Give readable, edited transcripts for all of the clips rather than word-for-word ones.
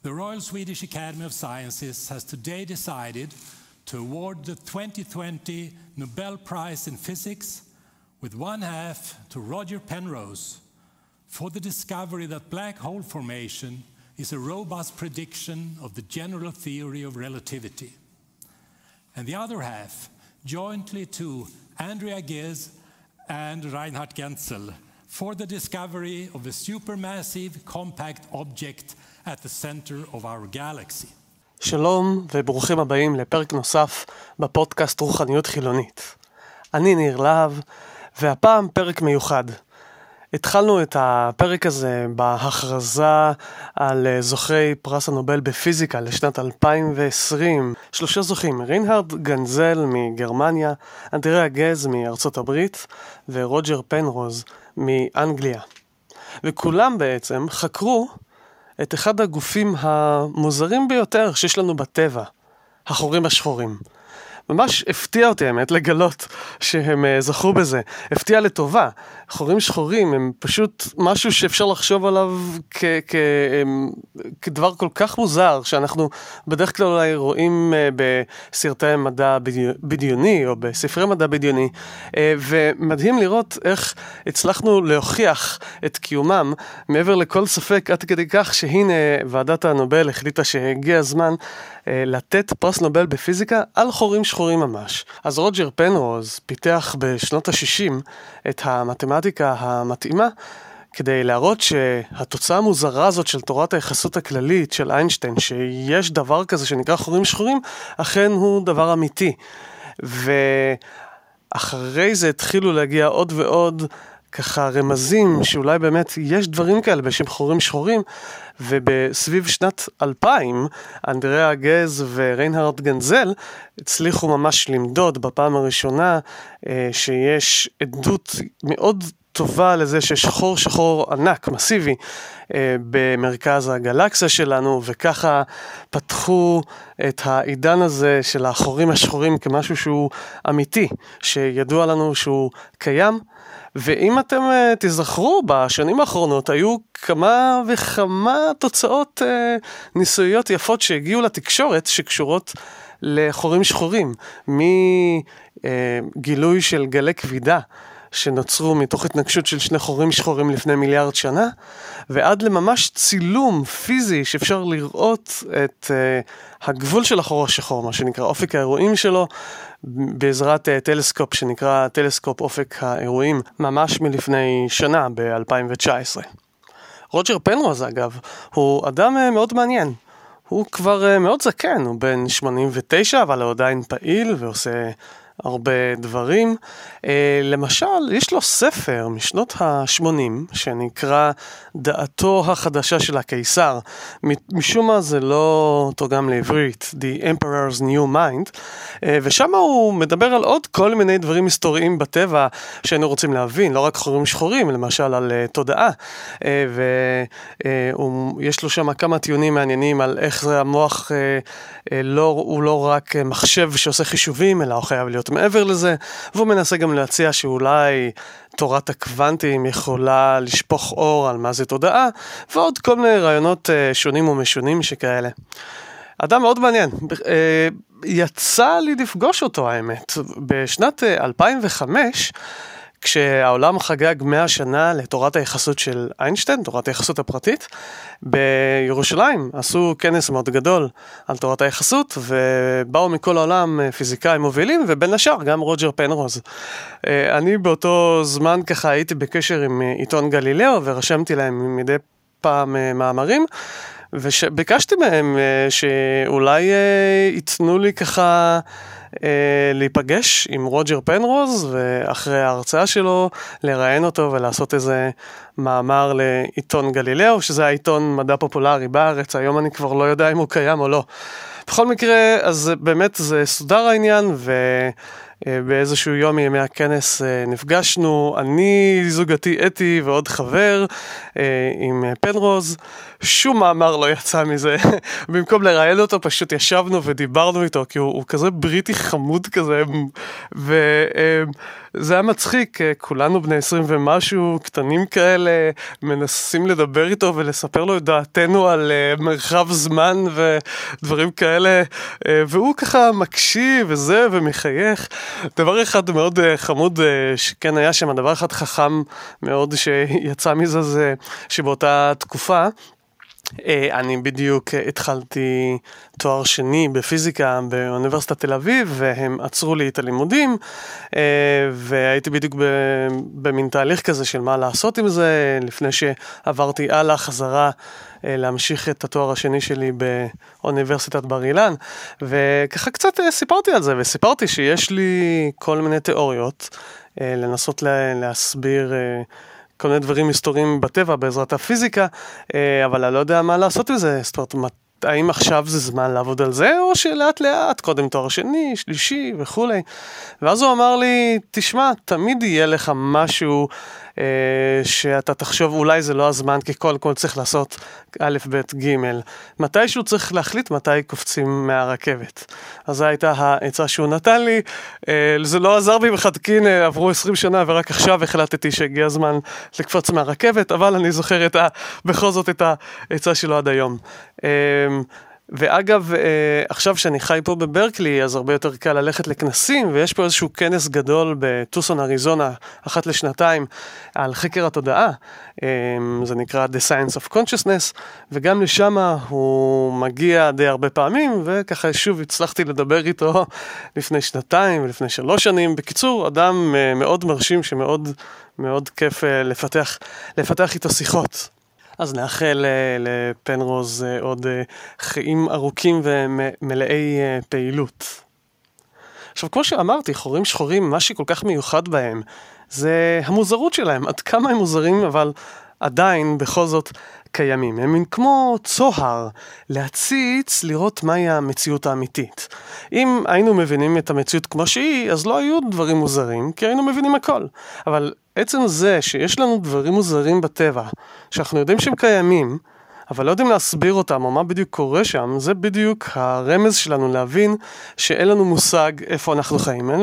The Royal Swedish Academy of Sciences has today decided to award the 2020 Nobel Prize in Physics with one half to Roger Penrose for the discovery that black hole formation is a robust prediction of the general theory of relativity. And the other half jointly to Andrea Ghez and Reinhard Genzel for the discovery of a supermassive compact object at the center of our galaxy. שלום וברוכים הבאים לפרק נוסף בפודקאסט רוחניות חילונית. אני ניר להב, והפעם פרק מיוחד. התחלנו את הפרק הזה בהכרזה על זוכי פרס הנובל בפיזיקה לשנת 2020. 3 זוכים, ריינהרד גנזל מגרמניה, אנדריאה גז מארצות הברית ורוג'ר פנרוז מאנגליה. וכולם בעצם חקרו את אחד הגופים המוזרים ביותר שיש לנו בטבע, החורים השחורים. ממש הפתיע אותי האמת לגלות שהם זכו בזה. הפתיע לטובה. חורים שחורים הם פשוט משהו שאפשר לחשוב עליו כדבר כל כך מוזר, שאנחנו בדרך כלל אולי רואים בסרטי מדע בדיוני או בספרי מדע בדיוני, ומדהים לראות איך הצלחנו להוכיח את קיומם מעבר לכל ספק, עד כדי כך שהנה ועדת הנובל החליטה שהגיע הזמן לתת פרס נובל בפיזיקה על חורים שחורים ממש. אז רוג'ר פנרוז פיתח בשנות ה-60 את המתמטיקה המתאימה כדי להראות שהתוצאה המוזרה הזאת של תורת היחסות הכללית של איינשטיין, שיש דבר כזה שנקרא חורים שחורים, אכן הוא דבר אמיתי. ואחרי זה התחילו להגיע עוד ועוד ככה רמזים שאולי באמת יש דברים כאלה בשם חורים שחורים, ובסביב שנת 2000 אנדריאה גז וריינהרד גנזל הצליחו ממש למדוד בפעם הראשונה שיש עדות מאוד טובה לזה שיש חור שחור ענק, מסיבי, במרכז הגלקסיה שלנו, וככה פתחו את העידן הזה של החורים השחורים כמשהו שהוא אמיתי, שידוע לנו שהוא קיים. ואם אתם תזכרו, בשנים האחרונות היו כמה וכמה תוצאות ניסויות יפות שהגיעו לתקשורת שקשורות לחורים שחורים, מגילוי של גלי כבידה שנוצרו מתוך התנגשות של 2 חורים שחורים לפני מיליארד שנה, ועד לממש צילום פיזי שאפשר לראות את הגבול של החור השחור, מה שנקרא אופק האירועים שלו, בעזרת טלסקופ שנקרא טלסקופ אופק האירועים, ממש מלפני שנה, ב-2019. רוג'ר פנרוז אגב, הוא אדם מאוד מעניין. הוא כבר מאוד זקן, הוא בן 89, אבל הוא עדיין פעיל ועושה הרבה דברים. למשל, יש לו ספר משנות ה-80 שנקרא דעתו החדשה של הקיסר. משום מה זה לא תורגם לעברית, The Emperor's New Mind, ושם הוא מדבר על עוד כל מיני דברים היסטוריים בטבע שהיינו רוצים להבין, לא רק חורים שחורים, למשל על תודעה, ויש לו שם כמה טיעונים מעניינים על איך זה המוח הוא לא רק מחשב שעושה חישובים, אלא הוא חייב להיות מעבר לזה, והוא מנסה גם להציע שאולי תורת הקוונטים יכולה לשפוך אור על מה זה תודעה, ועוד כל מיני רעיונות שונים ומשונים שכאלה. אדם מאוד מעניין. יצא לי לפגוש אותו האמת. בשנת 2005, כשהעולם חגג 100 שנה לתורת היחסות של איינשטיין, תורת היחסות הפרטית, בירושלים עשו כנס מאוד גדול על תורת היחסות, ובאו מכל העולם פיזיקאים מובילים, ובין השאר גם רוג'ר פנרוז. אני באותו זמן ככה הייתי בקשר עם עיתון גלילאו, ורשמתי להם מדי פעם מאמרים, וביקשתי מהם שאולי ייתנו לי ככה להיפגש עם רוג'ר פנרוז, ואחרי ההרצאה שלו לראיין אותו ולעשות איזה מאמר לעיתון גלילאו, שזה העיתון מדע פופולרי בארץ. היום אני כבר לא יודע אם הוא קיים או לא. בכל מקרה, אז באמת זה סודר העניין, ובאיזשהו יום מימי הכנס נפגשנו, אני, זוגתי אתי ועוד חבר עם פנרוז, שום מאמר לא יצא מזה. במקום לראיין אותו, פשוט ישבנו ודיברנו איתו, כי הוא כזה בריטי חמוד כזה, וזה היה מצחיק, כולנו בני 20 ומשהו, קטנים כאלה, מנסים לדבר איתו ולספר לו את דעתנו על מרחב זמן ודברים כאלה, והוא ככה מקשיב וזה ומחייך. דבר אחד מאוד חמוד שכן היה שם, הדבר אחד חכם מאוד שיצא מזה זה שבאותה תקופה, אני בדיוק התחלתי תואר שני בפיזיקה באוניברסיטת תל אביב, והם עצרו לי את הלימודים, והייתי בדיוק במין תהליך כזה של מה לעשות עם זה, לפני שעברתי הלאה חזרה להמשיך את התואר השני שלי באוניברסיטת בר אילן, וככה קצת סיפרתי על זה, וסיפרתי שיש לי כל מיני תיאוריות, לנסות להסביר כל מיני דברים היסטוריים בטבע בעזרת הפיזיקה, אבל אני לא יודע מה לעשות עם זה. זאת אומרת, האם עכשיו זה זמן לעבוד על זה, או שלאט לאט, קודם תואר שני, שלישי וכו'. ואז הוא אמר לי, תשמע, תמיד יהיה לך משהו שאתה תחשוב, אולי זה לא הזמן, כי כל צריך לעשות א', ב', ג'. מתישהו צריך להחליט מתי קופצים מהרכבת. אז זו הייתה העצה שהוא נתן לי. זה לא עזר בי בחדקין, עברו 20 שנה, ורק עכשיו החלטתי שהגיע הזמן לקפוץ מהרכבת, אבל אני זוכר בכל זאת את העצה שלו עד היום. ואגב, עכשיו שאני חי פה בברקלי, אז הרבה יותר קל ללכת לכנסים, ויש פה איזשהו כנס גדול בטוסון, אריזונה, אחת לשנתיים, על חקר התודעה. זה נקרא The Science of Consciousness, וגם לשם הוא מגיע די הרבה פעמים, וככה שוב הצלחתי לדבר איתו לפני 2 ולפני 3 שנים. בקיצור, אדם מאוד מרשים, שמאוד מאוד כיף לפתח איתו שיחות. אז נאחל לפנרוז עוד חיים ארוכים ומלאי פעילות. עכשיו, כמו שאמרתי, חורים שחורים, מה שכל כך מיוחד בהם, זה המוזרות שלהם. עד כמה הם מוזרים, אבל עדיין בכל זאת קיימים. הם כמו צוהר, להציץ, לראות מהי המציאות האמיתית. אם היינו מבינים את המציאות כמו שהיא, אז לא היו דברים מוזרים, כי היינו מבינים הכל. אבל עצם זה שיש לנו דברים מוזרים בטבע, שאנחנו יודעים שהם קיימים, אבל לא יודעים להסביר אותם או מה בדיוק קורה שם, זה בדיוק הרמז שלנו להבין שאין לנו מושג איפה אנחנו חיים. אין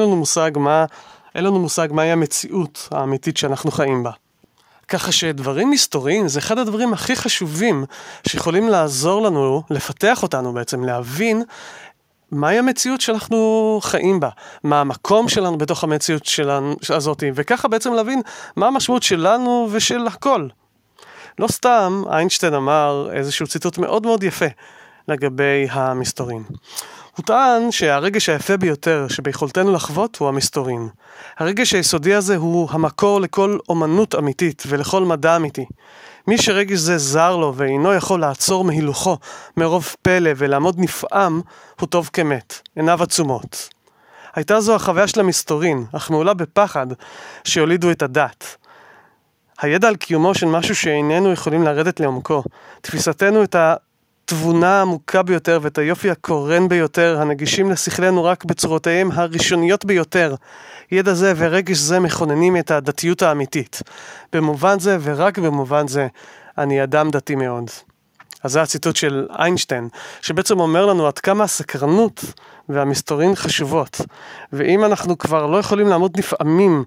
לנו מושג מהי המציאות האמיתית שאנחנו חיים בה. ככה שדברים היסטוריים זה אחד הדברים הכי חשובים שיכולים לעזור לנו, לפתח אותנו בעצם, להבין מהי המציאות שאנחנו חיים בה, מה המקום שלנו בתוך המציאות הזאת, וככה בעצם להבין מה המשמעות שלנו ושל הכל. לא סתם, איינשטיין אמר איזשהו ציטוט מאוד מאוד יפה לגבי המסתורין. הוא טען שהרגש היפה ביותר שביכולתנו לחוות הוא המסתורין. הרגש היסודי הזה הוא המקור לכל אומנות אמיתית ולכל מדע אמיתי. מי שרגש זה זר לו ואינו יכול לעצור מהילוכו מרוב פלא ולעמוד נפעם, הוא טוב כמת, עיניו עצומות. הייתה זו החוויה של המסתורין, אך מעולה בפחד שהולידו את הדת. הידע על קיומו של משהו שאיננו יכולים לרדת לעומקו, תפיסתנו את התבונה העמוקה ביותר ואת היופי הקורן ביותר, הנגישים לשכלנו רק בצורותיהם הראשוניות ביותר. ידע זה ורגש זה מכוננים את הדתיות האמיתית. במובן זה ורק במובן זה, אני אדם דתי מאוד. אז זה הציטוט של איינשטיין, שבעצם אומר לנו עד כמה הסקרנות והמסתורין חשובות. ואם אנחנו כבר לא יכולים לעמוד נפעמים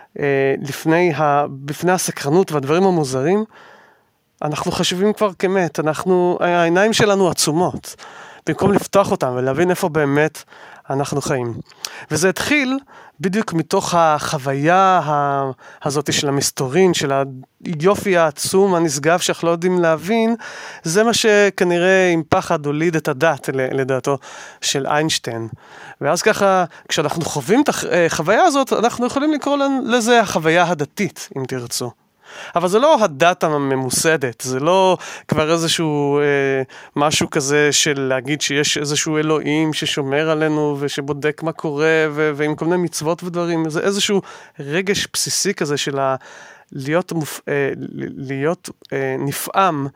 בפני הסקרנות והדברים המוזרים, אנחנו חשובים כבר כמת, העיניים שלנו עצומות, במקום לפתוח אותם ולהבין איפה באמת אנחנו חיים. וזה התחיל בדיוק מתוך החוויה הזאת של המסתורין, של היופי העצום, הנשגב שאנחנו לא יודעים להבין, זה מה שכנראה עם פחד הוליד את הדת, לדעתו של איינשטיין. ואז ככה, כשאנחנו חווים את החוויה הזאת, אנחנו יכולים לקרוא לזה החוויה הדתית, אם תרצו. אבל זה לא הדת הממוסדת, זה לא כבר איזשהו משהו כזה של להגיד שיש איזשהו אלוהים ששומר עלינו ושבודק מה קורה ועם כל מיני מצוות ודברים, זה איזשהו רגש בסיסי כזה של להיות נפעם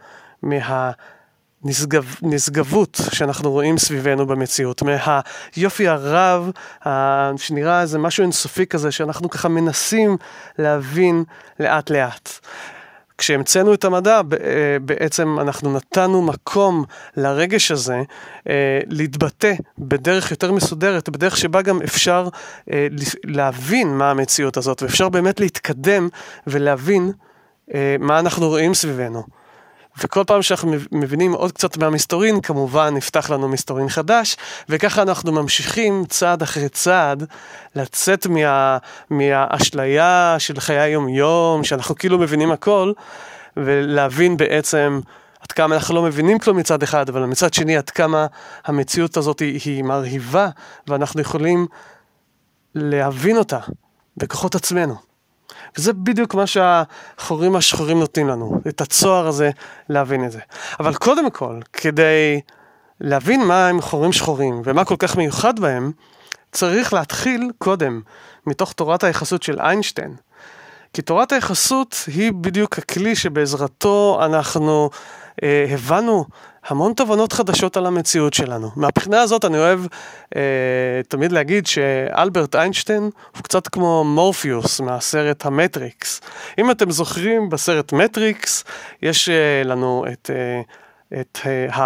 נשגבות שאנחנו רואים סביבנו במציאות, מהיופי הרב שנראה איזה משהו אינסופי כזה שאנחנו ככה מנסים להבין לאט לאט. כשהמצאנו את המדע, בעצם אנחנו נתנו מקום לרגש הזה להתבטא בדרך יותר מסודרת, בדרך שבה גם אפשר להבין מה המציאות הזאת, ואפשר באמת להתקדם ולהבין מה אנחנו רואים סביבנו. וכל פעם שאנחנו מבינים עוד קצת מהמסתורין, כמובן נפתח לנו מסתורין חדש, וככה אנחנו ממשיכים צעד אחרי צעד לצאת מהאשליה של חיי היום-יום, שאנחנו כאילו מבינים הכל, ולהבין בעצם עד כמה אנחנו לא מבינים כלום מצד אחד, אבל מצד שני עד כמה המציאות הזאת היא מרהיבה, ואנחנו יכולים להבין אותה בכוחות עצמנו. וזה בדיוק מה שהחורים השחורים נותנים לנו, את הצוהר הזה להבין את זה. אבל קודם כל, כדי להבין מה הם חורים שחורים ומה כל כך מיוחד בהם, צריך להתחיל קודם מתוך תורת היחסות של איינשטיין. כי תורת היחסות היא בדיוק הכלי שבעזרתו אנחנו הבנו המון תובנות חדשות על המציאות שלנו. מהבחינה הזאת אני אוהב תמיד להגיד שאלברט איינשטיין הוא קצת כמו מורפיוס מהסרט המטריקס. אם אתם זוכרים בסרט מטריקס, יש לנו את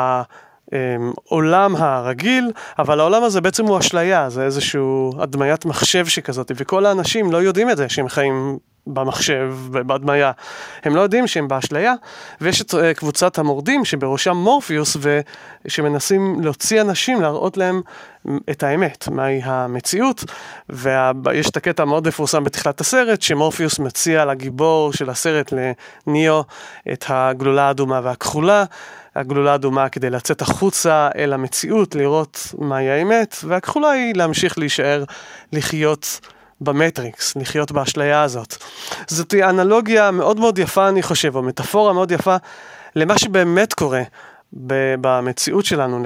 העולם הרגיל, אבל העולם הזה בעצם הוא אשליה, זה איזשהו הדמיית מחשב שכזאת, וכל האנשים לא יודעים את זה שהם חיים במחשב, בהדמיה. הם לא יודעים שהם באשליה, ויש את קבוצת המורדים שבראשם מורפיוס, שמנסים להוציא אנשים, להראות להם את האמת, מהי המציאות, ויש את הקטע מאוד מפורסם בתחילת הסרט, שמורפיוס מציע לגיבור של הסרט, לניאו, את הגלולה האדומה והכחולה, הגלולה האדומה כדי לצאת החוצה אל המציאות, לראות מהי האמת, והכחולה היא להמשיך להישאר, לחיות במטריקס, לחיות באשליה הזאת. זאת אנלוגיה מאוד מאוד יפה, אני חושב, או מטאפורה מאוד יפה, למה שבאמת קורה במציאות שלנו,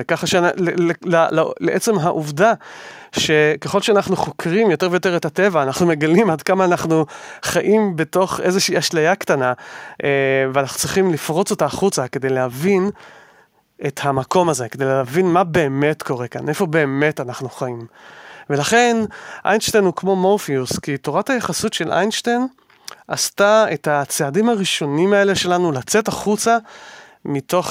לעצם העובדה שככל שאנחנו חוקרים יותר ויותר את הטבע, אנחנו מגלים עד כמה אנחנו חיים בתוך איזושהי אשליה קטנה, ואנחנו צריכים לפרוץ אותה החוצה כדי להבין את המקום הזה, כדי להבין מה באמת קורה כאן, איפה באמת אנחנו חיים. ולכן איינשטיין הוא כמו מורפיוס, כי תורת היחסות של איינשטיין עשתה את הצעדים הראשונים האלה שלנו לצאת החוצה מתוך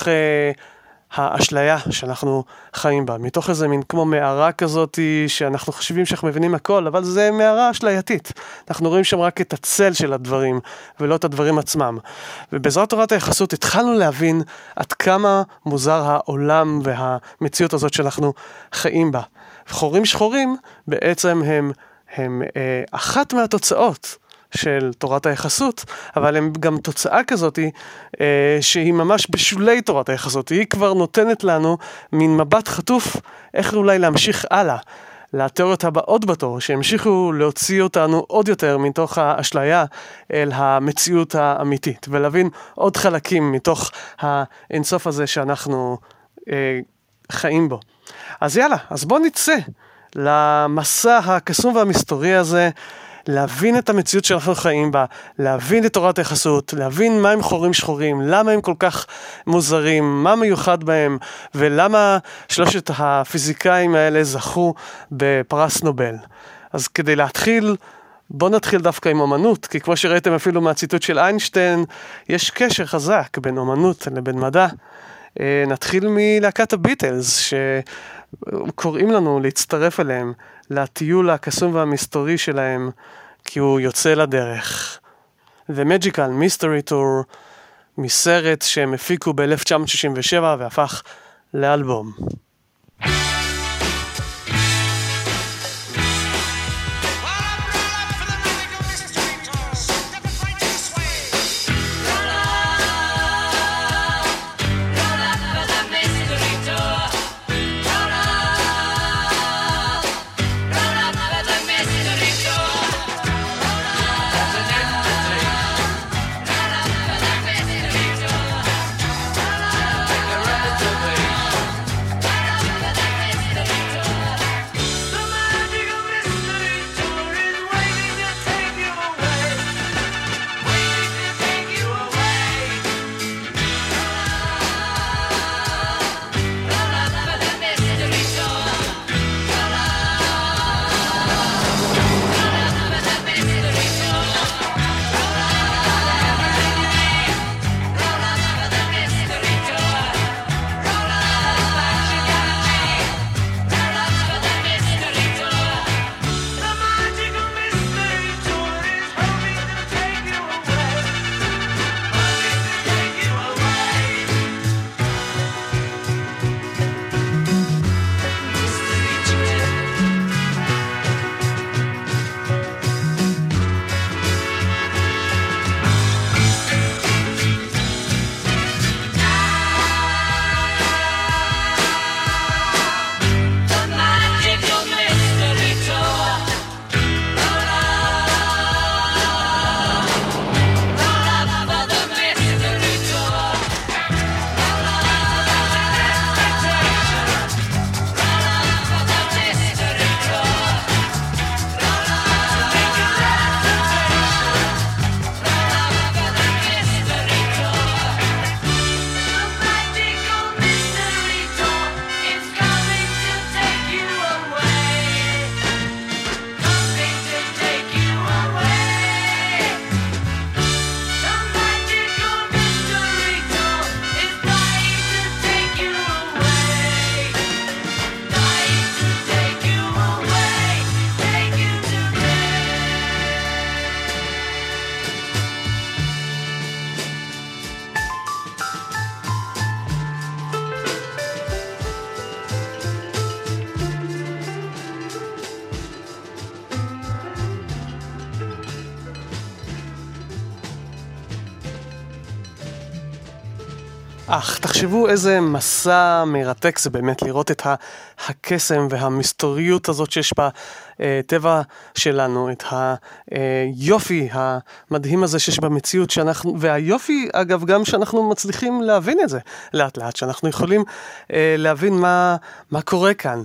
האשליה שאנחנו חיים בה, מתוך איזה מין כמו מערה כזאת שאנחנו חושבים שאנחנו מבינים הכל, אבל זה מערה אשלייתית. אנחנו רואים שם רק את הצל של הדברים ולא את הדברים עצמם. ובעזרת תורת היחסות התחלנו להבין עד כמה מוזר העולם והמציאות הזאת שאנחנו חיים בה. חורים שחורים בעצם הם אחת מהתוצאות של תורת היחסות, אבל הם גם תוצאה כזאת שהיא ממש בשולי תורת היחסות. היא כבר נותנת לנו מין מבט חטוף איך אולי להמשיך הלאה, לתיאוריות הבאות בתור, שהמשיכו להוציא אותנו עוד יותר מתוך האשליה אל המציאות האמיתית, ולהבין עוד חלקים מתוך האינסוף הזה שאנחנו חיים בו. אז יאללה, אז בוא נצא למסע הקסום והמסתורי הזה, להבין את המציאות שאנחנו חיים בה, להבין את תורת היחסות, להבין מה הם חורים שחורים, למה הם כל כך מוזרים, מה מיוחד בהם, ולמה שלושת הפיזיקאים האלה זכו בפרס נובל. אז כדי להתחיל, בוא נתחיל דווקא עם אומנות, כי כמו שראיתם אפילו מהציטוט של איינשטיין, יש קשר חזק בין אומנות לבין מדע. נתחיל מלהקת הביטלס, שקוראים לנו להצטרף אליהם, לטיול הקסום והמסתורי שלהם, כי הוא יוצא לדרך. The Magical Mystery Tour, מסרט שהם הפיקו ב-1967 והפך לאלבום. תחשבו איזה מסע מרתק זה באמת לראות את הקסם והמסתוריות הזאת שיש בטבע שלנו, את היופי המדהים הזה שיש במציאות שאנחנו, והיופי אגב גם שאנחנו מצליחים להבין את זה לאט לאט, שאנחנו יכולים להבין מה קורה כאן.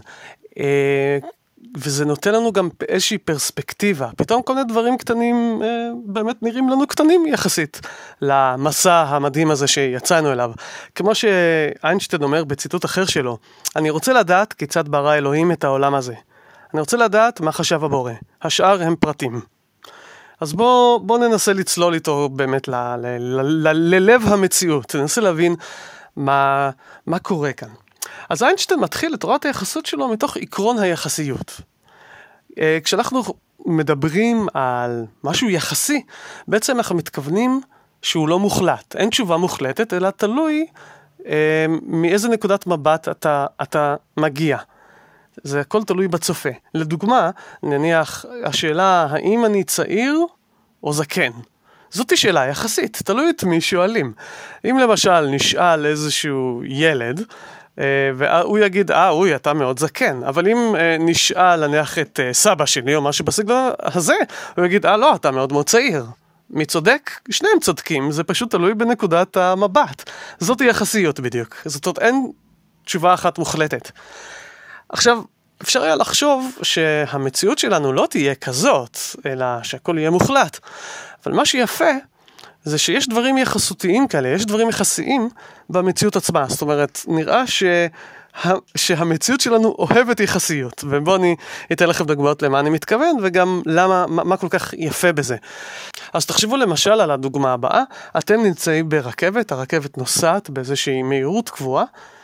וזה נותן לנו גם איזושהי פרספקטיבה. פתאום כל מיני דברים קטנים באמת נראים לנו קטנים יחסית למסע המדהים הזה שיצאנו אליו. כמו שאיינשטיין אומר בציטוט אחר שלו, אני רוצה לדעת כיצד ברא אלוהים את העולם הזה. אני רוצה לדעת מה חשב הבורא. השאר הם פרטים. אז בוא ננסה לצלול איתו באמת ללב המציאות. ננסה להבין מה קורה כאן. אז איינשטיין מתחיל את תורת היחסות שלו מתוך עקרון היחסיות. כשאנחנו מדברים על משהו יחסי, בעצם אנחנו מתכוונים שהוא לא מוחלט. אין תשובה מוחלטת, אלא תלוי מאיזה נקודת מבט אתה מגיע. זה הכל תלוי בצופה. לדוגמה, נניח השאלה האם אני צעיר או זקן. זאת שאלה יחסית, תלוי את מי שואלים. אם למשל נשאל איזשהו ילד, והוא יגיד, אוי, אתה מאוד זקן. אבל אם נשאל נניח את סבא שלי או משהו בסגנון הזה, הוא יגיד, לא, אתה מאוד מאוד צעיר. מי צודק? שניהם צודקים, זה פשוט תלוי בנקודת המבט. זאת יחסיות בדיוק. זאת אומרת, אין תשובה אחת מוחלטת. עכשיו, אפשר היה לחשוב שהמציאות שלנו לא תהיה כזאת, אלא שהכל יהיה מוחלט. אבל מה שיפה זה שיש דברים יחסותיים כאלה, יש דברים יחסיים במציאות עצמה. זאת אומרת, נראה שהמציאות שלנו אוהבת יחסיות. ובואו אני אתן לכם דוגמאות למה אני מתכוון, וגם מה כל כך יפה בזה. אז תחשבו למשל על הדוגמה הבאה, אתם נמצאים ברכבת, הרכבת נוסעת באיזושהי מהירות קבועה,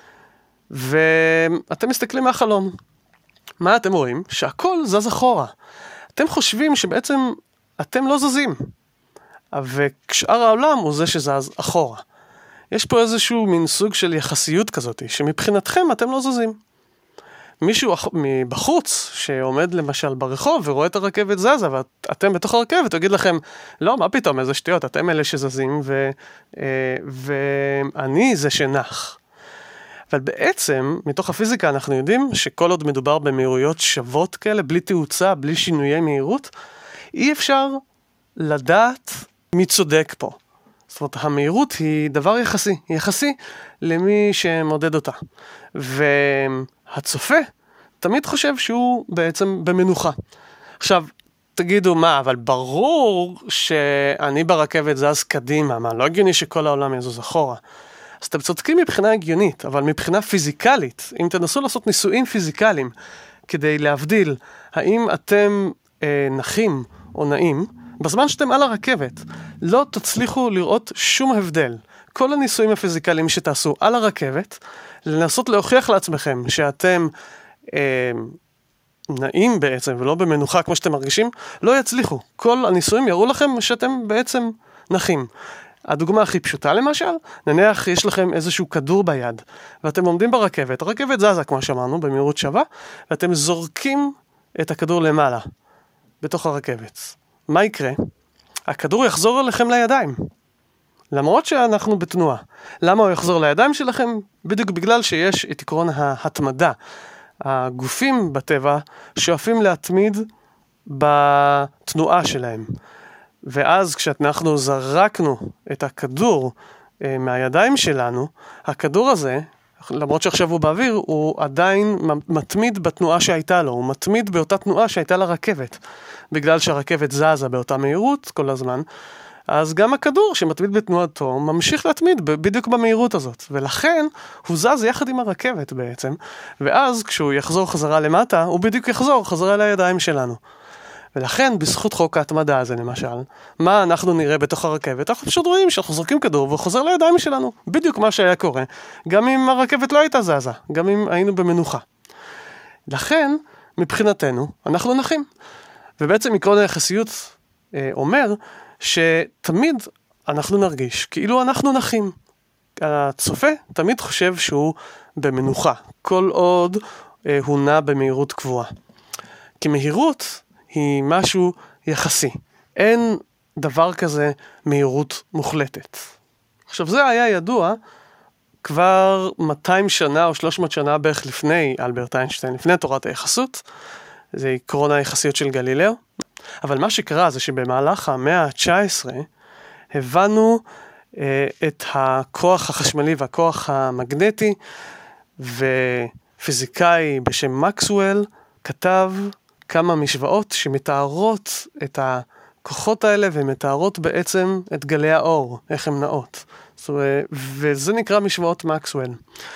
ואתם מסתכלים מהחלון. מה אתם רואים? שהכל זז אחורה. אתם חושבים שבעצם אתם לא זזים. ושאר העולם הוא זה שזז אחורה. יש פה איזשהו מין סוג של יחסיות כזאת, שמבחינתכם אתם לא זזים. מישהו מבחוץ שעומד למשל ברחוב ורואה את הרכבת זזה, ואתם בתוך הרכבת, הוא יגיד לכם, לא, מה פתאום, איזה שטויות, אתם אלה שזזים, ואני זה שנח. אבל בעצם, מתוך הפיזיקה אנחנו יודעים שכל עוד מדובר במהירויות שוות כאלה, בלי תאוצה, בלי שינויי מהירות, אי אפשר לדעת מי צודק פה. זאת אומרת, המהירות היא דבר יחסי, יחסי למי שמודד אותה. והצופה תמיד חושב שהוא בעצם במנוחה. עכשיו, תגידו מה, אבל ברור שאני ברכבת זז קדימה, מה, לא הגיוני שכל העולם יזוז אחורה. אז אתם צודקים מבחינה הגיונית, אבל מבחינה פיזיקלית, אם תנסו לעשות ניסויים פיזיקליים, כדי להבדיל האם אתם נחים או נעים, בזמן שאתם על הרכבת, לא תצליחו לראות שום הבדל. כל הניסויים הפיזיקליים שתעשו על הרכבת, לנסות להוכיח לעצמכם שאתם נעים בעצם ולא במנוחה כמו שאתם מרגישים, לא יצליחו. כל הניסויים יראו לכם שאתם בעצם נחים. הדוגמה הכי פשוטה למשל, נניח יש לכם איזשהו כדור ביד, ואתם עומדים ברכבת, הרכבת זזה כמו שאמרנו במהירות שווה, ואתם זורקים את הכדור למעלה, בתוך הרכבת. מה יקרה? הכדור יחזור אליכם לידיים, למרות שאנחנו בתנועה. למה הוא יחזור לידיים שלכם? בדיוק בגלל שיש את עקרון ההתמדה. הגופים בטבע שואפים להתמיד בתנועה שלהם. ואז כשאנחנו זרקנו את הכדור מהידיים שלנו, הכדור הזה, למרות שעכשיו הוא באוויר, הוא עדיין מתמיד בתנועה שהייתה לו, הוא מתמיד באותה תנועה שהייתה לרכבת. בגלל שהרכבת זזה באותה מהירות כל הזמן, אז גם הכדור שמתמיד בתנועתו ממשיך להתמיד בדיוק במהירות הזאת. ולכן הוא זז יחד עם הרכבת בעצם, ואז כשהוא יחזור חזרה למטה, הוא בדיוק יחזור חזרה לידיים שלנו. ולכן, בזכות חוק ההתמדה הזה למשל, מה אנחנו נראה בתוך הרכבת? אנחנו פשוט רואים שאנחנו זורקים כדור והוא חוזר לידיים שלנו. בדיוק מה שהיה קורה, גם אם הרכבת לא הייתה זזה, גם אם היינו במנוחה. לכן, מבחינתנו, אנחנו נחים. ובעצם עקרון היחסיות אומר שתמיד אנחנו נרגיש כאילו אנחנו נחים. הצופה תמיד חושב שהוא במנוחה, כל עוד הוא נע במהירות קבועה. כי מהירות היא משהו יחסי. אין דבר כזה מהירות מוחלטת. עכשיו זה היה ידוע כבר 200 שנה או 300 שנה בערך לפני אלברט איינשטיין, לפני תורת היחסות, זה עקרון היחסיות של גלילאו. אבל מה שקרה זה שבמהלך המאה ה-19 הבנו את הכוח החשמלי והכוח המגנטי, ופיזיקאי בשם מקסוול כתב כמה משוואות שמתארות את הכוחות האלה ומתארות בעצם את גלי האור, איך הן נעות. וזה נקרא משוואות מקסוול.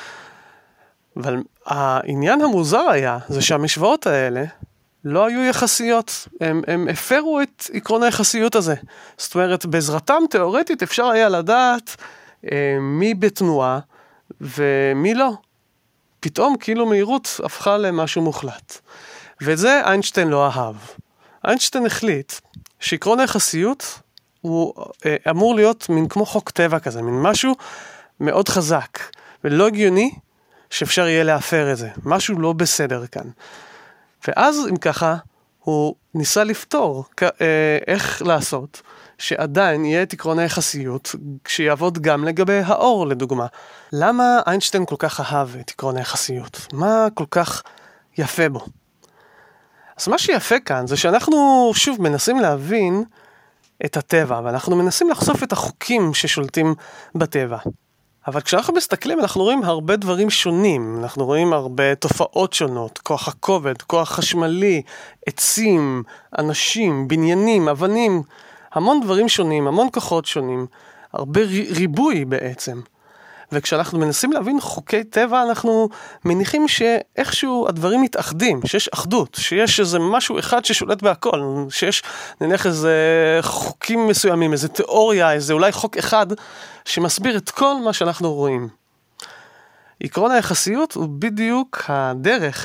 אבל העניין המוזר היה, זה שהמשוואות האלה לא היו יחסיות, הם הפרו את עקרון היחסיות הזה. זאת אומרת, בעזרתם תיאורטית אפשר היה לדעת מי בתנועה ומי לא. פתאום כאילו מהירות הפכה למשהו מוחלט. ואת זה איינשטיין לא אהב. איינשטיין החליט שעקרון היחסיות הוא אמור להיות מין כמו חוק טבע כזה, מין משהו מאוד חזק ולא הגיוני שאפשר יהיה להפר את זה. משהו לא בסדר כאן. ואז אם ככה, הוא ניסה לפתור איך לעשות שעדיין יהיה את עקרון היחסיות שיעבוד גם לגבי האור לדוגמה. למה איינשטיין כל כך אהב את עקרון היחסיות? מה כל כך יפה בו? אז מה שיפה כאן זה שאנחנו שוב מנסים להבין את הטבע, ואנחנו מנסים לחשוף את החוקים ששולטים בטבע. אבל כשאנחנו מסתכלים, אנחנו רואים הרבה דברים שונים, אנחנו רואים הרבה תופעות שונות, כוח הכובד, כוח חשמלי, עצים, אנשים, בניינים, אבנים, המון דברים שונים, המון כוחות שונים, הרבה ריבוי בעצם. וכשאנחנו מנסים להבין חוקי טבע, אנחנו מניחים שאיכשהו הדברים מתאחדים, שיש אחדות, שיש איזה משהו אחד ששולט בהכל, שיש נניח איזה חוקים מסוימים, איזה תיאוריה, איזה אולי חוק אחד שמסביר את כל מה שאנחנו רואים. עקרון היחסיות הוא בדיוק הדרך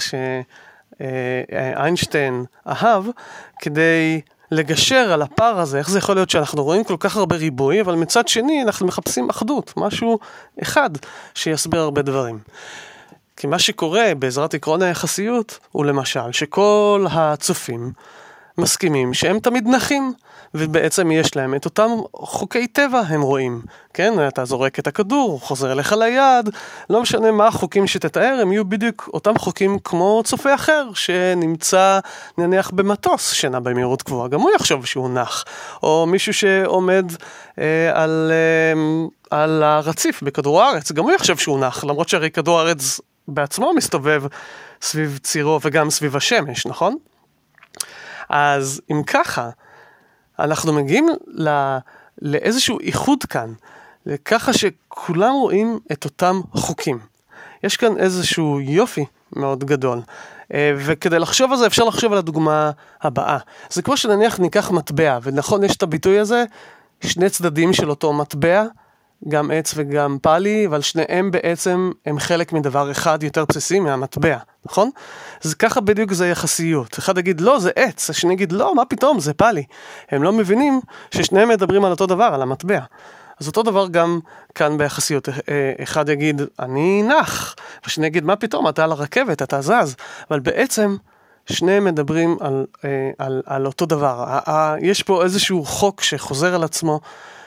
שאיינשטיין אהב כדי לגשר על הפער הזה, איך זה יכול להיות שאנחנו רואים כל כך הרבה ריבוי, אבל מצד שני אנחנו מחפשים אחדות, משהו אחד שיסביר הרבה דברים. כי מה שקורה בעזרת עקרון היחסיות הוא למשל שכל הצופים מסכימים שהם תמיד נחים, ובעצם יש להם את אותם חוקי טבע הם רואים. כן, אתה זורק את הכדור, חוזר אליך ליד, לא משנה מה החוקים שתתאר, הם יהיו בדיוק אותם חוקים כמו צופה אחר, שנמצא נניח במטוס שנע במהירות גבוהה, גם הוא יחשוב שהוא נח, או מישהו שעומד על הרציף בכדור הארץ, גם הוא יחשוב שהוא נח, למרות שהרי כדור הארץ בעצמו מסתובב סביב צירו וגם סביב השמש, נכון? אז אם ככה, אנחנו מגיעים לאיזשהו איחוד כאן, לככה שכולם רואים את אותם חוקים. יש כאן איזשהו יופי מאוד גדול, וכדי לחשוב על זה אפשר לחשוב על הדוגמה הבאה. זה כמו שנניח ניקח מטבע, ונכון יש את הביטוי הזה, שני צדדים של אותו מטבע, גם עץ וגם פלי, אבל שניהם בעצם הם חלק מדבר אחד יותר בסיסי מהמטבע, נכון? אז ככה בדיוק זה יחסיות. אחד יגיד לא, זה עץ, השני יגיד לא, מה פתאום, זה פלי. הם לא מבינים ששניהם מדברים על אותו דבר, על המטבע. אז אותו דבר גם כאן ביחסיות. אחד יגיד, אני נח, והשני יגיד, מה פתאום, אתה על הרכבת, אתה זז. אבל בעצם שניהם מדברים על אותו דבר. יש פה איזשהו חוק שחוזר על עצמו,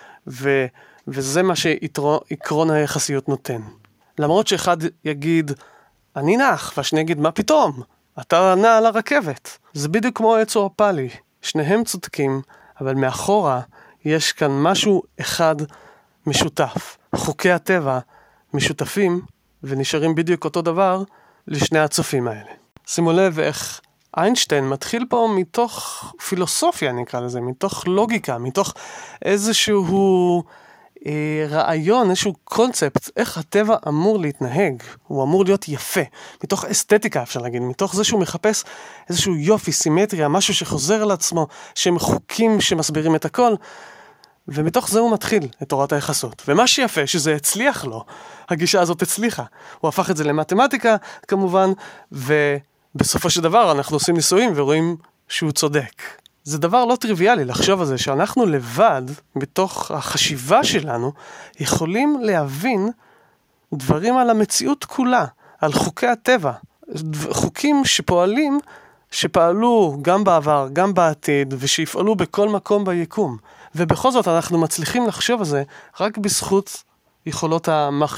וזה מה שעקרון היחסיות נותן. למרות שאחד יגיד, אני נח, והשני יגיד, מה פתאום? אתה נע על הרכבת. זה בדיוק כמו עץ או הפלי. שניהם צודקים, אבל מאחורה יש כאן משהו אחד משותף. חוקי הטבע משותפים ונשארים בדיוק אותו דבר לשני הצופים האלה. שימו לב איך איינשטיין מתחיל פה מתוך פילוסופיה נקרא לזה, מתוך לוגיקה, מתוך איזשהו רעיון, איזשהו קונספט, איך הטבע אמור להתנהג, הוא אמור להיות יפה, מתוך אסתטיקה אפשר להגיד, מתוך זה שהוא מחפש איזשהו יופי, סימטריה, משהו שחוזר על עצמו, שהם חוקים שמסבירים את הכל, ומתוך זה הוא מתחיל את תורת היחסות. ומה שיפה שזה הצליח לו, הגישה הזאת הצליחה, הוא הפך את זה למתמטיקה כמובן, ובסופו של דבר אנחנו עושים ניסויים ורואים שהוא צודק. זה דבר לא טריוויאלי לחשוב על זה, שאנחנו לבד, בתוך החשיבה שלנו, יכולים להבין דברים על המציאות כולה, על חוקי הטבע. חוקים שפעלו גם בעבר, גם בעתיד, ושיפעלו בכל מקום ביקום. ובכל זאת אנחנו מצליחים לחשוב על זה רק בזכות יכולות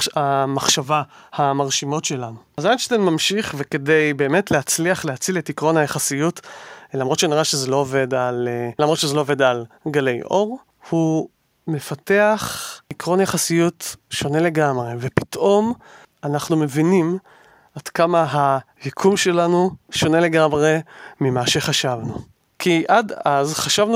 המחשבה המרשימות שלנו. אז איינשטיין ממשיך, וכדי באמת להצליח להציל את עקרון היחסיות, למרות שנראה שזה לא עובד על גלי אור, הוא מפתח עקרון יחסיות שונה לגמרי, ופתאום אנחנו מבינים עד כמה היקום שלנו שונה לגמרי ממה שחשבנו. כי עד אז חשבנו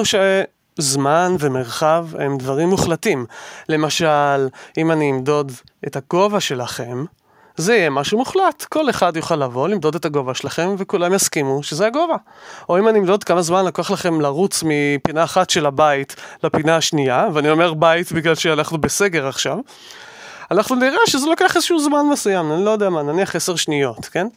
שזמן ומרחב הם דברים מוחלטים. למשל, אם אני אמדוד את הגובה שלכם, זה יהיה משהו מוחלט. כל אחד יוכל לבוא, למדוד את הגובה שלכם, וכולם יסכימו שזה הגובה. או אם אני אמדוד כמה זמן לקח לכם לרוץ מפינה אחת של הבית לפינה השנייה, ואני אומר בית בגלל שאנחנו בסגר עכשיו, אנחנו נראה שזה לוקח איזשהו זמן מסוים, אני לא יודע מה, נניח 10 שניות, כן?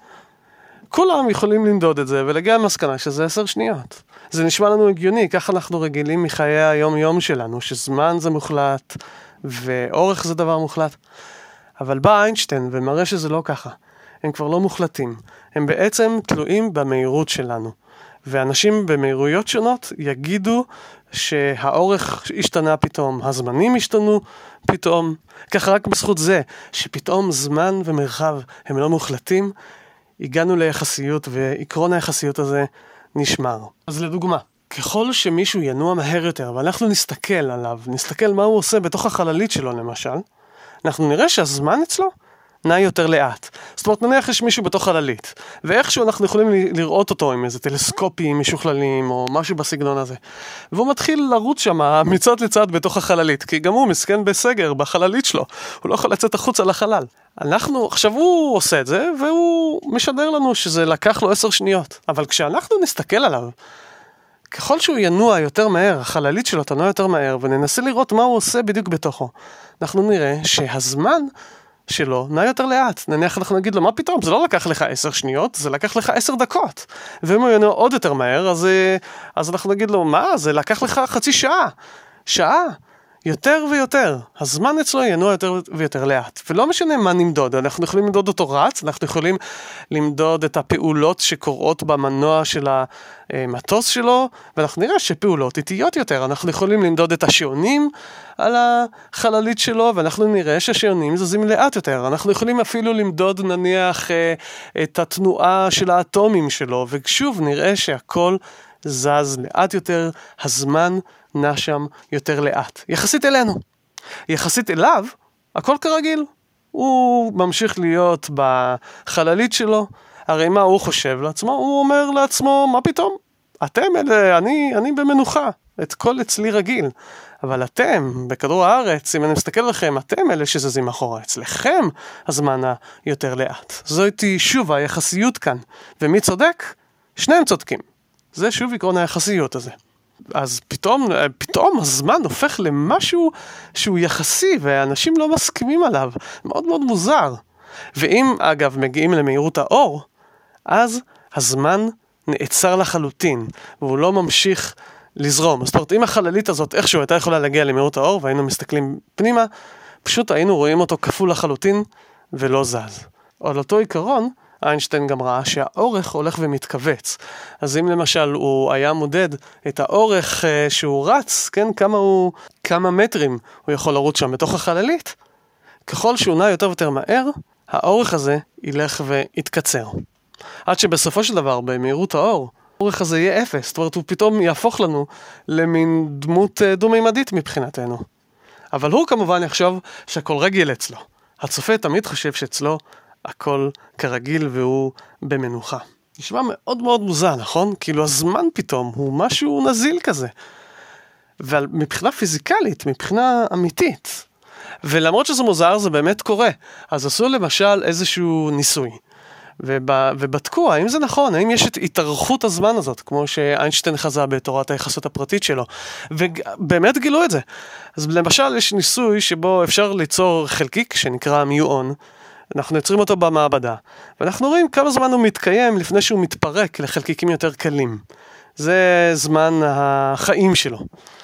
כולם יכולים למדוד את זה ולהגיע למסקנה שזה 10 שניות. זה נשמע לנו הגיוני, ככה אנחנו רגילים מחיי היום-יום שלנו, שזמן זה מוחלט ואורך זה דבר מוחלט. אבל בא איינשטיין ומראה שזה לא ככה. הם כבר לא מוחלטים. הם בעצם תלויים במהירות שלנו. ואנשים במהירויות שונות יגידו שהאורך השתנה פתאום, הזמנים השתנו פתאום. ככה רק בזכות זה, שפתאום זמן ומרחב הם לא מוחלטים, הגענו ליחסיות, ועקרון היחסיות הזה נשמר. אז לדוגמה, ככל שמישהו ינוע מהר יותר, ואנחנו נסתכל עליו, נסתכל מה הוא עושה בתוך החללית שלו למשל, אנחנו נראה שהזמן אצלו נע יותר לאט. זאת אומרת, נניח יש מישהו בתוך חללית, ואיכשהו אנחנו יכולים לראות אותו עם איזה טלסקופים משוכללים, או משהו בסגנון הזה. והוא מתחיל לרוץ שם מצד לצד בתוך החללית, כי גם הוא מסכן בסגר בחללית שלו. הוא לא יכול לצאת החוצה לחלל. עכשיו הוא עושה את זה, והוא משדר לנו שזה לקח לו 10 שניות. אבל כשאנחנו נסתכל עליו, ככל שהוא ינוע יותר מהר, החללית שלו תנוע יותר מהר, וננסה לראות מה הוא עושה בדיוק בתוכו, אנחנו נראה שהזמן שלו נע יותר לאט. נניח אנחנו נגיד לו, מה פתאום? זה לא לקח לך 10 שניות, זה לקח לך 10 דקות. ואם הוא ינוע עוד יותר מהר, אז אנחנו נגיד לו, מה? זה לקח לך חצי שעה. שעה. יותר ויותר. הזמן אצלו ינוע יותר ויותר לאט. ולא משנה מה נמדוד. אנחנו יכולים למדוד אותו רץ, אנחנו יכולים למדוד את הפעולות שקורות במנוע של המטוס שלו, ואנחנו נראה שפעולות איטיות יותר. אנחנו יכולים למדוד את השעונים על החללית שלו, ואנחנו נראה שהשעונים זזים לאט יותר. אנחנו יכולים אפילו למדוד נניח את התנועה של האטומים שלו, ושוב נראה שהכל זז לאט יותר, הזמן נע שם יותר לאט. יחסית אלינו. יחסית אליו, הכל כרגיל. הוא ממשיך להיות בחללית שלו, הרי מה הוא חושב לעצמו? הוא אומר לעצמו, מה פתאום? אתם אלה, אני במנוחה, את כל אצלי רגיל. אבל אתם, בכדור הארץ, אם אני מסתכל לכם, אתם אלה שזזים אחורה. אצלכם הזמן יותר לאט. זאת שוב היחסיות כאן. ומי צודק? שניהם צודקים. זה שוב עקרון היחסיות הזה. אז פתאום הזמן הופך למשהו שהוא יחסי, ואנשים לא מסכימים עליו. מאוד מאוד מוזר. ואם, אגב, מגיעים למהירות האור, אז הזמן נעצר לחלוטין, והוא לא ממשיך לזרום. זאת אומרת, אם החללית הזאת איכשהו הייתה יכולה להגיע למהירות האור, והיינו מסתכלים פנימה, פשוט היינו רואים אותו כפול לחלוטין, ולא זז. על אותו עיקרון, איינשטיין גם ראה שהאורך הולך ומתכווץ. אז אם למשל הוא היה מודד את האורך שהוא רץ, כן, כמה מטרים הוא יכול לרוץ שם בתוך החללית, ככל שהוא נע יותר ויותר מהר, האורך הזה ילך ויתקצר. עד שבסופו של דבר, במהירות האור, האורך הזה יהיה 0. זאת אומרת, הוא פתאום יהפוך לנו למין דמות דו-מימדית מבחינתנו. אבל הוא כמובן יחשוב שהכל רגיל אצלו. הצופה תמיד חושב שאצלו הכל כרגיל והוא במנוחה. נשמע מאוד מאוד מוזר, נכון? כאילו הזמן פתאום הוא משהו נזיל כזה. ומבחינה פיזיקלית, מבחינה אמיתית. ולמרות שזה מוזר, זה באמת קורה. אז עשו למשל איזשהו ניסוי. ובדקו, האם זה נכון? האם יש את התארכות הזמן הזאת, כמו שאיינשטיין חזה בתורת היחסות הפרטית שלו. ובאמת גילו את זה. אז למשל יש ניסוי שבו אפשר ליצור חלקיק שנקרא מיואון, אנחנו יוצרים אותו במעבדה, ואנחנו רואים כמה זמן הוא מתקיים לפני שהוא מתפרק לחלקיקים יותר קלים. זה זמן החיים שלו.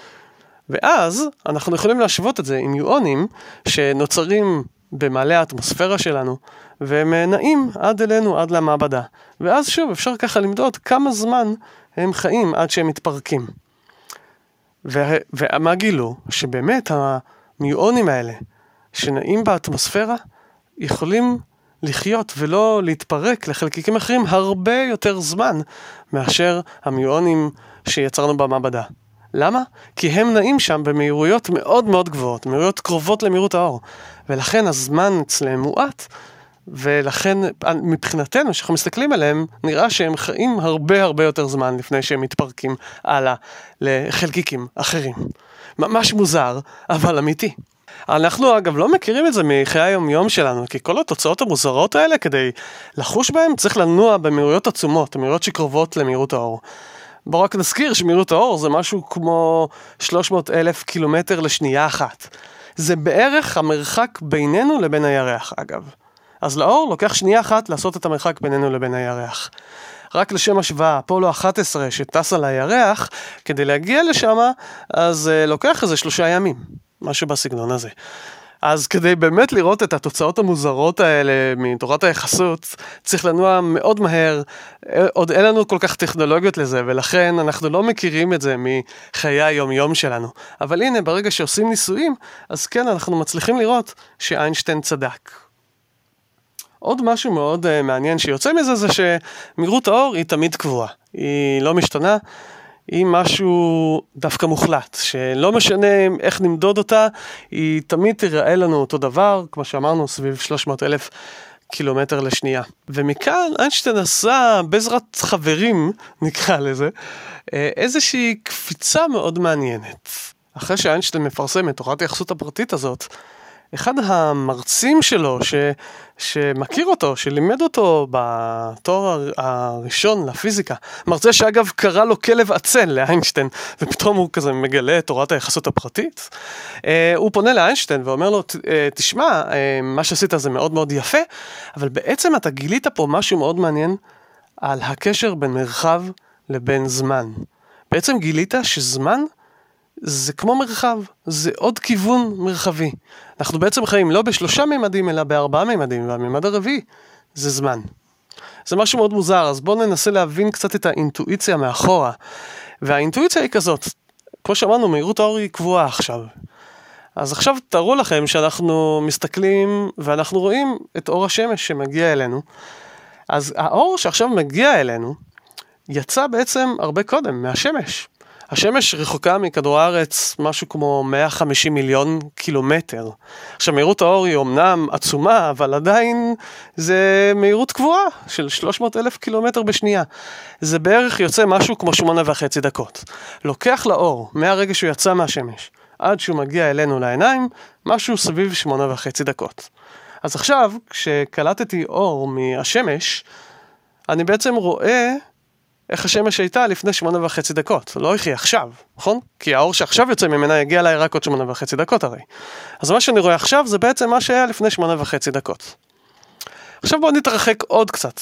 ואז אנחנו יכולים להשוות את זה עם מיואונים שנוצרים במעלה האטמוספירה שלנו, והם נעים עד אלינו, עד למעבדה. ואז שוב אפשר ככה למדוד כמה זמן הם חיים עד שהם מתפרקים. ומה גילו? שבאמת המיואונים האלה, שנעים באטמוספירה יכולים לחיות ולא להתפרק לחלקיקים אחרים הרבה יותר זמן מאשר המיונים שיצרנו במעבדה. למה? כי הם נעים שם במהירויות מאוד מאוד גבוהות, מהירויות קרובות למהירות האור, ולכן הזמן אצלם מועט, ולכן מבחינתנו, שאנחנו מסתכלים עליהם, נראה שהם חיים הרבה הרבה יותר זמן לפני שהם מתפרקים הלאה לחלקיקים אחרים. ממש מוזר, אבל אמיתי. אנחנו אגב לא מכירים את זה מחיי היום-יום שלנו, כי כל התוצאות המוזרות האלה, כדי לחוש בהם, צריך לנוע במהירויות עצומות, מהירויות שקרובות למהירות האור. בואו רק נזכיר שמהירות האור זה משהו כמו 300,000 קילומטר לשנייה אחת. זה בערך המרחק בינינו לבין הירח, אגב. אז לאור לוקח שנייה אחת לעשות את המרחק בינינו לבין הירח. רק לשם השוואה, אפולו 11 שטס על הירח, כדי להגיע לשם, אז לוקח איזה 3 ימים, משהו בסגנון הזה. אז כדי באמת לראות את התוצאות המוזרות האלה מתורת היחסות, צריך לנוע מאוד מהר, עוד אין לנו כל כך טכנולוגיות לזה, ולכן אנחנו לא מכירים את זה מחיי היום-יום שלנו. אבל הנה, ברגע שעושים ניסויים, אז כן, אנחנו מצליחים לראות שאיינשטיין צדק. עוד משהו מאוד מעניין שיוצא מזה זה שמהירות האור היא תמיד קבועה, היא לא משתנה, היא משהו דווקא מוחלט, שלא משנה איך נמדוד אותה, היא תמיד תראה לנו אותו דבר, כמו שאמרנו, סביב 300,000 קילומטר לשנייה. ומכאן איינשטיין עשה, בעזרת חברים, נקרא לזה, איזושהי קפיצה מאוד מעניינת. אחרי שאיינשטיין מפרסם את תורת היחסות הפרטית הזאת, אחד המרצים שלו שמכיר אותו, שלימד אותו בתואר הראשון לפיזיקה, מרצה שאגב קרא לו כלב עצל לאיינשטיין, ופתאום הוא כזה מגלה את תורת היחסות הפרטית, הוא פונה לאיינשטיין ואומר לו, תשמע, מה שעשית זה מאוד מאוד יפה, אבל בעצם אתה גילית פה משהו מאוד מעניין על הקשר בין מרחב לבין זמן. בעצם גילית שזמן זה כמו מרחב, זה עוד כיוון מרחבי. אנחנו בעצם חיים לא ב3 ממדים, אלא ב4 ממדים, והממד הרביעי זה זמן. זה משהו מאוד מוזר, אז בואו ננסה להבין קצת את האינטואיציה מאחורה. והאינטואיציה היא כזאת, כמו שאמרנו, מהירות האור היא קבועה עכשיו. אז עכשיו תראו לכם שאנחנו מסתכלים, ואנחנו רואים את אור השמש שמגיע אלינו. אז האור שעכשיו מגיע אלינו, יצא בעצם הרבה קודם מהשמש. השמש רחוקה מכדור הארץ משהו כמו 150 מיליון קילומטר. עכשיו, מהירות האור היא אומנם עצומה, אבל עדיין זה מהירות קבועה של 300,000 קילומטר בשנייה. זה בערך יוצא משהו כמו 8.5 דקות. לוקח לאור, מהרגע שהוא יצא מהשמש, עד שהוא מגיע אלינו לעיניים, משהו סביב 8.5 דקות. אז עכשיו, כשקלטתי אור מהשמש, אני בעצם רואה איך השמש הייתה לפני 8.5 דקות. לא איך היא עכשיו, נכון? כי האור שעכשיו יוצא ממנה יגיע אליי רק עוד 8.5 דקות הרי. אז מה שאני רואה עכשיו זה בעצם מה שהיה לפני 8.5 דקות. עכשיו בואו נתרחק עוד קצת.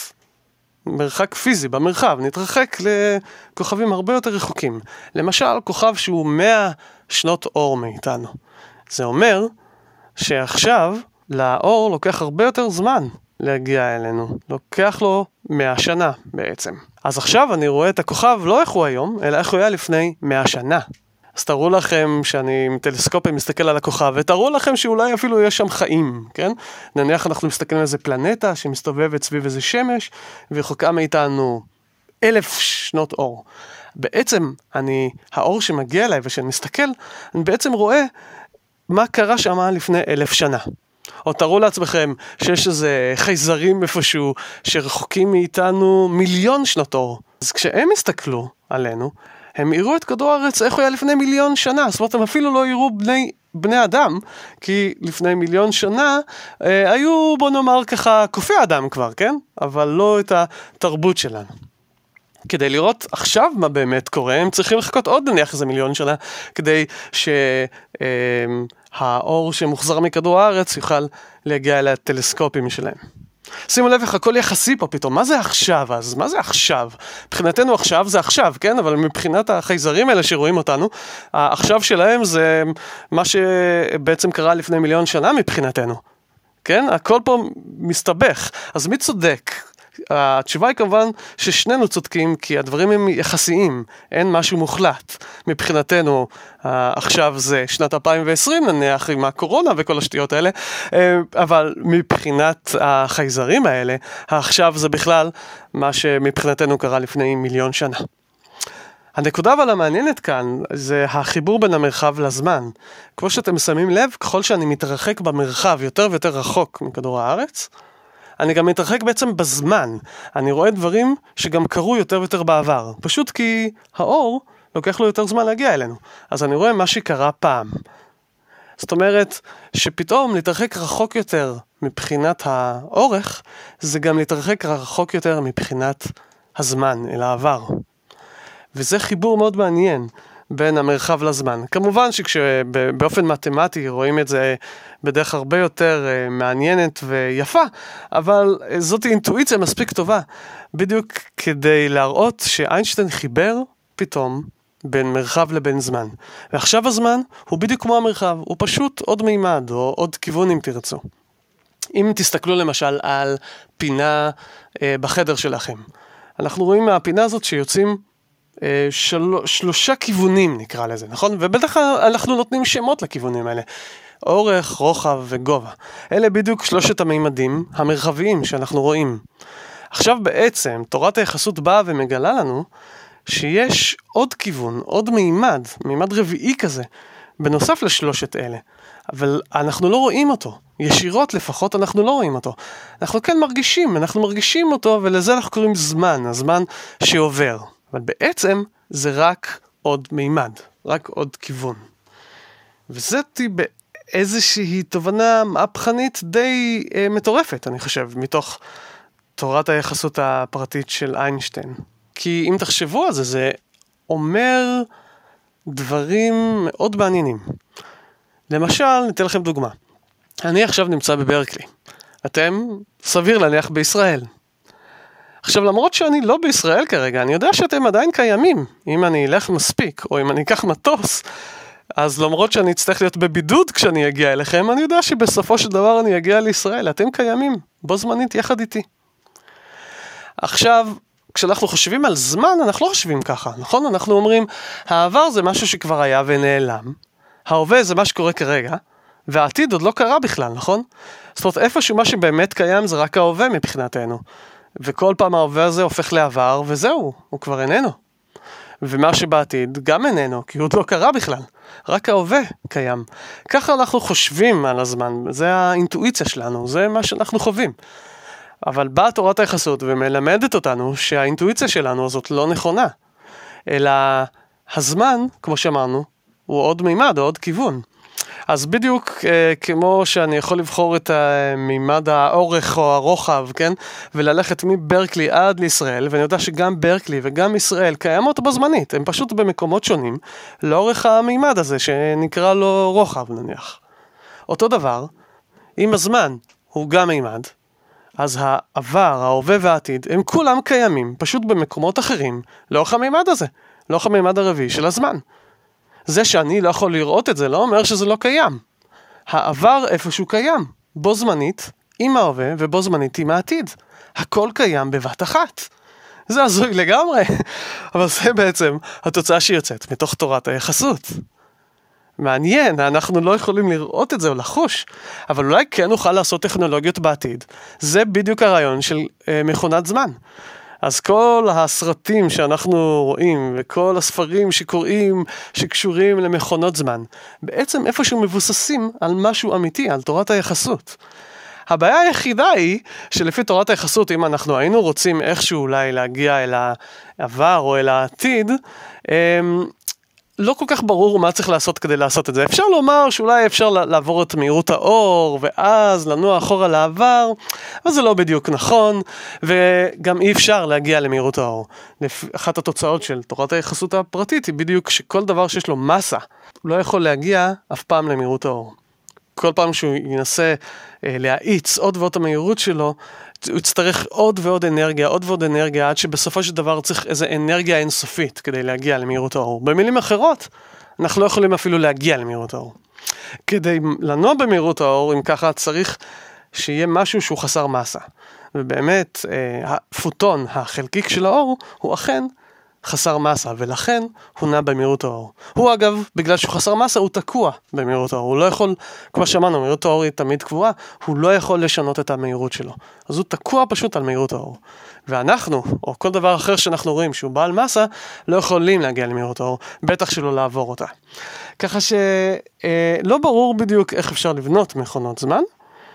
מרחק פיזי במרחב, נתרחק לכוכבים הרבה יותר רחוקים. למשל, כוכב שהוא 100 שנות אור מאיתנו. זה אומר שעכשיו לאור לוקח הרבה יותר זמן להגיע אלינו. לוקח לו 100 שנה בעצם. אז עכשיו אני רואה את הכוכב לא איך הוא היום, אלא איך הוא היה לפני 100 שנה. אז תראו לכם שאני עם טלסקופים מסתכל על הכוכב, ותראו לכם שאולי אפילו יש שם חיים, כן? נניח אנחנו מסתכלים על איזה פלנטה שמסתובבת סביב איזה שמש, ורחוקה מאיתנו 1,000 שנות אור. בעצם האור שמגיע אליי ושאני מסתכל, אני בעצם רואה מה קרה שם לפני 1,000 שנה. או תראו לעצמכם שיש איזה חייזרים איפשהו שרחוקים מאיתנו 1,000,000 שנות אור. אז כשהם הסתכלו עלינו, הם יראו את כדור הארץ איך הוא היה לפני 1,000,000 שנה. זאת אומרת, הם אפילו לא יראו בני אדם, כי לפני 1,000,000 שנה היו, בוא נאמר ככה, קופי אדם כבר, כן? אבל לא את התרבות שלנו. כדי לראות עכשיו מה באמת קורה, הם צריכים לחכות עוד נניח איזה 1,000,000 שנה, כדי שהאור שמוחזר מכדור הארץ יוכל להגיע אל הטלסקופים שלהם. שימו לב איך הכל יחסי פה פתאום, מה זה עכשיו אז? מה זה עכשיו? מבחינתנו עכשיו זה עכשיו, כן? אבל מבחינת החייזרים האלה שרואים אותנו, העכשיו שלהם זה מה שבעצם קרה לפני 1,000,000 שנה מבחינתנו. כן? הכל פה מסתבך. אז מי צודק? התשובה היא כמובן ששנינו צודקים, כי הדברים הם יחסיים, אין משהו מוחלט. מבחינתנו, עכשיו זה שנת 2020, נניח עם הקורונה וכל השטויות האלה, אבל מבחינת החייזרים האלה, עכשיו זה בכלל מה שמבחינתנו קרה לפני מיליון שנה. הנקודה אבל המעניינת כאן זה החיבור בין המרחב לזמן. כמו שאתם שמים לב, ככל שאני מתרחק במרחב יותר ויותר רחוק מכדור הארץ, אני גם מתרחק בעצם בזמן. אני רואה דברים שגם קרו יותר ויותר בעבר. פשוט כי האור לוקח לו יותר זמן להגיע אלינו. אז אני רואה מה שקרה פעם. זאת אומרת שפתאום להתרחק רחוק יותר מבחינת האורך, זה גם להתרחק רחוק יותר מבחינת הזמן אל העבר. וזה חיבור מאוד מעניין בין המרחב לזמן. כמובן שכשבאופן מתמטי רואים את זה בדרך הרבה יותר מעניינת ויפה, אבל זאת אינטואיציה מספיק טובה, בדיוק כדי להראות שאיינשטיין חיבר פתאום בין מרחב לבין זמן. ועכשיו הזמן הוא בדיוק כמו המרחב, הוא פשוט עוד מימד או עוד כיוון אם תרצו. אם תסתכלו למשל על פינה בחדר שלכם, אנחנו רואים מהפינה הזאת שיוצאים שלושה כיוונים נקרא לזה, נכון? ובטח אנחנו נותנים שמות לכיוונים האלה. אורך, רוחב וגובה. אלה בדיוק שלושת המימדים המרחביים שאנחנו רואים. עכשיו בעצם תורת היחסות באה ומגלה לנו שיש עוד כיוון, עוד מימד רביעי כזה, בנוסף לשלושת אלה. אבל אנחנו לא רואים אותו. ישירות לפחות אנחנו לא רואים אותו. אנחנו כן מרגישים אותו, ולזה אנחנו קוראים זמן, הזמן שעובר. אבל בעצם זה רק עוד מימד, רק עוד כיוון. וזאתי באיזושהי תובנה מהפכנית די מטורפת, אני חושב, מתוך תורת היחסות הפרטית של איינשטיין. כי אם תחשבו על זה, זה אומר דברים מאוד מעניינים. למשל, ניתן לכם דוגמה. אני עכשיו נמצא בברקלי. אתם, סביר להניח, בישראל. עכשיו, למרות שאני לא בישראל כרגע, אני יודע שאתם עדיין קיימים. אם אני אלך מספיק, או אם אני אקח מטוס, אז למרות שאני אצטרך להיות בבידוד כשאני אגיע אליכם, אני יודע שבסופו של דבר אני אגיע לישראל. אתם קיימים, בו זמנית יחד איתי. עכשיו, כשאנחנו חושבים על זמן, אנחנו לא חושבים ככה, נכון? אנחנו אומרים, העבר זה משהו שכבר היה ונעלם, ההווה זה מה שקורה כרגע, והעתיד עוד לא קרה בכלל, נכון? זאת אומרת, איפשהו מה שבאמת קיים זה רק ההווה מבחינתנו. וכל פעם ההווה הזה הופך לעבר, וזהו, הוא כבר איננו. ומה שבעתיד גם איננו, כי הוא עוד לא קרה בכלל. רק ההווה קיים. ככה אנחנו חושבים על הזמן, זה האינטואיציה שלנו, זה מה שאנחנו חווים. אבל באה תורת היחסות ומלמדת אותנו שהאינטואיציה שלנו הזאת לא נכונה. אלא הזמן, כמו שאמרנו, הוא עוד מימד, עוד כיוון. אז בדיוק כמו שאני יכול לבחור את מימד האורך או הרוחב, כן? וללכת מברקלי עד לישראל, ואני יודע שגם ברקלי וגם ישראל קיימות בזמנית, הם פשוט במקומות שונים, לאורך המימד הזה שנקרא לו רוחב נניח. אותו דבר, אם הזמן הוא גם מימד, אז העבר, ההווה והעתיד, הם כולם קיימים, פשוט במקומות אחרים, לאורך המימד הזה, לאורך המימד הרביעי של הזמן. זה שאני לא יכול לראות את זה, לא אומר שזה לא קיים. העבר איפשהו קיים, בו זמנית עם ההווה ובו זמנית עם העתיד. הכל קיים בבת אחת. זה הזוי לגמרי, אבל זה בעצם התוצאה שיוצאת מתוך תורת היחסות. מעניין, אנחנו לא יכולים לראות את זה או לחוש, אבל אולי כן נוכל לעשות טכנולוגיות בעתיד. זה בדיוק הרעיון של מכונת זמן. אז כל הסרטים שאנחנו רואים וכל הספרים שקוראים שקשורים למכונות זמן, בעצם איפשהו מבוססים על משהו אמיתי, על תורת היחסות. הבעיה היחידה היא שלפי תורת היחסות, אם אנחנו היינו רוצים איכשהו אולי להגיע אל העבר או אל העתיד, לא כל כך ברור מה צריך לעשות כדי לעשות את זה. אפשר לומר שאולי אפשר לעבור את מהירות האור, ואז לנוע אחורה לעבר, אבל זה לא בדיוק נכון, וגם אי אפשר להגיע למהירות האור. אחת התוצאות של תורת היחסות הפרטית היא בדיוק שכל דבר שיש לו מסה, הוא לא יכול להגיע אף פעם למהירות האור. כל פעם שהוא ינסה להאיץ עוד ועוד המהירות שלו, הוא יצטרך עוד ועוד אנרגיה, עד שבסופו של דבר צריך איזו אנרגיה אינסופית כדי להגיע למהירות האור. במילים אחרות, אנחנו לא יכולים אפילו להגיע למהירות האור. כדי לנוע במהירות האור, אם ככה צריך שיהיה משהו שהוא חסר מסה. ובאמת הפוטון, החלקיק של האור, הוא אכן חסר מסה, ולכן הוא נע במהירות האור. הוא אגב, בגלל שהוא חסר מסה, הוא תקוע במהירות האור. הוא לא יכול, כמו שאמרנו, מהירות האור היא תמיד קבועה, הוא לא יכול לשנות את המהירות שלו. אז הוא תקוע פשוט על מהירות האור. ואנחנו, או כל דבר אחר שאנחנו רואים שהוא בעל מסה, לא יכולים להגיע למהירות האור, בטח שלא לעבור אותה. ככה שלא ברור בדיוק איך אפשר לבנות מכונות זמן,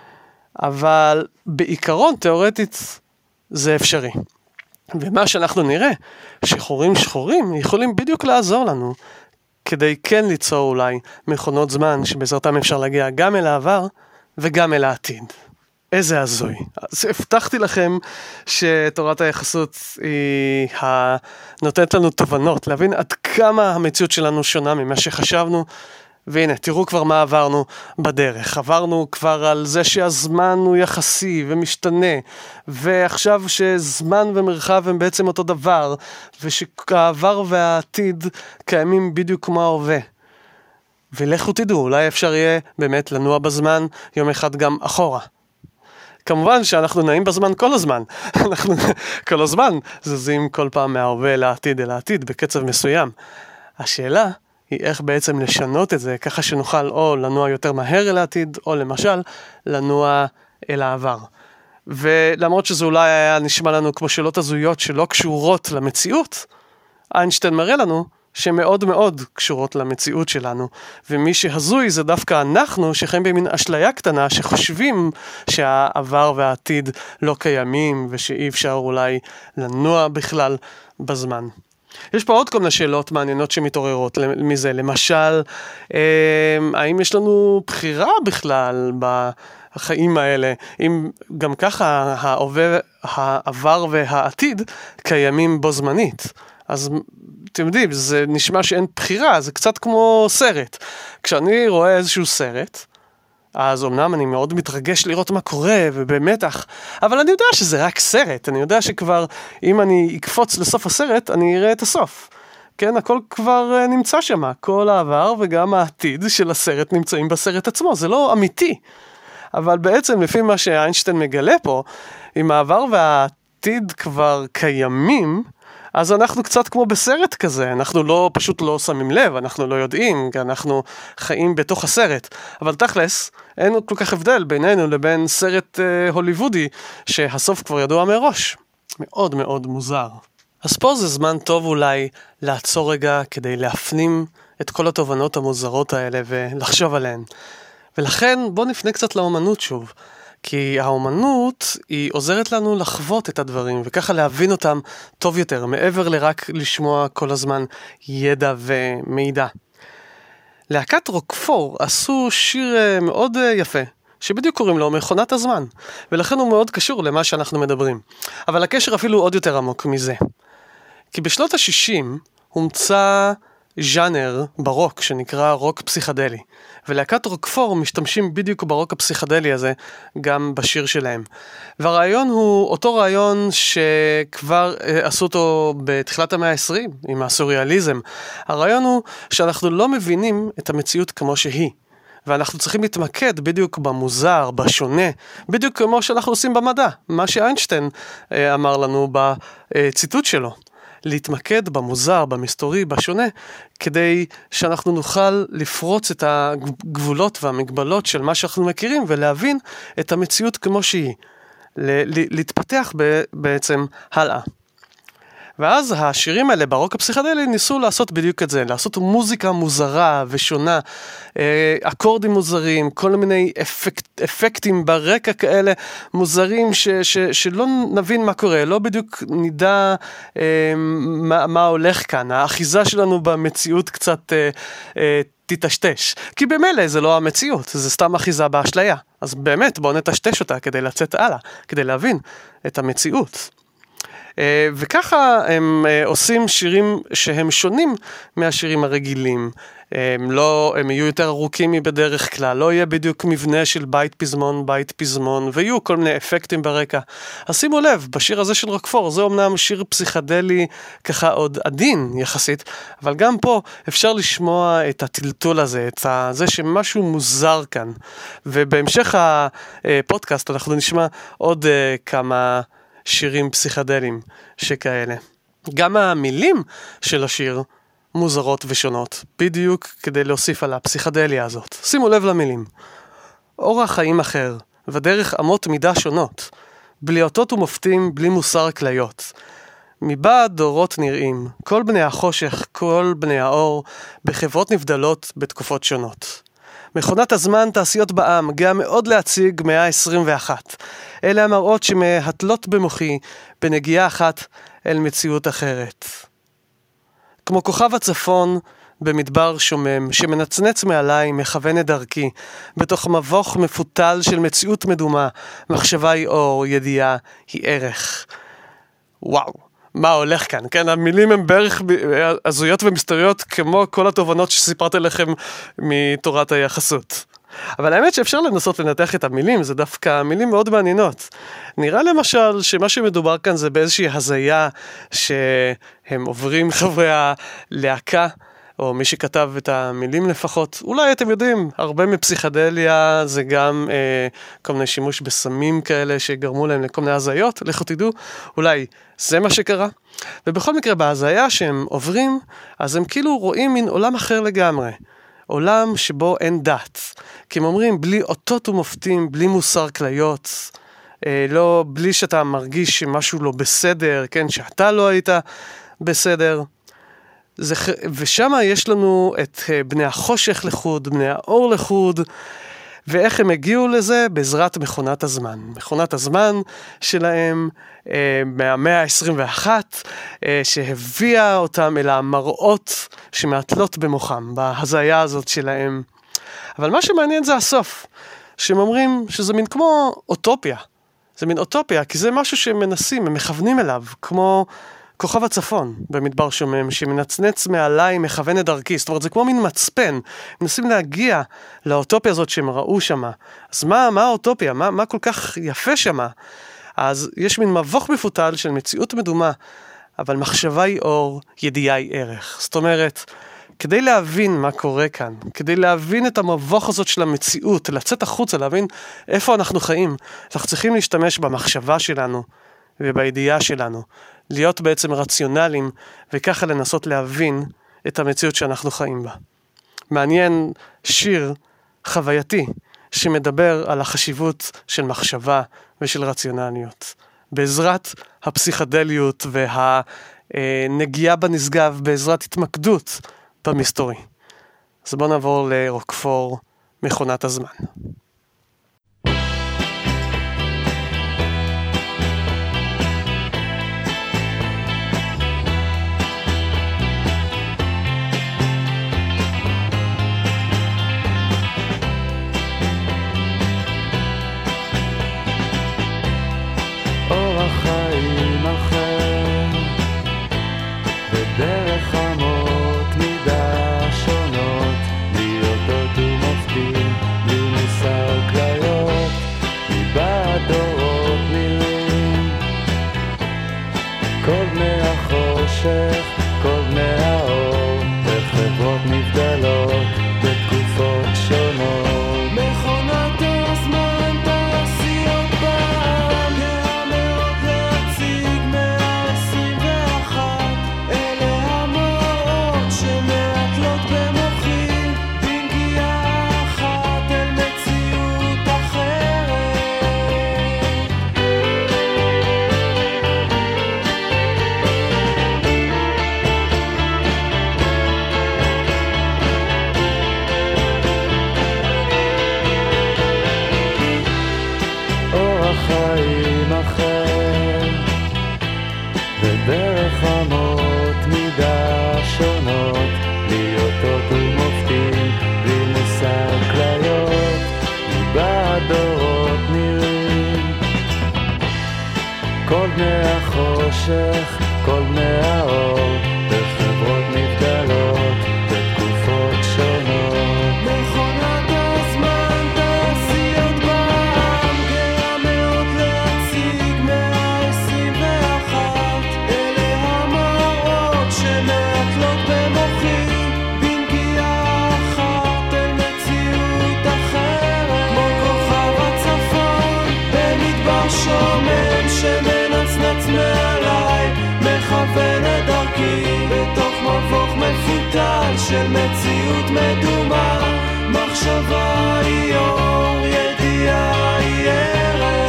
אבל בעיקרון, תיאורטית, זה אפשרי. ומה שאנחנו נראה, שחורים שחורים יכולים בדיוק לעזור לנו, כדי כן ליצור אולי מכונות זמן שבעזרתם אפשר להגיע גם אל העבר וגם אל העתיד. איזה הזוי. אז הבטחתי לכם שתורת היחסות היא נותנת לנו תובנות, להבין עד כמה המציאות שלנו שונה ממה שחשבנו, והנה, תראו כבר מה עברנו בדרך. עברנו כבר על זה שהזמן הוא יחסי ומשתנה, ועכשיו שזמן ומרחב הם בעצם אותו דבר, ושהעבר והעתיד קיימים בדיוק כמו ההווה. ולכו תדעו, אולי אפשר יהיה באמת לנוע בזמן יום אחד גם אחורה. כמובן שאנחנו נעים בזמן כל הזמן. אנחנו כל הזמן זזים כל פעם מההווה לעתיד אל העתיד בקצב מסוים. השאלה היא איך בעצם לשנות את זה, ככה שנוכל או לנוע יותר מהר אל העתיד, או למשל לנוע אל העבר. ולמרות שזה אולי היה נשמע לנו כמו שאלות הזויות שלא קשורות למציאות, איינשטיין מראה לנו שמאוד מאוד קשורות למציאות שלנו, ומי שהזוי זה דווקא אנחנו שחיים במין אשליה קטנה שחושבים שהעבר והעתיד לא קיימים, ושאי אפשר אולי לנוע בכלל בזמן. יש פה עוד כל מיני שאלות מעניינות שמתעוררות מזה, למשל, האם יש לנו בחירה בכלל בחיים האלה, אם גם ככה העבר והעתיד קיימים בו זמנית. אז אתם יודעים, זה נשמע שאין בחירה, זה קצת כמו סרט. כשאני רואה איזשהו סרט, אז אמנם אני מאוד מתרגש לראות מה קורה ובמתח, אבל אני יודע שזה רק סרט, אני יודע שכבר אם אני אקפוץ לסוף הסרט, אני אראה את הסוף. כן, הכל כבר נמצא שם, כל העבר וגם העתיד של הסרט נמצאים בסרט עצמו, זה לא אמיתי. אבל בעצם לפי מה שאיינשטיין מגלה פה, אם העבר והעתיד כבר קיימים, אז אנחנו קצת כמו בסרט כזה, אנחנו פשוט לא שמים לב, אנחנו לא יודעים, כי אנחנו חיים בתוך הסרט. אבל תכלס, אין כל כך הבדל בינינו לבין סרט הוליוודי, שהסוף כבר ידוע מראש. מאוד מאוד מוזר. אז פה זה זמן טוב אולי לעצור רגע כדי להפנים את כל התובנות המוזרות האלה ולחשוב עליהן. ולכן בוא נפנה קצת לאומנות שוב. כי האומנות היא עוזרת לנו לחוות את הדברים, וככה להבין אותם טוב יותר, מעבר לרק לשמוע כל הזמן ידע ומידע. להקת רוקפור עשו שיר מאוד יפה, שבדיוק קוראים לו מכונת הזמן, ולכן הוא מאוד קשור למה שאנחנו מדברים. אבל הקשר אפילו עוד יותר עמוק מזה. כי בשנות ה-60 הומצא ז'אנר ברוק שנקרא רוק פסיכדלי, ולהקת רוקפור משתמשים בדיוק ברוק הפסיכדלי הזה גם בשיר שלהם. והרעיון הוא אותו רעיון שכבר עשו אותו בתחילת המאה ה-20 עם הסוריאליזם. הרעיון הוא שאנחנו לא מבינים את המציאות כמו שהיא, ואנחנו צריכים להתמקד בדיוק במוזר, בשונה, בדיוק כמו שאנחנו עושים במדע, מה שאיינשטיין אמר לנו בציטוט שלו. להתמקד במוזר, במסתורי, בשונה, כדי שאנחנו נוכל לפרוץ את הגבולות והמגבלות של מה שאנחנו מכירים, ולהבין את המציאות כמו שהיא. להתפתח בעצם הלאה. ואז השירים האלה ברוק הפסיכדלי ניסו לעשות בדיוק את זה, לעשות מוזיקה מוזרה ושונה, אקורדים מוזרים, כל מיני אפקטים ברקע כאלה מוזרים שלא נבין מה קורה, לא בדיוק נדע מה הולך כאן, האחיזה שלנו במציאות קצת תטשטש, כי במילא זה לא המציאות, זה סתם אחיזה באשליה, אז באמת בואו נטשטש אותה כדי לצאת הלאה, כדי להבין את המציאות. וככה הם עושים שירים שהם שונים מהשירים הרגילים. הם יהיו יותר ארוכים מבדרך כלל, לא יהיה בדיוק מבנה של בית פזמון, ויהיו כל מיני אפקטים ברקע. אז שימו לב, בשיר הזה של רוקפור, זה אומנם שיר פסיכדלי ככה עוד עדין יחסית, אבל גם פה אפשר לשמוע את הטלטול הזה, זה שמשהו מוזר כאן. ובהמשך הפודקאסט אנחנו נשמע עוד כמה שירים פסיכדליים שכאלה. גם המילים של השיר מוזרות ושונות, בדיוק כדי להוסיף על הפסיכדליה הזאת. שימו לב למילים. אורח חיים אחר, ודרך אמות מידה שונות, בלי אותות ומופתים, בלי מוסר כליות. מבעד דורות נראים, כל בני החושך, כל בני האור, בחברות נבדלות בתקופות שונות. מכונת הזמן תעשיות בעם, גאה מאוד להציג מאה ה-21. אלה המראות שמהתלות במוחי, בנגיעה אחת אל מציאות אחרת. כמו כוכב הצפון במדבר שומם, שמנצנץ מעליי, מכוון את דרכי, בתוך מבוך מפותל של מציאות מדומה, מחשבה היא אור, ידיעה היא ערך. וואו, מה הולך כאן? כן, המילים הם בערך הזויות ומסתוריות, כמו כל התובנות שסיפרתי לכם מתורת היחסות. אבל האמת שאפשר לנסות לנתח את המילים, זה דווקא מילים מאוד מעניינות. נראה למשל שמה שמדובר כאן זה באיזושהי הזיה שהם עוברים חברי הלהקה, או מי שכתב את המילים לפחות. אולי אתם יודעים, הרבה מפסיכדליה זה גם כל מיני שימוש בסמים כאלה שגרמו להם לכל מיני הזיות, לכו תדעו, אולי זה מה שקרה. ובכל מקרה בהזיה שהם עוברים, אז הם כאילו רואים מין עולם אחר לגמרי. עולם שבו אין דת. כי הם אומרים, בלי אותות ומופתים, בלי מוסר כליות, לא, בלי שאתה מרגיש שמשהו לא בסדר, כן, שאתה לא היית בסדר. ושם יש לנו את בני החושך לחוד, בני האור לחוד, ואיך הם הגיעו לזה? בעזרת מכונת הזמן. מכונת הזמן שלהם מהמאה ה-21, שהביאה אותם אל המראות שמעטלות במוחם, בהזיה הזאת שלהם. אבל מה שמעניין זה הסוף, שהם אומרים שזה מין כמו אוטופיה. זה מין אוטופיה, כי זה משהו שהם מנסים, הם מכוונים אליו, כמו כוכב הצפון במדבר שומם, שמנצנץ מעליי, מכוון את דרכי. זאת אומרת, זה כמו מין מצפן. מנסים להגיע לאוטופיה הזאת שהם ראו שמה. אז מה האוטופיה? מה כל כך יפה שמה? אז יש מין מבוך מפותל של מציאות מדומה, אבל מחשבה היא אור, ידיעה היא ערך. זאת אומרת, כדי להבין מה קורה כאן, כדי להבין את המבוך הזאת של המציאות, לצאת החוצה, להבין איפה אנחנו חיים, אנחנו צריכים להשתמש במחשבה שלנו ובידיעה שלנו, להיות בעצם רציונליים, וככה לנסות להבין את המציאות שאנחנו חיים בה. מעניין שיר חווייתי שמדבר על החשיבות של מחשבה ושל רציונליות. בעזרת הפסיכדליות והנגיעה בנשגב, בעזרת התמקדות במסתורי. אז בואו נעבור לרוקפור, מכונת הזמן. בדרך אמות מידה שונות, בלי אותות ומופתים, בלי מוסר כליות, מבעד דורות נראים. כל בני החושך, כל בני האור, בחברות נבדלות, בתקופות שונות. מכונת הזמן תעשיות בעם, גאה מאוד להציג מאה ה-21. אלה המראות שמעטלות במוחי, בנגיעה אחת אל מציאות אחרת. אורח חיים אחר, ודרך אמות מידה שונות, בלי אותות ומופתים, בלי מוסר כליות, מבעד דורות נראים. כל בני החושך, כל בני האור, בחברות נבדלות, בתקופות שונות. מציאות מדומה, מחשבה היא אור, ידיעה היא ערך.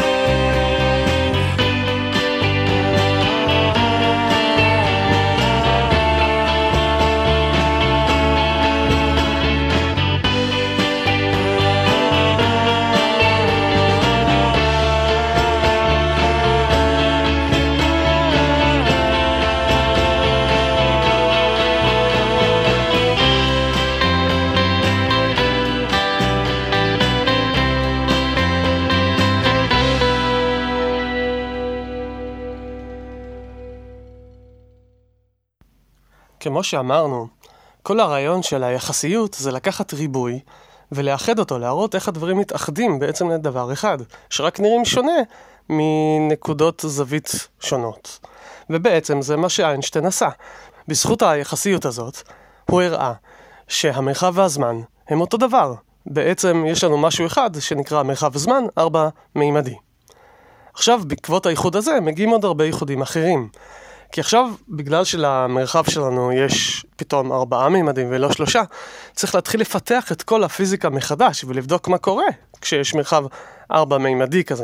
כמו שאמרנו, כל הרעיון של היחסיות זה לקחת ריבוי ולאחד אותו, להראות איך הדברים מתאחדים בעצם לדבר אחד, שרק נראים שונה מנקודות זווית שונות. ובעצם זה מה שאיינשטיין עשה. בזכות היחסיות הזאת, הוא הראה שהמרחב והזמן הם אותו דבר. בעצם יש לנו משהו אחד שנקרא מרחב זמן 4-מימדי. עכשיו, בעקבות האיחוד הזה, מגיעים עוד הרבה איחודים אחרים. כי עכשיו, בגלל שלמרחב שלנו יש פתאום 4 מימדים ולא 3, צריך להתחיל לפתח את כל הפיזיקה מחדש ולבדוק מה קורה כשיש מרחב 4-מימדי כזה.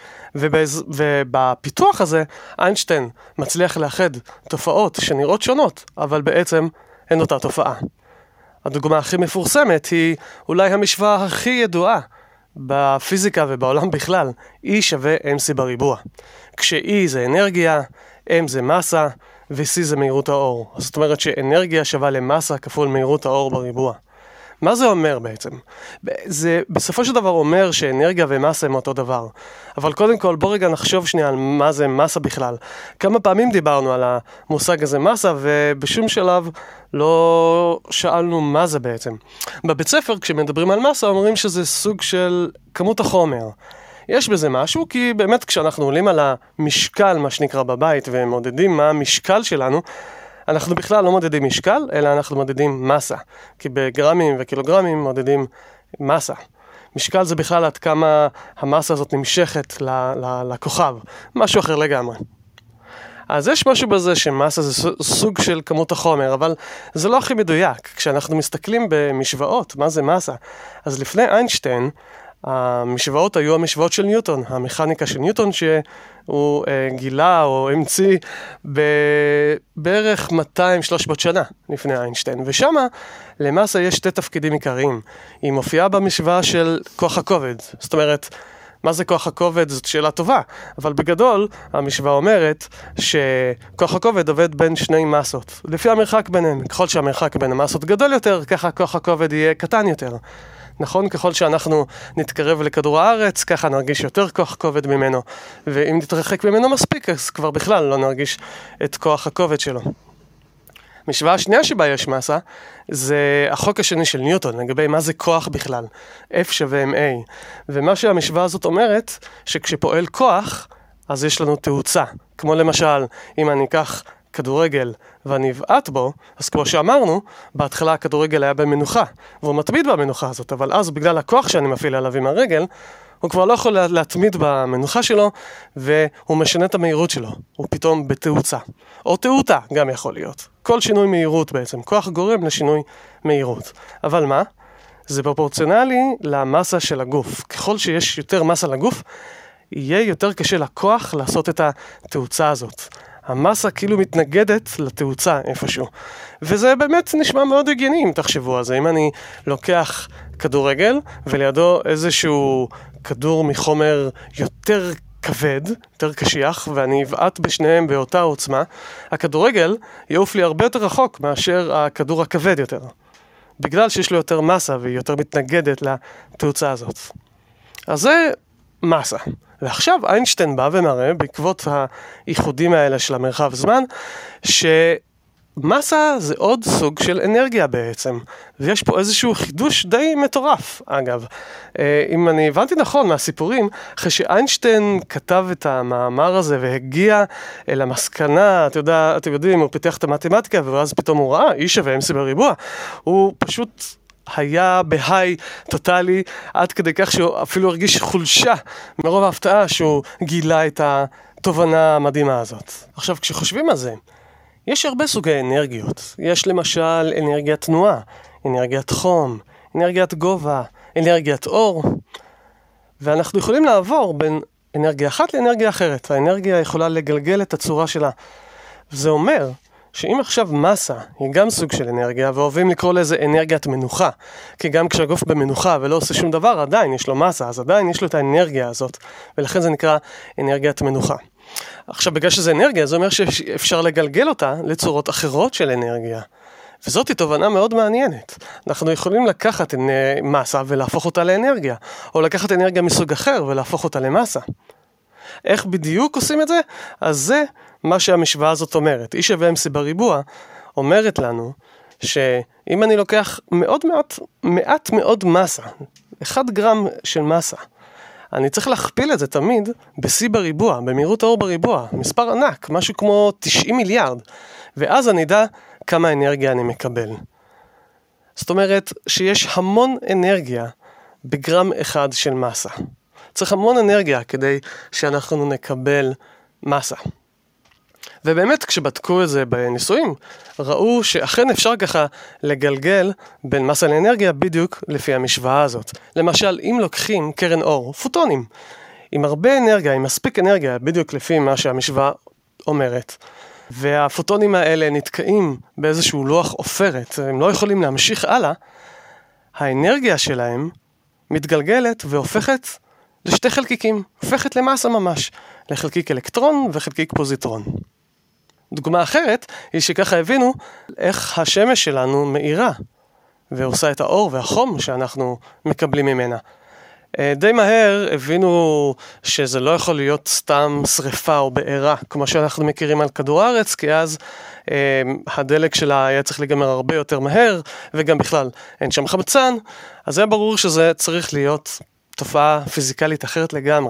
ובפיתוח הזה, איינשטיין מצליח לאחד תופעות שנראות שונות, אבל בעצם אין אותה תופעה. הדוגמה הכי מפורסמת היא אולי המשוואה הכי ידועה בפיזיקה ובעולם בכלל, E שווה MC בריבוע. כש-E זה אנרגיה, M זה מסה, ו-C זה מהירות האור. זאת אומרת שאנרגיה שווה למסה כפול מהירות האור בריבוע. מה זה אומר בעצם? זה בסופו של דבר אומר שאנרגיה ומסה הם אותו דבר. אבל קודם כל בוא רגע נחשוב שנייה על מה זה מסה בכלל. כמה פעמים דיברנו על המושג הזה מסה, ובשום שלב לא שאלנו מה זה בעצם. בבית ספר כשמדברים על מסה אומרים שזה סוג של כמות החומר. יש בזה משהו, כי באמת כשאנחנו עולים על המשקל, מה שנקרא בבית, ומודדים מה המשקל שלנו, אנחנו בכלל לא מודדים משקל, אלא אנחנו מודדים מסה. כי בגרמים וקילוגרמים מודדים מסה. משקל זה בכלל עד כמה המסה הזאת נמשכת לכוכב. משהו אחר לגמרי. אז יש משהו בזה שמסה זה סוג של כמות החומר, אבל זה לא הכי מדויק. כשאנחנו מסתכלים במשוואות, מה זה מסה? אז לפני איינשטיין, המשוואות היו המשוואות של ניוטון, המכניקה של ניוטון שהוא גילה או המציא בערך 200-300 שנה לפני איינשטיין. ושם למעשה יש 2 תפקידים עיקריים. היא מופיעה במשוואה של כוח הכובד. זאת אומרת, מה זה כוח הכובד? זאת שאלה טובה. אבל בגדול, המשוואה אומרת שכוח הכובד עובד בין 2 מסות. לפי המרחק ביניהם. ככל שהמרחק בין המסות גדול יותר, ככה כוח הכובד יהיה קטן יותר. נכון? ככל שאנחנו נתקרב לכדור הארץ, ככה נרגיש יותר כוח כובד ממנו. ואם נתרחק ממנו מספיק, אז כבר בכלל לא נרגיש את כוח הכובד שלו. המשוואה השנייה שבה יש מסה, זה החוק השני של ניוטון, לגבי מה זה כוח בכלל. F שווה MA. ומה שהמשוואה הזאת אומרת, שכשפועל כוח, אז יש לנו תאוצה. כמו למשל, אם אני אקח כדורגל ואני אבעט בו, אז כמו שאמרנו, בהתחלה הכדורגל היה במנוחה, והוא מתמיד במנוחה הזאת, אבל אז בגלל הכוח שאני מפעיל עליו עם הרגל, הוא כבר לא יכול להתמיד במנוחה שלו, והוא משנה את המהירות שלו, הוא פתאום בתאוצה. או תאותה גם יכול להיות. כל שינוי מהירות בעצם, כוח גורם לשינוי מהירות. אבל מה? זה פרופורציונלי למסה של הגוף. ככל שיש יותר מסה לגוף, יהיה יותר קשה לכוח לעשות את התאוצה הזאת. המסה כאילו מתנגדת לתאוצה איפשהו. וזה באמת נשמע מאוד הגיוני אם תחשבו על זה. אם אני לוקח כדורגל ולידו איזשהו כדור מחומר יותר כבד, יותר קשיח, ואני אבעט בשניהם באותה עוצמה, הכדורגל יעוף לי הרבה יותר רחוק מאשר הכדור הכבד יותר. בגלל שיש לו יותר מסה והיא יותר מתנגדת לתאוצה הזאת. אז זה מסה. ועכשיו איינשטיין בא ומראה, בעקבות האיחודים האלה של המרחב זמן, שמסה זה עוד סוג של אנרגיה בעצם. ויש פה איזשהו חידוש די מטורף, אגב. אם אני הבנתי נכון מהסיפורים, אחרי שאיינשטיין כתב את המאמר הזה והגיע אל המסקנה, אתם יודעים, הוא פיתח את המתמטיקה, ואז פתאום הוא ראה, E שווה MC בריבוע, הוא פשוט היה בהיי טוטלי, עד כדי כך שהוא אפילו הרגיש חולשה מרוב ההפתעה שהוא גילה את התובנה המדהימה הזאת. עכשיו, כשחושבים על זה, יש הרבה סוגי אנרגיות. יש למשל אנרגיית תנועה, אנרגיית חום, אנרגיית גובה, אנרגיית אור. ואנחנו יכולים לעבור בין אנרגיה אחת לאנרגיה אחרת. האנרגיה יכולה לגלגל את הצורה שלה. זה אומר שאם עכשיו מסה היא גם סוג של אנרגיה, ואוהבים לקרוא לזה אנרגיית מנוחה, כי גם כשהגוף במנוחה ולא עושה שום דבר, עדיין יש לו מסה, אז עדיין יש לו את האנרגיה הזאת, ולכן זה נקרא אנרגיית מנוחה. עכשיו, בגלל שזה אנרגיה, זה אומר שאפשר לגלגל אותה לצורות אחרות של אנרגיה. וזאת היא תובנה מאוד מעניינת. אנחנו יכולים לקחת מסה ולהפוך אותה לאנרגיה, או לקחת אנרגיה מסוג אחר ולהפוך אותה למסה. איך בדיוק עושים את זה? אז זה מה שהמשוואה הזאת אומרת. E שווה MC בריבוע אומרת לנו שאם אני לוקח מעט מאוד מסה, 1 גרם של מסה, אני צריך להכפיל את זה תמיד ב-C בריבוע, במהירות האור בריבוע, מספר ענק, משהו כמו 90 מיליארד, ואז אני אדע כמה אנרגיה אני מקבל. זאת אומרת שיש המון אנרגיה בגרם אחד של מסה. צריך המון אנרגיה כדי שאנחנו נקבל מסה. ובאמת כשבדקו את זה בניסויים, ראו שאכן אפשר ככה לגלגל בין מסה לאנרגיה בדיוק לפי המשוואה הזאת. למשל, אם לוקחים קרן אור, פוטונים, עם הרבה אנרגיה, עם מספיק אנרגיה, בדיוק לפי מה שהמשוואה אומרת, והפוטונים האלה נתקעים באיזשהו לוח עופרת, הם לא יכולים להמשיך הלאה, האנרגיה שלהם מתגלגלת והופכת לשתי חלקיקים, הופכת למסה ממש, לחלקיק אלקטרון וחלקיק פוזיטרון. דוגמה אחרת היא שככה הבינו איך השמש שלנו מאירה, ועושה את האור והחום שאנחנו מקבלים ממנה. די מהר הבינו שזה לא יכול להיות סתם שריפה או בעירה, כמו שאנחנו מכירים על כדור הארץ, כי אז הדלק שלה היה צריך להיגמר הרבה יותר מהר, וגם בכלל אין שם חמצן, אז היה ברור שזה צריך להיות תופעה פיזיקלית אחרת לגמרי.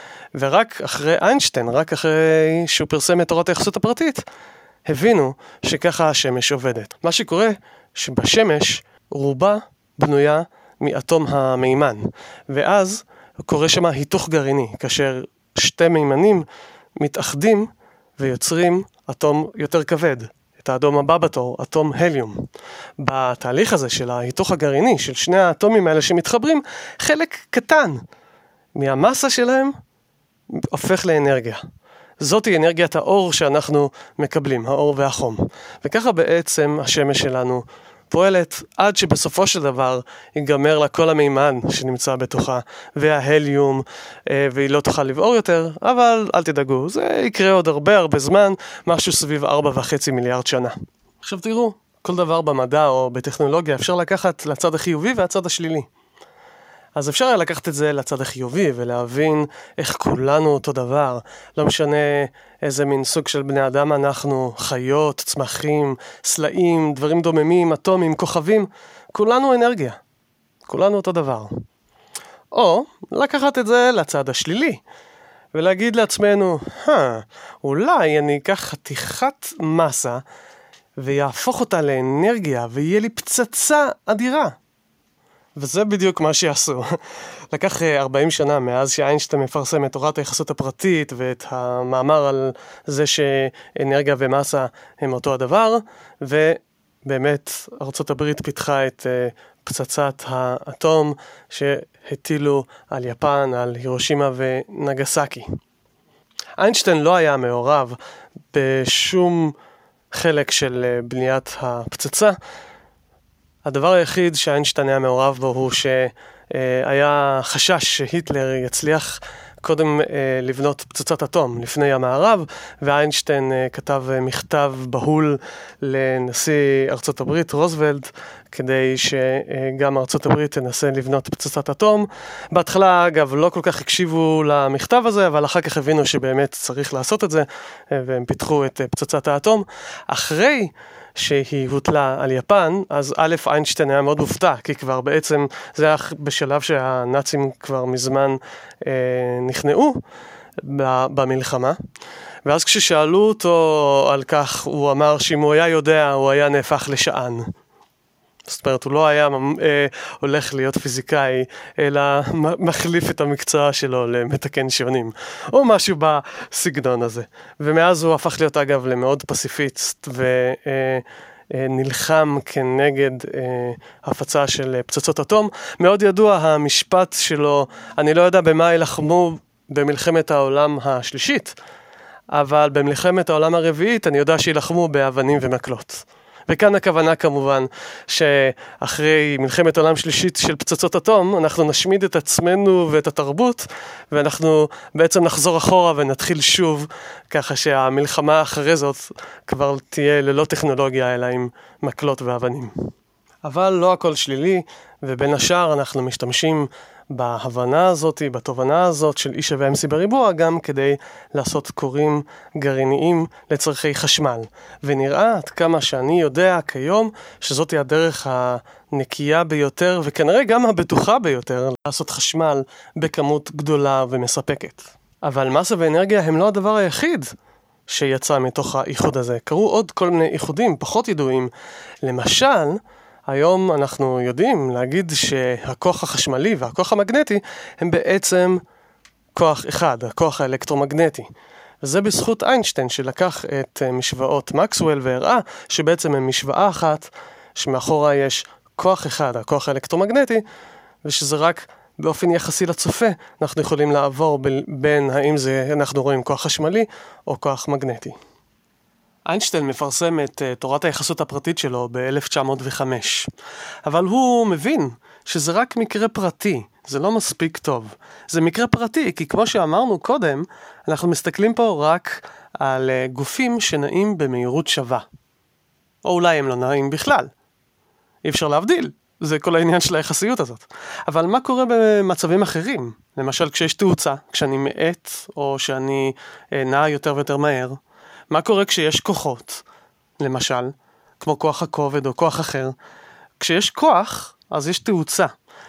ורק אחרי איינשטיין, רק אחרי שהוא פרסם את תורת היחסות הפרטית, הבינו שככה השמש עובדת. מה שקורה שבשמש רובה בנויה מאטום המימן, ואז קורה שם היתוך גרעיני, כאשר שתי מימנים מתאחדים ויוצרים אטום יותר כבד, את האטום הבא בתור, אטום הליום. בתהליך הזה של ההיתוך הגרעיני, של שני האטומים האלה שמתחברים, חלק קטן מהמסה שלהם הופך לאנרגיה. זאת היא אנרגיית האור שאנחנו מקבלים, האור והחום. וככה בעצם השמש שלנו פועלת עד שבסופו של דבר ייגמר לה כל המימן שנמצא בתוכה, וההליום, והיא לא תוכל לבעור יותר, אבל אל תדאגו, זה יקרה עוד הרבה זמן, משהו סביב 4.5 מיליארד שנה. עכשיו תראו, כל דבר במדע או בטכנולוגיה אפשר לקחת לצד החיובי והצד השלילי. אז אפשר היה לקחת את זה לצד החיובי ולהבין איך כולנו אותו דבר, לא משנה איזה מין סוג של בני אדם אנחנו, חיות, צמחים, סלעים, דברים דוממים, אטומים, כוכבים, כולנו אנרגיה, כולנו אותו דבר. או לקחת את זה לצד השלילי ולהגיד לעצמנו, אולי אני אקח חתיכת מסה ויהפוך אותה לאנרגיה ויהיה לי פצצה אדירה. וזה בדיוק מה שיעשו. לקח 40 שנה מאז שאיינשטיין מפרסם את תורת היחסות הפרטית ואת המאמר על זה שאנרגיה ומסה הם אותו הדבר, ובאמת ארצות הברית פיתחה את פצצת האטום שהטילו על יפן, על הירושימה ונגסקי. איינשטיין לא היה מעורב בשום חלק של בניית הפצצה, הדבר היחיד שאיינשטיין היה מעורב בו הוא שהיה חשש שהיטלר יצליח קודם לבנות פצצת אטום לפני המערב, ואיינשטיין כתב מכתב בהול לנשיא ארצות הברית, רוזוולט, כדי שגם ארצות הברית תנסה לבנות פצצת אטום. בהתחלה, אגב, לא כל כך הקשיבו למכתב הזה, אבל אחר כך הבינו שבאמת צריך לעשות את זה, והם פיתחו את פצצת האטום. אחרי שהיא הוטלה על יפן, אז א' איינשטיין היה מאוד מופתע, כי כבר בעצם זה היה בשלב שהנאצים כבר מזמן נכנעו במלחמה, ואז כששאלו אותו על כך, הוא אמר שאם הוא היה יודע, הוא היה נהפך לשען. זאת אומרת, הוא לא היה הולך להיות פיזיקאי, אלא מחליף את המקצוע שלו למתקן שעונים, או משהו בסגנון הזה. ומאז הוא הפך להיות, אגב, למאוד פסיפיסט, נלחם כנגד הפצה של פצצות אטום. מאוד ידוע המשפט שלו, אני לא יודע במה ילחמו במלחמת העולם השלישית, אבל במלחמת העולם הרביעית אני יודע שילחמו באבנים ומקלות. וכאן הכוונה כמובן שאחרי מלחמת עולם שלישית של פצצות אטום, אנחנו נשמיד את עצמנו ואת התרבות, ואנחנו בעצם נחזור אחורה ונתחיל שוב, ככה שהמלחמה אחרי זאת כבר תהיה ללא טכנולוגיה, אלא עם מקלות ואבנים. אבל לא הכל שלילי, ובין השאר אנחנו משתמשים בהבנה הזאת, בתובנה הזאת של E שווה MC בריבוע, גם כדי לעשות קורים גרעיניים לצרכי חשמל. ונראה עד כמה שאני יודע כיום שזאת היא הדרך הנקייה ביותר, וכנראה גם הבטוחה ביותר, לעשות חשמל בכמות גדולה ומספקת. אבל מסה ואנרגיה הם לא הדבר היחיד שיצא מתוך האיחוד הזה. קרו עוד כל מיני איחודים פחות ידועים. למשל, היום אנחנו יודעים להגיד שהכוח החשמלי והכוח המגנטי הם בעצם כוח אחד, הכוח האלקטרומגנטי. וזה בזכות איינשטיין שלקח את משוואות מקסוול והראה שבעצם הם משוואה אחת שמאחורה יש כוח אחד, הכוח האלקטרומגנטי, ושזה רק באופן יחסי לצופה אנחנו יכולים לעבור בין האם זה אנחנו רואים כוח חשמלי או כוח מגנטי. איינשטיין מפרסם את תורת היחסות הפרטית שלו ב-1905, אבל הוא מבין שזה רק מקרה פרטי, זה לא מספיק טוב. זה מקרה פרטי, כי כמו שאמרנו קודם, אנחנו מסתכלים פה רק על גופים שנעים במהירות שווה. או אולי הם לא נעים בכלל. אי אפשר להבדיל, זה כל העניין של היחסיות הזאת. אבל מה קורה במצבים אחרים? למשל כשיש תאוצה, כשאני מאט או שאני נע יותר ויותר מהר, מה קורה כשיש כוחות, למשל, כמו כוח הכובד או כוח אחר? כשיש כוח, אז יש תאוצה.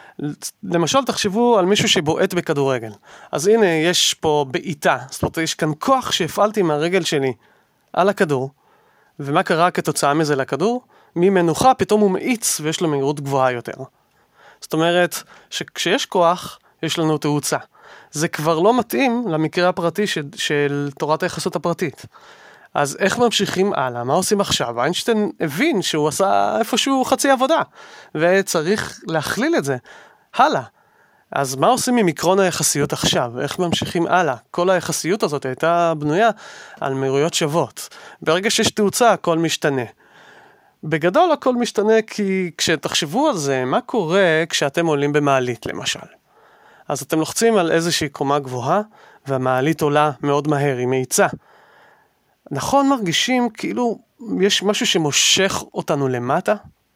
למשל, תחשבו על מישהו שבועט בכדורגל. אז הנה, יש פה בעיטה. זאת אומרת, יש כאן כוח שהפעלתי מהרגל שלי על הכדור. ומה קרה כתוצאה מזה לכדור? ממנוחה פתאום הוא מאיץ ויש לו מהירות גבוהה יותר. זאת אומרת, שכשיש כוח, יש לנו תאוצה. זה כבר לא מתאים למקרה הפרטי של תורת היחסות הפרטית. אז איך ממשיכים הלאה? מה עושים עכשיו? איינשטיין הבין שהוא עשה איפשהו חצי עבודה, וצריך להכליל את זה הלאה. אז מה עושים עם עקרון היחסיות עכשיו? איך ממשיכים הלאה? כל היחסיות הזאת הייתה בנויה על מהירויות שוות. ברגע שיש תאוצה, הכל משתנה. בגדול הכל משתנה כי כשתחשבו על זה, מה קורה כשאתם עולים במעלית למשל? אז אתם לוחצים על איזושהי קומה גבוהה, והמעלית עולה מאוד מהר, היא מאיצה. נכון מרגישים כאילו יש משהו שמושך אותנו למטה?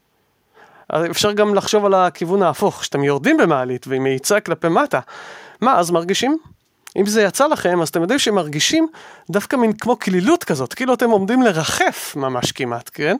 אפשר גם לחשוב על הכיוון ההפוך, שאתם יורדים במעלית והיא מאיצה כלפי מטה. מה, אז מרגישים? אם זה יצא לכם, אז אתם יודעים שמרגישים דווקא מין כמו כלילות כזאת, כאילו אתם עומדים לרחף ממש כמעט, כן?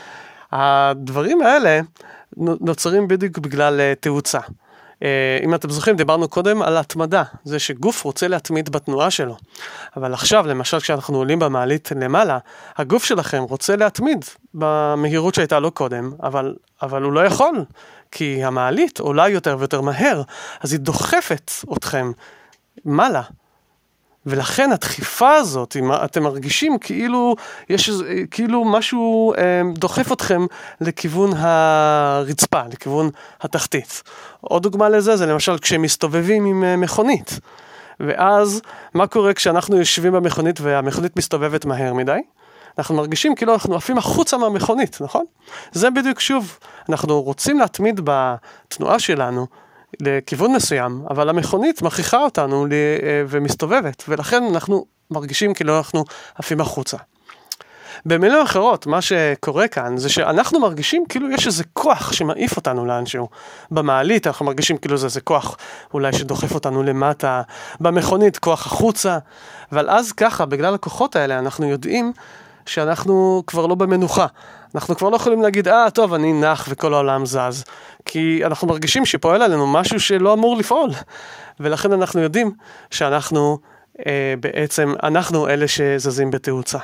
הדברים האלה נוצרים בדיוק בגלל תאוצה. אם אתם זוכרים, דיברנו קודם על התמדה, זה שגוף רוצה להתמיד בתנועה שלו. אבל עכשיו, למשל, כשאנחנו עולים במעלית למעלה, הגוף שלכם רוצה להתמיד במהירות שהייתה לו קודם, אבל הוא לא יכול, כי המעלית עולה יותר ויותר מהר, אז היא דוחפת אתכם מעלה. ולכן הדחיפה הזאת, אתם מרגישים כאילו יש כאילו משהו דוחף אתכם לכיוון הרצפה, לכיוון התחתית. עוד דוגמה לזה זה למשל כשמסתובבים עם מכונית. ואז מה קורה כשאנחנו יושבים במכונית והמכונית מסתובבת מהר מדי? אנחנו מרגישים כאילו אנחנו עפים החוצה מהמכונית, נכון? זה בדיוק שוב, אנחנו רוצים להתמיד בתנועה שלנו, לכיוון מסוים, אבל המכונית מכריחה אותנו ומסתובבת, ולכן אנחנו מרגישים כאילו אנחנו עפים החוצה. במילים אחרות, מה שקורה כאן זה שאנחנו מרגישים כאילו יש איזה כוח שמעיף אותנו לאנשהו. במעלית אנחנו מרגישים כאילו זה איזה כוח אולי שדוחף אותנו למטה, במכונית כוח החוצה, אבל אז ככה, בגלל הכוחות האלה, אנחנו יודעים שאנחנו כבר לא במנוחה. אנחנו כבר לא יכולים להגיד, טוב, אני נח וכל העולם זז. כי אנחנו מרגישים שפועל עלינו משהו שלא אמור לפעול. ולכן אנחנו יודעים שאנחנו בעצם, אנחנו אלה שזזים בתאוצה.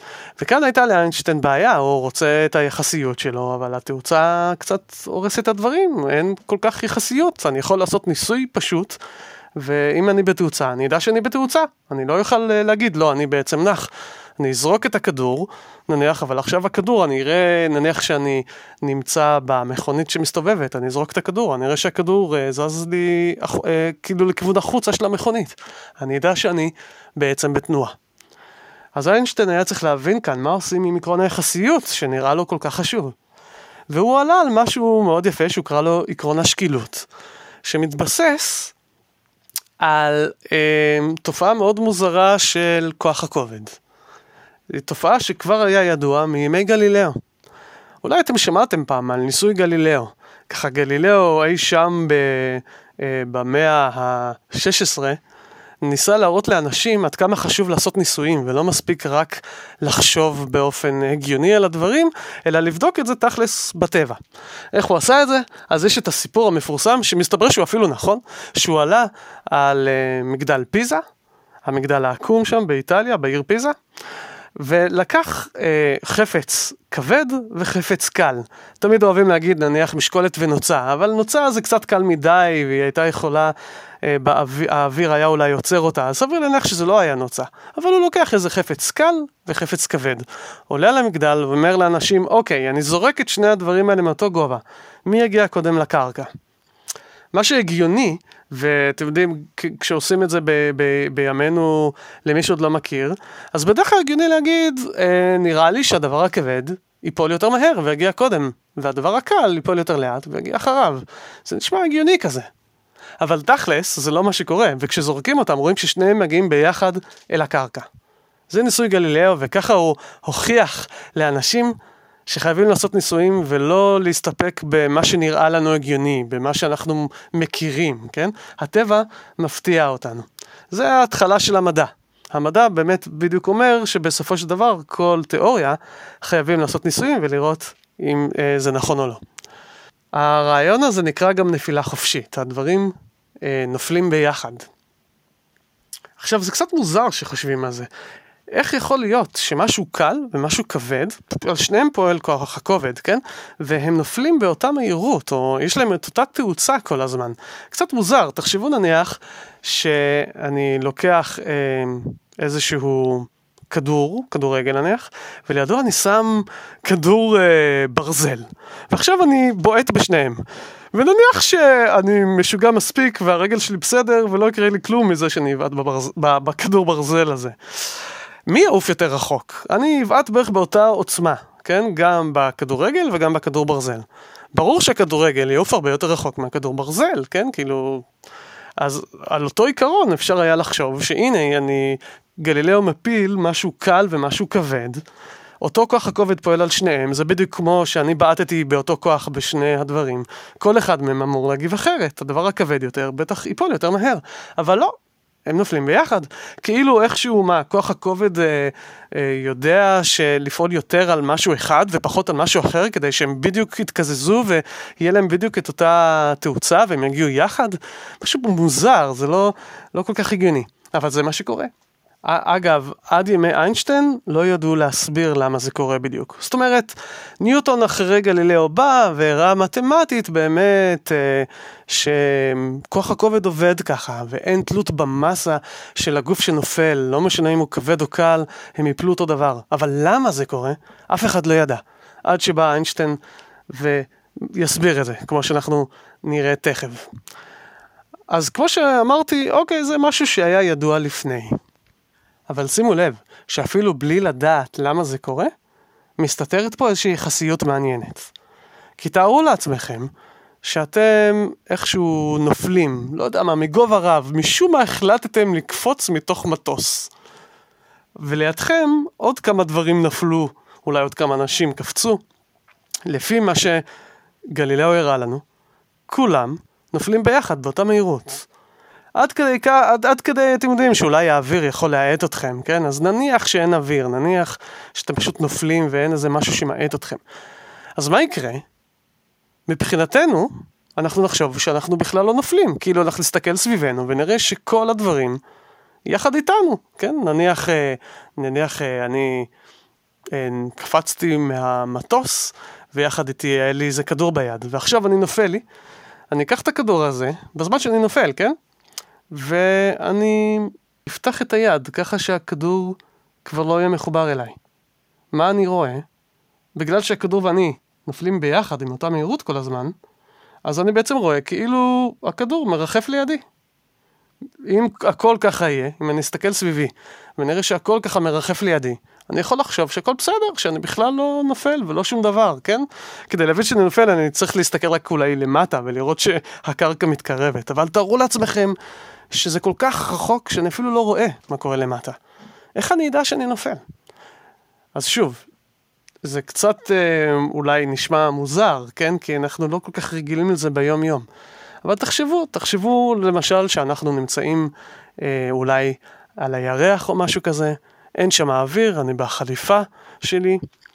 וכאן הייתה לאיינשטיין בעיה, הוא רוצה את היחסיות שלו, אבל התאוצה קצת הורסת את הדברים, אין כל כך יחסיות, אני יכול לעשות ניסוי פשוט, ואם אני בתאוצה, אני יודע שאני בתאוצה, אני לא יוכל להגיד, לא, אני בעצם נח. אני אזרוק את הכדור, נניח, אבל עכשיו הכדור, אני אראה, נניח שאני נמצא במכונית שמסתובבת, אני אזרוק את הכדור, אני אראה שהכדור זז לי כאילו לכיוון החוצה של המכונית. אני יודע שאני בעצם בתנועה. אז איינשטיין היה צריך להבין כאן מה עושים עם עקרון היחסיות, שנראה לו כל כך חשוב. והוא עלה על משהו מאוד יפה, שהוא קרא לו עקרון השקילות, שמתבסס על תופעה מאוד מוזרה של כוח הכובד. זו תופעה שכבר היה ידוע מימי גלילאו. אולי אתם שמעתם פעם על ניסוי גלילאו. ככה גלילאו אי שם במאה ה-16 ניסה להראות לאנשים עד כמה חשוב לעשות ניסויים, ולא מספיק רק לחשוב באופן הגיוני על הדברים, אלא לבדוק את זה תכלס בטבע. איך הוא עשה את זה? אז יש את הסיפור המפורסם, שמסתבר שהוא אפילו נכון, שהוא עלה על מגדל פיזה, המגדל העקום שם באיטליה, בעיר פיזה, ולקח חפץ כבד וחפץ קל. תמיד אוהבים להגיד נניח משקולת ונוצה, אבל נוצה זה קצת קל מדי, והיא הייתה יכולה, האוויר היה אולי יוצר אותה, אז סביר להניח שזה לא היה נוצה. אבל הוא לוקח איזה חפץ קל וחפץ כבד. עולה על המגדל ואומר לאנשים, אוקיי, אני זורק את שני הדברים האלה מאותו גובה. מי יגיע קודם לקרקע? מה שהגיוני, ואתם יודעים, כשעושים את זה בימינו למי שעוד לא מכיר, אז בדרך כלל הגיוני להגיד, נראה לי שהדבר הכבד ייפול יותר מהר ויגיע קודם, והדבר הקל ייפול יותר לאט ויגיע אחריו. זה נשמע הגיוני כזה. אבל תכלס, זה לא מה שקורה, וכשזורקים אותם, רואים ששניהם מגיעים ביחד אל הקרקע. זה ניסוי גלילאו, וככה הוא הוכיח לאנשים שחייבים לעשות ניסויים ולא להסתפק במה שנראה לנו הגיוני, במה שאנחנו מכירים, כן? הטבע מפתיע אותנו. זה ההתחלה של המדע. המדע באמת בדיוק אומר שבסופו של דבר כל תיאוריה חייבים לעשות ניסויים ולראות אם זה נכון או לא. הרעיון הזה נקרא גם נפילה חופשית. הדברים נופלים ביחד. עכשיו זה קצת מוזר שחושבים על זה. איך יכול להיות שמשהו קל ומשהו כבד, על שניהם פועל כוח הכובד, כן? והם נופלים באותה מהירות, או יש להם את אותה תאוצה כל הזמן. קצת מוזר, תחשבו נניח שאני לוקח איזשהו כדורגל נניח, ולידו אני שם כדור ברזל. ועכשיו אני בועט בשניהם. ונניח שאני משוגע מספיק והרגל שלי בסדר, ולא יקרה לי כלום מזה שאני אבעט בכדור ברזל הזה. מי יעוף יותר רחוק? אני אבעט בערך באותה עוצמה, כן? גם בכדורגל וגם בכדור ברזל. ברור שהכדורגל יעוף הרבה יותר רחוק מהכדור ברזל, כן? כאילו... אז על אותו עיקרון אפשר היה לחשוב שהנה גלילאו מפיל משהו קל ומשהו כבד. אותו כוח הכובד פועל על שניהם, זה בדיוק כמו שאני בעטתי באותו כוח בשני הדברים. כל אחד מהם אמור להגיב אחרת. הדבר הכבד יותר בטח ייפול יותר מהר. אבל לא. הם נופלים ביחד, כאילו איכשהו כוח הכובד יודע שלפעול יותר על משהו אחד ופחות על משהו אחר, כדי שהם בדיוק יתקזזו ויהיה להם בדיוק את אותה תאוצה והם יגיעו יחד. משהו מוזר, זה לא כל כך הגיוני, אבל זה מה שקורה. אגב, עד ימי איינשטיין לא ידעו להסביר למה זה קורה בדיוק. זאת אומרת, ניוטון אחרי גלילאו בא והראה מתמטית באמת שכוח הכובד עובד ככה, ואין תלות במסה של הגוף שנופל, לא משנה אם הוא כבד או קל, הם יפלו אותו דבר. אבל למה זה קורה? אף אחד לא ידע. עד שבא איינשטיין ויסביר את זה, כמו שאנחנו נראה תכף. אז כמו שאמרתי, אוקיי, זה משהו שהיה ידוע לפני. אבל שימו לב, שאפילו בלי לדעת למה זה קורה, מסתתרת פה איזושהי יחסיות מעניינת. כי תארו לעצמכם שאתם איכשהו נופלים, לא יודע מה, מגובה רב, משום מה החלטתם לקפוץ מתוך מטוס. ולידכם עוד כמה דברים נפלו, אולי עוד כמה אנשים קפצו. לפי מה שגלילאו הראה לנו, כולם נופלים ביחד באותה מהירות. עד כדי אתם יודעים שאולי האוויר יכול להעט אתכם, כן? אז נניח שאין אוויר, נניח שאתם פשוט נופלים ואין איזה משהו שמעט אתכם. אז מה יקרה? מבחינתנו, אנחנו נחשוב שאנחנו בכלל לא נופלים, כאילו אנחנו נסתכל סביבנו ונראה שכל הדברים יחד איתנו, כן? נניח אני קפצתי מהמטוס, ויחד איתי היה לי איזה כדור ביד, ועכשיו אני נופל לי, אני אקח את הכדור הזה, בזמן שאני נופל, כן? ואני אפתח את היד, ככה שהכדור כבר לא יהיה מחובר אליי. מה אני רואה? בגלל שהכדור ואני נופלים ביחד עם אותה מהירות כל הזמן, אז אני בעצם רואה כאילו הכדור מרחף לידי. אם הכל ככה יהיה, אם אני אסתכל סביבי, ונראה שהכל ככה מרחף לידי, אני יכול לחשוב שהכל בסדר, שאני בכלל לא נופל ולא שום דבר, כן? כדי להבין שאני נופל, אני צריך להסתכל רק אולי למטה, ולראות שהקרקע מתקרבת. אבל תארו לעצמכם שזה כל כך רחוק, שאני אפילו לא רואה מה קורה למטה. איך אני אדע שאני נופל? אז שוב, זה קצת אולי נשמע מוזר, כן? כי אנחנו לא כל כך רגילים לזה ביום יום. אבל תחשבו למשל שאנחנו נמצאים אולי על הירח או משהו כזה, אין שם האוויר, אני בחליפה שלי,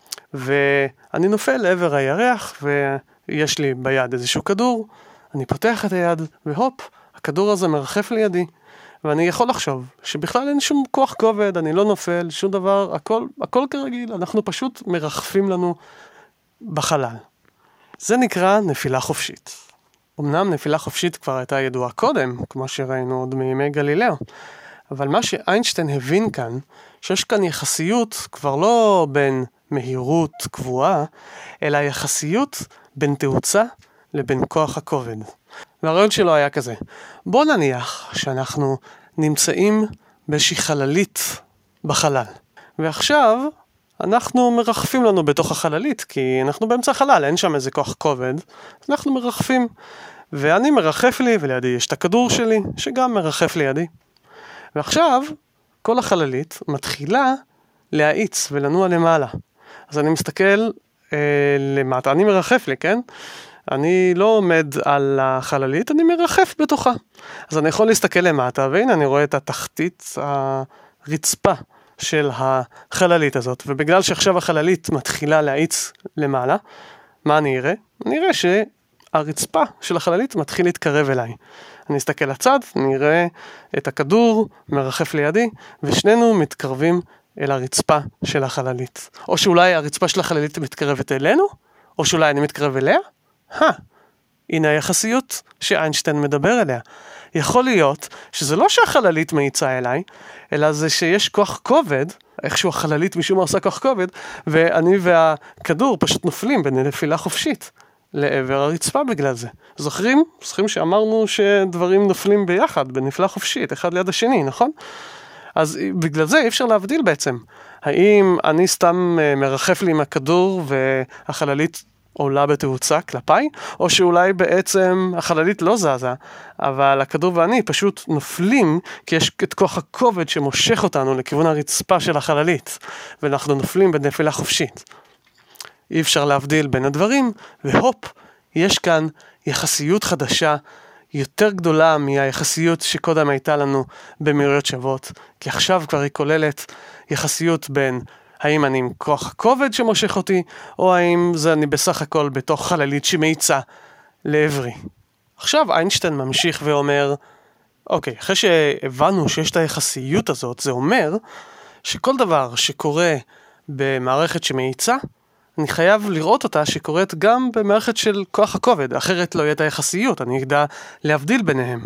ואני נופל לעבר הירח, ויש לי ביד איזשהו כדור, אני פותח את היד, והופ, הכדור הזה מרחף לידי, ואני יכול לחשוב שבכלל אין שום כוח כובד, אני לא נופל, שום דבר, הכל כרגיל, אנחנו פשוט מרחפים לנו בחלל. זה נקרא נפילה חופשית. אמנם נפילה חופשית כבר הייתה ידועה קודם, כמו שראינו עוד מימי גלילאו, אבל מה שאיינשטיין הבין כאן, שיש כאן יחסיות כבר לא בין מהירות קבועה, אלא יחסיות בין תאוצה לבין כוח הכובד. והרעיון שלו היה כזה, בוא נניח שאנחנו נמצאים באיזושהי חללית בחלל, ועכשיו אנחנו מרחפים לנו בתוך החללית, כי אנחנו באמצע החלל, אין שם איזה כוח כובד, אנחנו מרחפים, ואני מרחף לי, ולידי יש את הכדור שלי, שגם מרחף לידי. ועכשיו, כל החללית מתחילה להאיץ ולנוע למעלה. אז אני מסתכל למטה, אני מרחף לי, כן? אני לא עומד על החללית, אני מרחף בתוכה. אז אני יכול להסתכל למטה, והנה אני רואה את התחתית הרצפה של החללית הזאת, ובגלל שעכשיו החללית מתחילה להאיץ למעלה, מה אני אראה? אני אראה שהרצפה של החללית מתחיל להתקרב אליי. אני אסתכל לצד, אני אראה את הכדור מרחף לידי, ושנינו מתקרבים אל הרצפה של החללית. או שאולי הרצפה של החללית מתקרבת אלינו, או שאולי אני מתקרב אליה. הנה היחסיות שאיינשטיין מדבר אליה. יכול להיות שזה לא שהחללית מאיצה אליי, אלא זה שיש כוח כובד, איכשהו החללית משום מה עושה כוח כובד, ואני והכדור פשוט נופלים בנפילה חופשית לעבר הרצפה בגלל זה. זוכרים שאמרנו שדברים נופלים ביחד, בנפילה חופשית, אחד ליד השני, נכון? אז בגלל זה אי אפשר להבדיל בעצם. האם אני סתם מרחף לי עם הכדור והחללית עולה בתאוצה כלפיי, או שאולי בעצם החללית לא זזה, אבל הכדור ואני פשוט נופלים, כי יש את כוח הכובד שמושך אותנו לכיוון הרצפה של החללית, ואנחנו נופלים בנפילה חופשית. אי אפשר להבדיל בין הדברים, והופ, יש כאן יחסיות חדשה, יותר גדולה מהיחסיות שקודם הייתה לנו במהירויות שוות, כי עכשיו כבר היא כוללת יחסיות בין האם אני עם כוח הכובד שמושך אותי, או האם זה אני בסך הכל בתוך חללית שמאיצה לעברי. עכשיו איינשטיין ממשיך ואומר, אוקיי, אחרי שהבנו שיש את היחסיות הזאת, זה אומר שכל דבר שקורה במערכת שמאיצה, אני חייב לראות אותה שקורית גם במערכת של כוח הכובד, אחרת לא יהיה את היחסיות, אני אדע להבדיל ביניהם.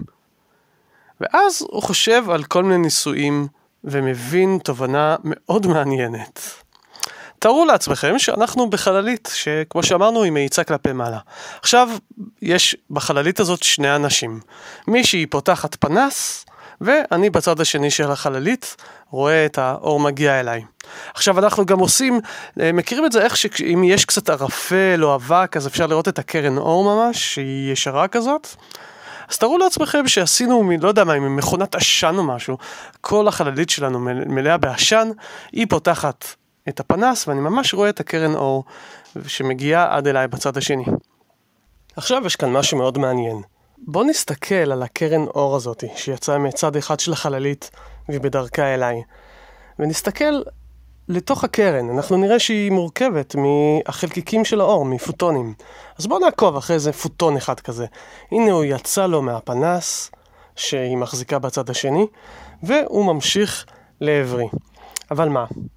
ואז הוא חושב על כל מיני ניסויים ומבין תובנה מאוד מעניינת. תארו לעצמכם שאנחנו בחללית, שכמו שאמרנו היא מאיצה כלפי מעלה. עכשיו יש בחללית הזאת שני אנשים. מישהי פותחת פנס, ואני בצד השני של החללית רואה את האור מגיע אליי. עכשיו אנחנו גם מכירים את זה איך שאם יש קצת ערפל או אבק, אז אפשר לראות את הקרן אור ממש, שהיא ישרה כזאת. אז תראו לעצמכם שעשינו, לא יודע מה, עם מכונת עשן או משהו, כל החללית שלנו מלאה בעשן, היא פותחת את הפנס, ואני ממש רואה את הקרן אור שמגיעה עד אליי בצד השני. עכשיו יש כאן משהו מאוד מעניין. בוא נסתכל על הקרן אור הזאת, שיצאה מצד אחד של החללית ובדרכה אליי, ונסתכל לתוך הקרן. אנחנו נראה שהיא מורכבת מהחלקיקים של האור, מפוטונים. אז בוא נעקוב אחרי איזה פוטון אחד כזה. הנה הוא יצא לו מהפנס שהיא מחזיקה בצד השני, והוא ממשיך לעברי. אבל מה?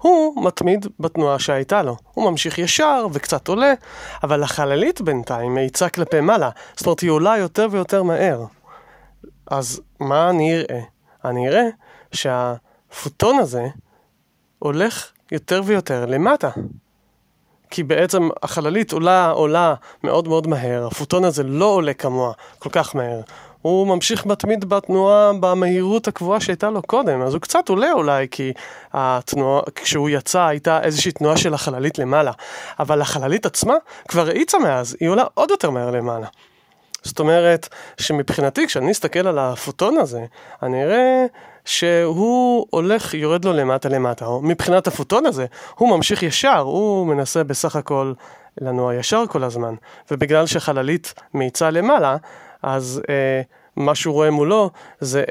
הוא מתמיד בתנועה שהייתה לו. הוא ממשיך ישר וקצת עולה, אבל החללית בינתיים מאיצה כלפי מעלה. זאת אומרת, היא עולה יותר ויותר מהר. אז מה אני אראה? אני אראה שהפוטון הזה הולך יותר ויותר למטה. כי בעצם החללית עולה מאוד מאוד מהר. הפוטון הזה לא עולה כמוה כל כך מהר. הוא ממשיך מתמיד בתנועה במהירות הקבועה שהייתה לו קודם, אז הוא קצת עולה אולי, כי כשהוא יצא הייתה איזושהי תנועה של החללית למעלה, אבל החללית עצמה כבר האיצה מאז, היא עולה עוד יותר מהר למעלה. זאת אומרת שמבחינתי, כשאני אסתכל על הפוטון הזה, אני אראה שהוא הולך, יורד לו למטה, או מבחינת הפוטון הזה, הוא ממשיך ישר, הוא מנסה בסך הכל לנוע ישר כל הזמן, ובגלל שחללית מאיצה למעלה, אז מה שהוא רואה מולו זה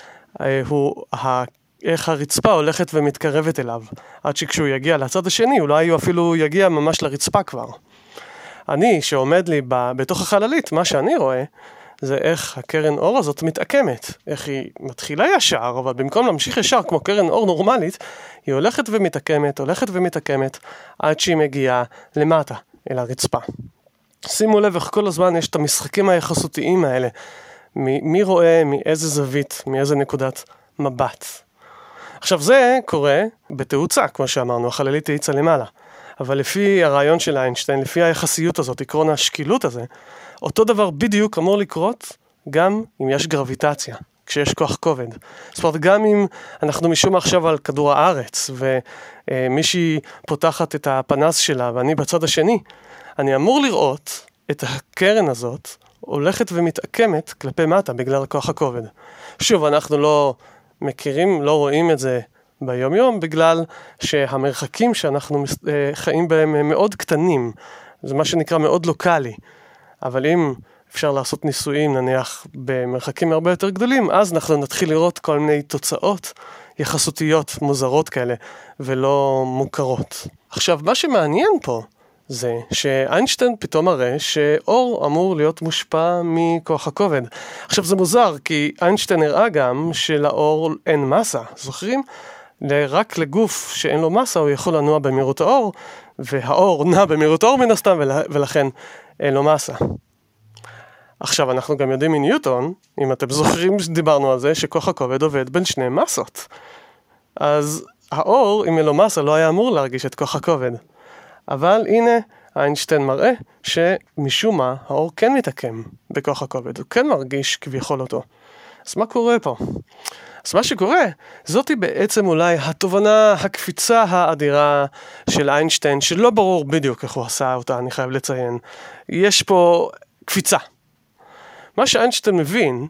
איך הרצפה הולכת ומתקרבת אליו. עד שכשהוא יגיע לצד השני, אולי הוא אפילו יגיע ממש לרצפה כבר. אני, שעומד לי בתוך החללית, מה שאני רואה, זה איך הקרן אור הזאת מתעקמת. איך היא מתחילה ישר, אבל במקום להמשיך ישר כמו קרן אור נורמלית, היא הולכת ומתעקמת, עד שהיא מגיעה למטה, אל הרצפה. שימו לב איך כל הזמן יש את המשחקים היחסותיים האלה. מי רואה, מאיזה זווית, מאיזה נקודת מבט. עכשיו זה קורה בתאוצה, כמו שאמרנו, החללית תאיצה למעלה. אבל לפי הרעיון של איינשטיין, לפי היחסיות הזאת, עקרון השקילות הזה, אותו דבר בדיוק אמור לקרות גם אם יש גרביטציה, כשיש כוח כובד. זאת אומרת, גם אם אנחנו משום עכשיו על כדור הארץ, ומישהי פותחת את הפנס שלה, ואני בצד השני, אני אמור לראות את הקרן הזאת הולכת ומתעקמת כלפי מטה בגלל כוח הכובד. שוב, אנחנו לא מכירים, לא רואים את זה ביום יום, בגלל שהמרחקים שאנחנו חיים בהם הם מאוד קטנים. זה מה שנקרא מאוד לוקלי. אבל אם אפשר לעשות ניסויים, נניח, במרחקים הרבה יותר גדולים, אז אנחנו נתחיל לראות כל מיני תוצאות יחסותיות מוזרות כאלה, ולא מוכרות. עכשיו, מה שמעניין פה, זה שאיינשטיין פתאום מראה שאור אמור להיות מושפע מכוח הכובד. עכשיו זה מוזר, כי איינשטיין הראה גם שלאור אין מסה. זוכרים? רק לגוף שאין לו מסה הוא יכול לנוע במהירות האור, והאור נע במהירות האור מן הסתם, ולכן אין לו מסה. עכשיו אנחנו גם יודעים מניוטון, אם אתם זוכרים שדיברנו על זה, שכוח הכובד עובד בין שני מסות. אז האור, אם אין לו מסה, לא היה אמור להרגיש את כוח הכובד. אבל הנה, איינשטיין מראה שמשום מה האור כן מתעקם בכוח הכובד, הוא כן מרגיש כביכול אותו. אז מה קורה פה? אז מה שקורה, זאת היא בעצם אולי התובנה, הקפיצה האדירה של איינשטיין, שלא ברור בדיוק איך הוא עשה אותה, אני חייב לציין. יש פה קפיצה. מה שאיינשטיין מבין,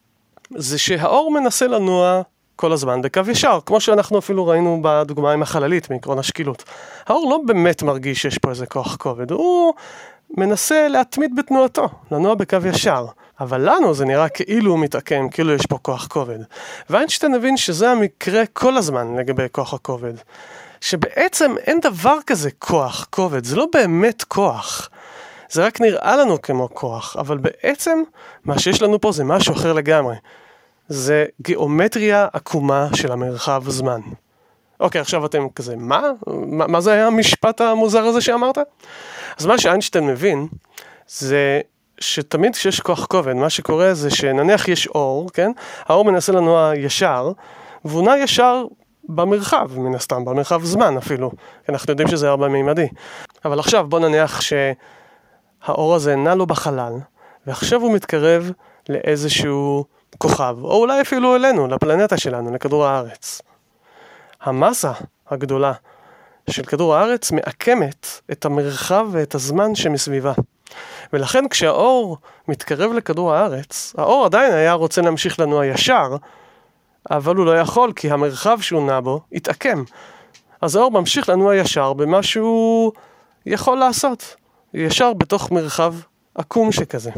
זה שהאור מנסה לנוע כל הזמן בקו ישר, כמו שאנחנו אפילו ראינו בדוגמה עם החללית, מעקרון השקילות. האור לא באמת מרגיש שיש פה איזה כוח כובד, הוא מנסה להתמיד בתנועתו, לנוע בקו ישר. אבל לנו זה נראה כאילו הוא מתעקם, כאילו יש פה כוח כובד. ואיינשטיין הבין שזה המקרה כל הזמן לגבי כוח הכובד. שבעצם אין דבר כזה כוח כובד, זה לא באמת כוח. זה רק נראה לנו כמו כוח, אבל בעצם מה שיש לנו פה זה משהו אחר לגמרי. זה גיאומטריה עקומה של המרחב זמן. אוקיי, עכשיו אתם כזה, מה זה היה המשפט המוזר הזה שאמרת? אז מה שאיינשטיין מבין, זה שתמיד כשיש כוח כובד, מה שקורה זה שנניח יש אור, כן? האור מנסה לנוע ישר, והוא נע ישר במרחב, מן הסתם, במרחב זמן אפילו. אנחנו יודעים שזה ארבע מימדי. אבל עכשיו בוא נניח שהאור הזה נע לו בחלל, ועכשיו הוא מתקרב לאיזשהו כוכב, או אולי אפילו אלינו, לפלנטה שלנו, לכדור הארץ. המסה הגדולה של כדור הארץ מעקמת את המרחב ואת הזמן שמסביבה. ולכן כשהאור מתקרב לכדור הארץ, האור עדיין היה רוצה להמשיך לנוע ישר, אבל הוא לא יכול כי המרחב שהוא נע בו התעקם. אז האור ממשיך לנוע ישר במה שהוא יכול לעשות, ישר בתוך מרחב עקום שכזה.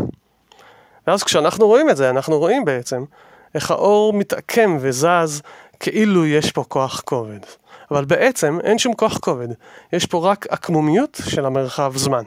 ואז כשאנחנו רואים את זה, אנחנו רואים בעצם איך האור מתעקם וזז כאילו יש פה כוח כובד. אבל בעצם אין שום כוח כובד, יש פה רק עקמומיות של המרחב זמן.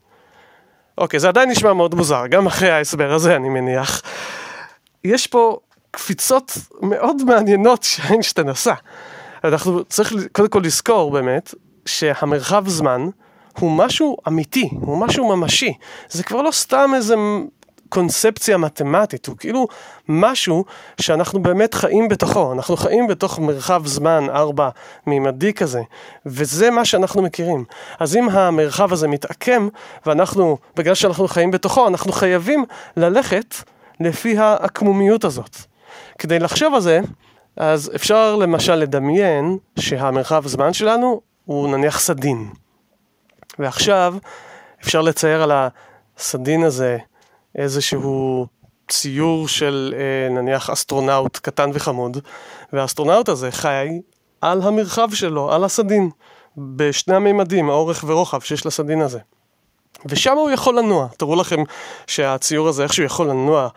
אוקיי, זה עדיין נשמע מאוד מוזר, גם אחרי ההסבר הזה אני מניח. יש פה קפיצות מאוד מעניינות שאיינשטיין עשה. אנחנו צריך קודם כל לזכור באמת, שהמרחב זמן הוא משהו אמיתי, הוא משהו ממשי. זה כבר לא סתם איזה קונספציה מתמטית, הוא כאילו משהו שאנחנו באמת חיים בתוכו, אנחנו חיים בתוך מרחב זמן 4 מימדי כזה, וזה מה שאנחנו מכירים. אז אם המרחב הזה מתעקם, ואנחנו, בגלל שאנחנו חיים בתוכו, אנחנו חייבים ללכת לפי העקמומיות הזאת. כדי לחשוב על זה, אז אפשר למשל לדמיין שהמרחב זמן שלנו הוא נניח סדין. ועכשיו אפשר לצייר על הסדין הזה איזשהו ציור של נניח אסטרונאוט קטן וחמוד, והאסטרונאוט הזה חי על המרחב שלו, על הסדין, בשני הממדים, האורך ורוחב שיש לסדין הזה. ושם הוא יכול לנוע. תראו לכם שהציור הזה איכשהו יכול לנוע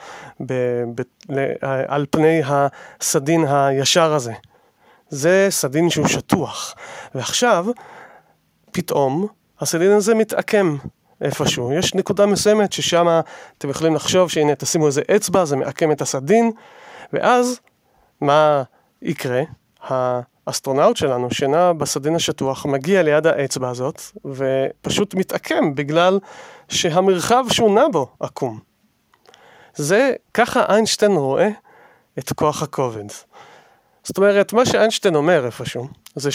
על פני הסדין הישר הזה. זה סדין שהוא שטוח. ועכשיו, פתאום, הסדין הזה מתעקם איפשהו. יש נקודה מסוימת ששם אתם יכולים לחשוב שהנה תשימו איזה אצבע, זה מעקם את הסדין, ואז מה יקרה? האסטרונאוט שלנו שנע בסדין השטוח מגיע ליד האצבע הזאת ופשוט מתעקם בגלל שהמרחב שהוא נע בו עקום. זה ככה איינשטיין רואה את כוח הכובד. זאת אומרת, מה שאיינשטיין אומר איפשהו זה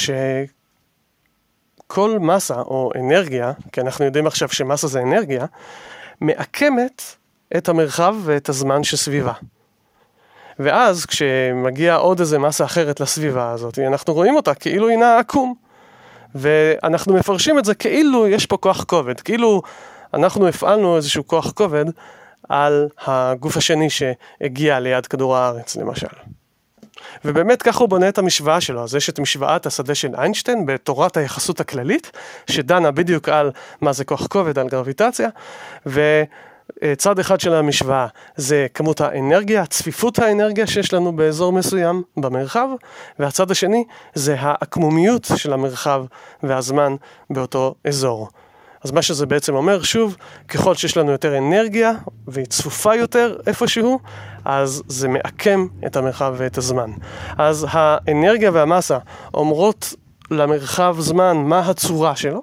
שכל מסה או אנרגיה, כי אנחנו יודעים עכשיו שמסה זה אנרגיה, מעקמת את המרחב ואת הזמן שסביבה. ואז כשמגיע עוד איזה מסה אחרת לסביבה הזאת, אנחנו רואים אותה כאילו היא נעה עקום. ואנחנו מפרשים את זה כאילו יש פה כוח כובד, כאילו אנחנו הפעלנו איזשהו כוח כובד על הגוף השני שהגיע ליד כדור הארץ למשל. ובאמת ככה הוא בונה את המשוואה שלו, אז יש את משוואת השדה של איינשטיין בתורת היחסות הכללית, שדנה בדיוק על מה זה כוח כובד, על גרביטציה, צד אחד של המשוואה זה כמות האנרגיה, צפיפות האנרגיה שיש לנו באזור מסוים במרחב, והצד השני זה העקמומיות של המרחב והזמן באותו אזור. אז מה שזה בעצם אומר, שוב, ככל שיש לנו יותר אנרגיה והיא צפופה יותר איפשהו, אז זה מעקם את המרחב ואת הזמן. אז האנרגיה והמסה אומרות למרחב זמן מה הצורה שלו,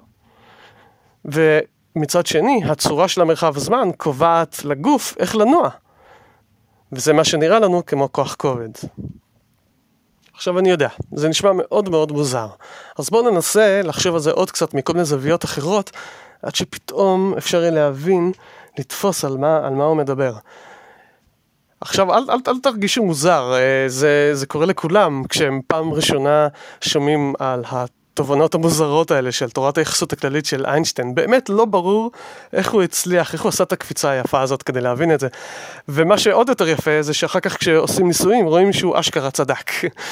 מצד שני, הצורה של המרחב זמן קובעת לגוף איך לנוע. וזה מה שנראה לנו כמו כוח כובד. עכשיו אני יודע, זה נשמע מאוד מאוד מוזר. אז בואו ננסה לחשוב על זה עוד קצת מכל מיני זוויות אחרות, עד שפתאום אפשר להבין, לתפוס על מה הוא מדבר. עכשיו, אל תרגישו מוזר, זה קורה לכולם, כשהם פעם ראשונה שומעים על התובנות המוזרות האלה של תורת היחסות הכללית של איינשטיין. באמת לא ברור איך הוא הצליח, איך הוא עשה את הקפיצה היפה הזאת כדי להבין את זה. ומה שעוד יותר יפה זה שאחר כך כשעושים ניסויים רואים שהוא אשכרה צדק.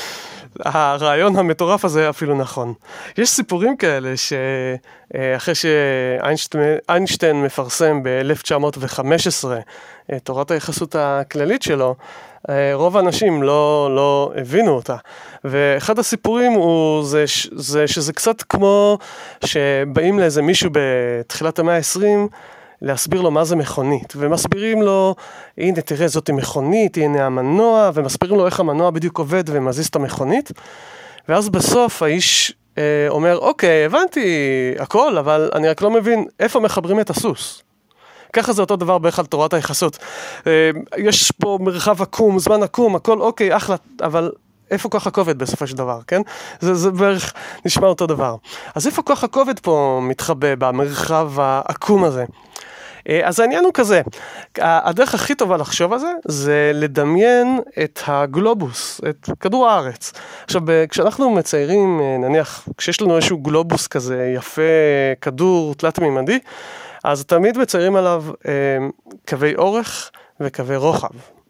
הרעיון המטורף הזה אפילו נכון. יש סיפורים כאלה שאחרי שאיינשטיין מפרסם ב-1915 תורת היחסות הכללית שלו, רוב האנשים לא הבינו אותה. ואחד הסיפורים הוא זה שזה קצת כמו שבאים לאיזה מישהו בתחילת המאה ה-20 להסביר לו מה זה מכונית, ומסבירים לו, הנה תראה זאת מכונית, הנה המנוע, ומסבירים לו איך המנוע בדיוק עובד ומזיז את המכונית, ואז בסוף האיש אומר, אוקיי, הבנתי הכל, אבל אני רק לא מבין איפה מחברים את הסוס. ככה זה אותו דבר בערך על תורת היחסות. יש פה מרחב עקום, זמן עקום, הכל אוקיי, אחלה, אבל איפה כוח הכובד בסופו של דבר, כן? זה בערך נשמע אותו דבר. אז איפה כוח הכובד פה מתחבא במרחב העקום הזה? אז העניין הוא כזה, הדרך הכי טובה לחשוב על זה, זה לדמיין את הגלובוס, את כדור הארץ. עכשיו, כשאנחנו מציירים, נניח, כשיש לנו איזשהו גלובוס כזה יפה, כדור תלת-מימדי, אז תמיד מציירים עליו קווי אורך וקווי רוחב.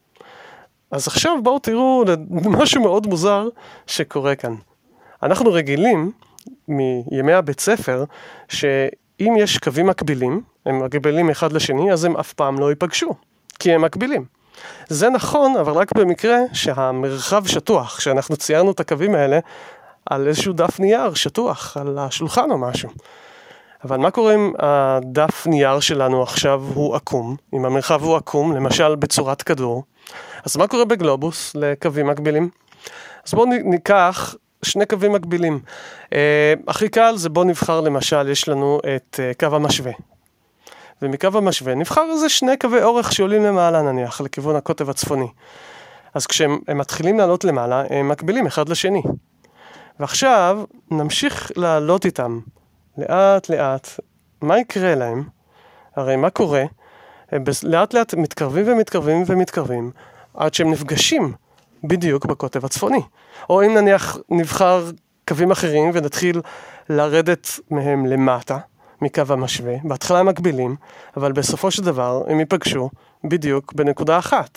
אז עכשיו בואו תראו משהו מאוד מוזר שקורה כאן. אנחנו רגילים מימי הבית ספר, שאם יש קווים מקבילים, הם מקבילים אחד לשני, אז הם אף פעם לא ייפגשו, כי הם מקבילים. זה נכון, אבל רק במקרה שהמרחב שטוח, שאנחנו ציירנו את הקווים האלה על איזשהו דף נייר שטוח, על השולחן או משהו. אבל מה קורה אם הדף נייר שלנו עכשיו הוא עקום, אם המרחב הוא עקום, למשל בצורת כדור, אז מה קורה בגלובוס לקווים מקבילים? אז בואו ניקח שני קווים מקבילים. הכי קל זה בוא נבחר למשל, יש לנו את קו המשווה. ומקו המשווה נבחר איזה שני קווי אורך שעולים למעלה נניח, לכיוון הקוטב הצפוני. אז כשהם מתחילים לעלות למעלה, הם מקבילים אחד לשני. ועכשיו נמשיך לעלות איתם לאט לאט. מה יקרה להם? הרי מה קורה? לאט לאט מתקרבים ומתקרבים ומתקרבים, עד שהם נפגשים בדיוק בקוטב הצפוני. או אם נניח נבחר קווים אחרים ונתחיל לרדת מהם למטה, מקו המשווה, בהתחלה הם מקבילים, אבל בסופו של דבר הם ייפגשו בדיוק בנקודה אחת,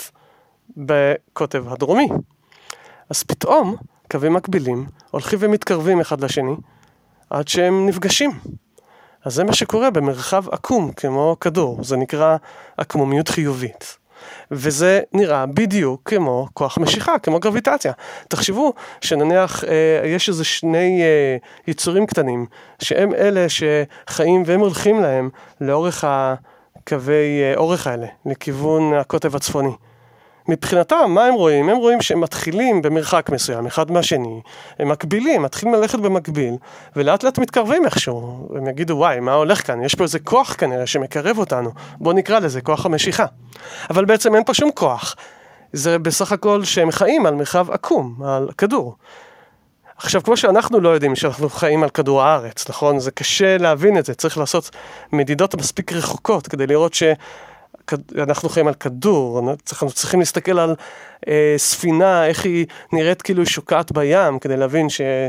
בקוטב הדרומי. אז פתאום קווים מקבילים הולכים ומתקרבים אחד לשני, עד שהם נפגשים. אז זה מה שקורה במרחב עקום, כמו כדור. זה נקרא עקמומיות חיובית. וזה נראה בדיוק כמו כוח משיכה, כמו גרביטציה. תחשבו שנניח יש איזה שני יצורים קטנים, שהם אלה שחיים והם הולכים להם לאורך הקווי אורך האלה, לכיוון הקוטב הצפוני. מבחינתם, מה הם רואים? הם רואים שהם מתחילים במרחק מסוים, אחד מהשני, הם מקבילים, מתחילים ללכת במקביל, ולאט לאט מתקרבים איכשהו. הם יגידו, וואי, מה הולך כאן? יש פה איזה כוח כנראה שמקרב אותנו. בוא נקרא לזה כוח המשיכה. אבל בעצם אין פה שום כוח. זה בסך הכל שהם חיים על מרחב עקום, על כדור. עכשיו, כמו שאנחנו לא יודעים שאנחנו חיים על כדור הארץ, נכון? זה קשה להבין את זה. צריך לעשות מדידות מספיק רחוקות כדי לראות אנחנו חיים על כדור, אנחנו צריכים להסתכל על ספינה, איך היא נראית כאילו היא שוקעת בים, כדי להבין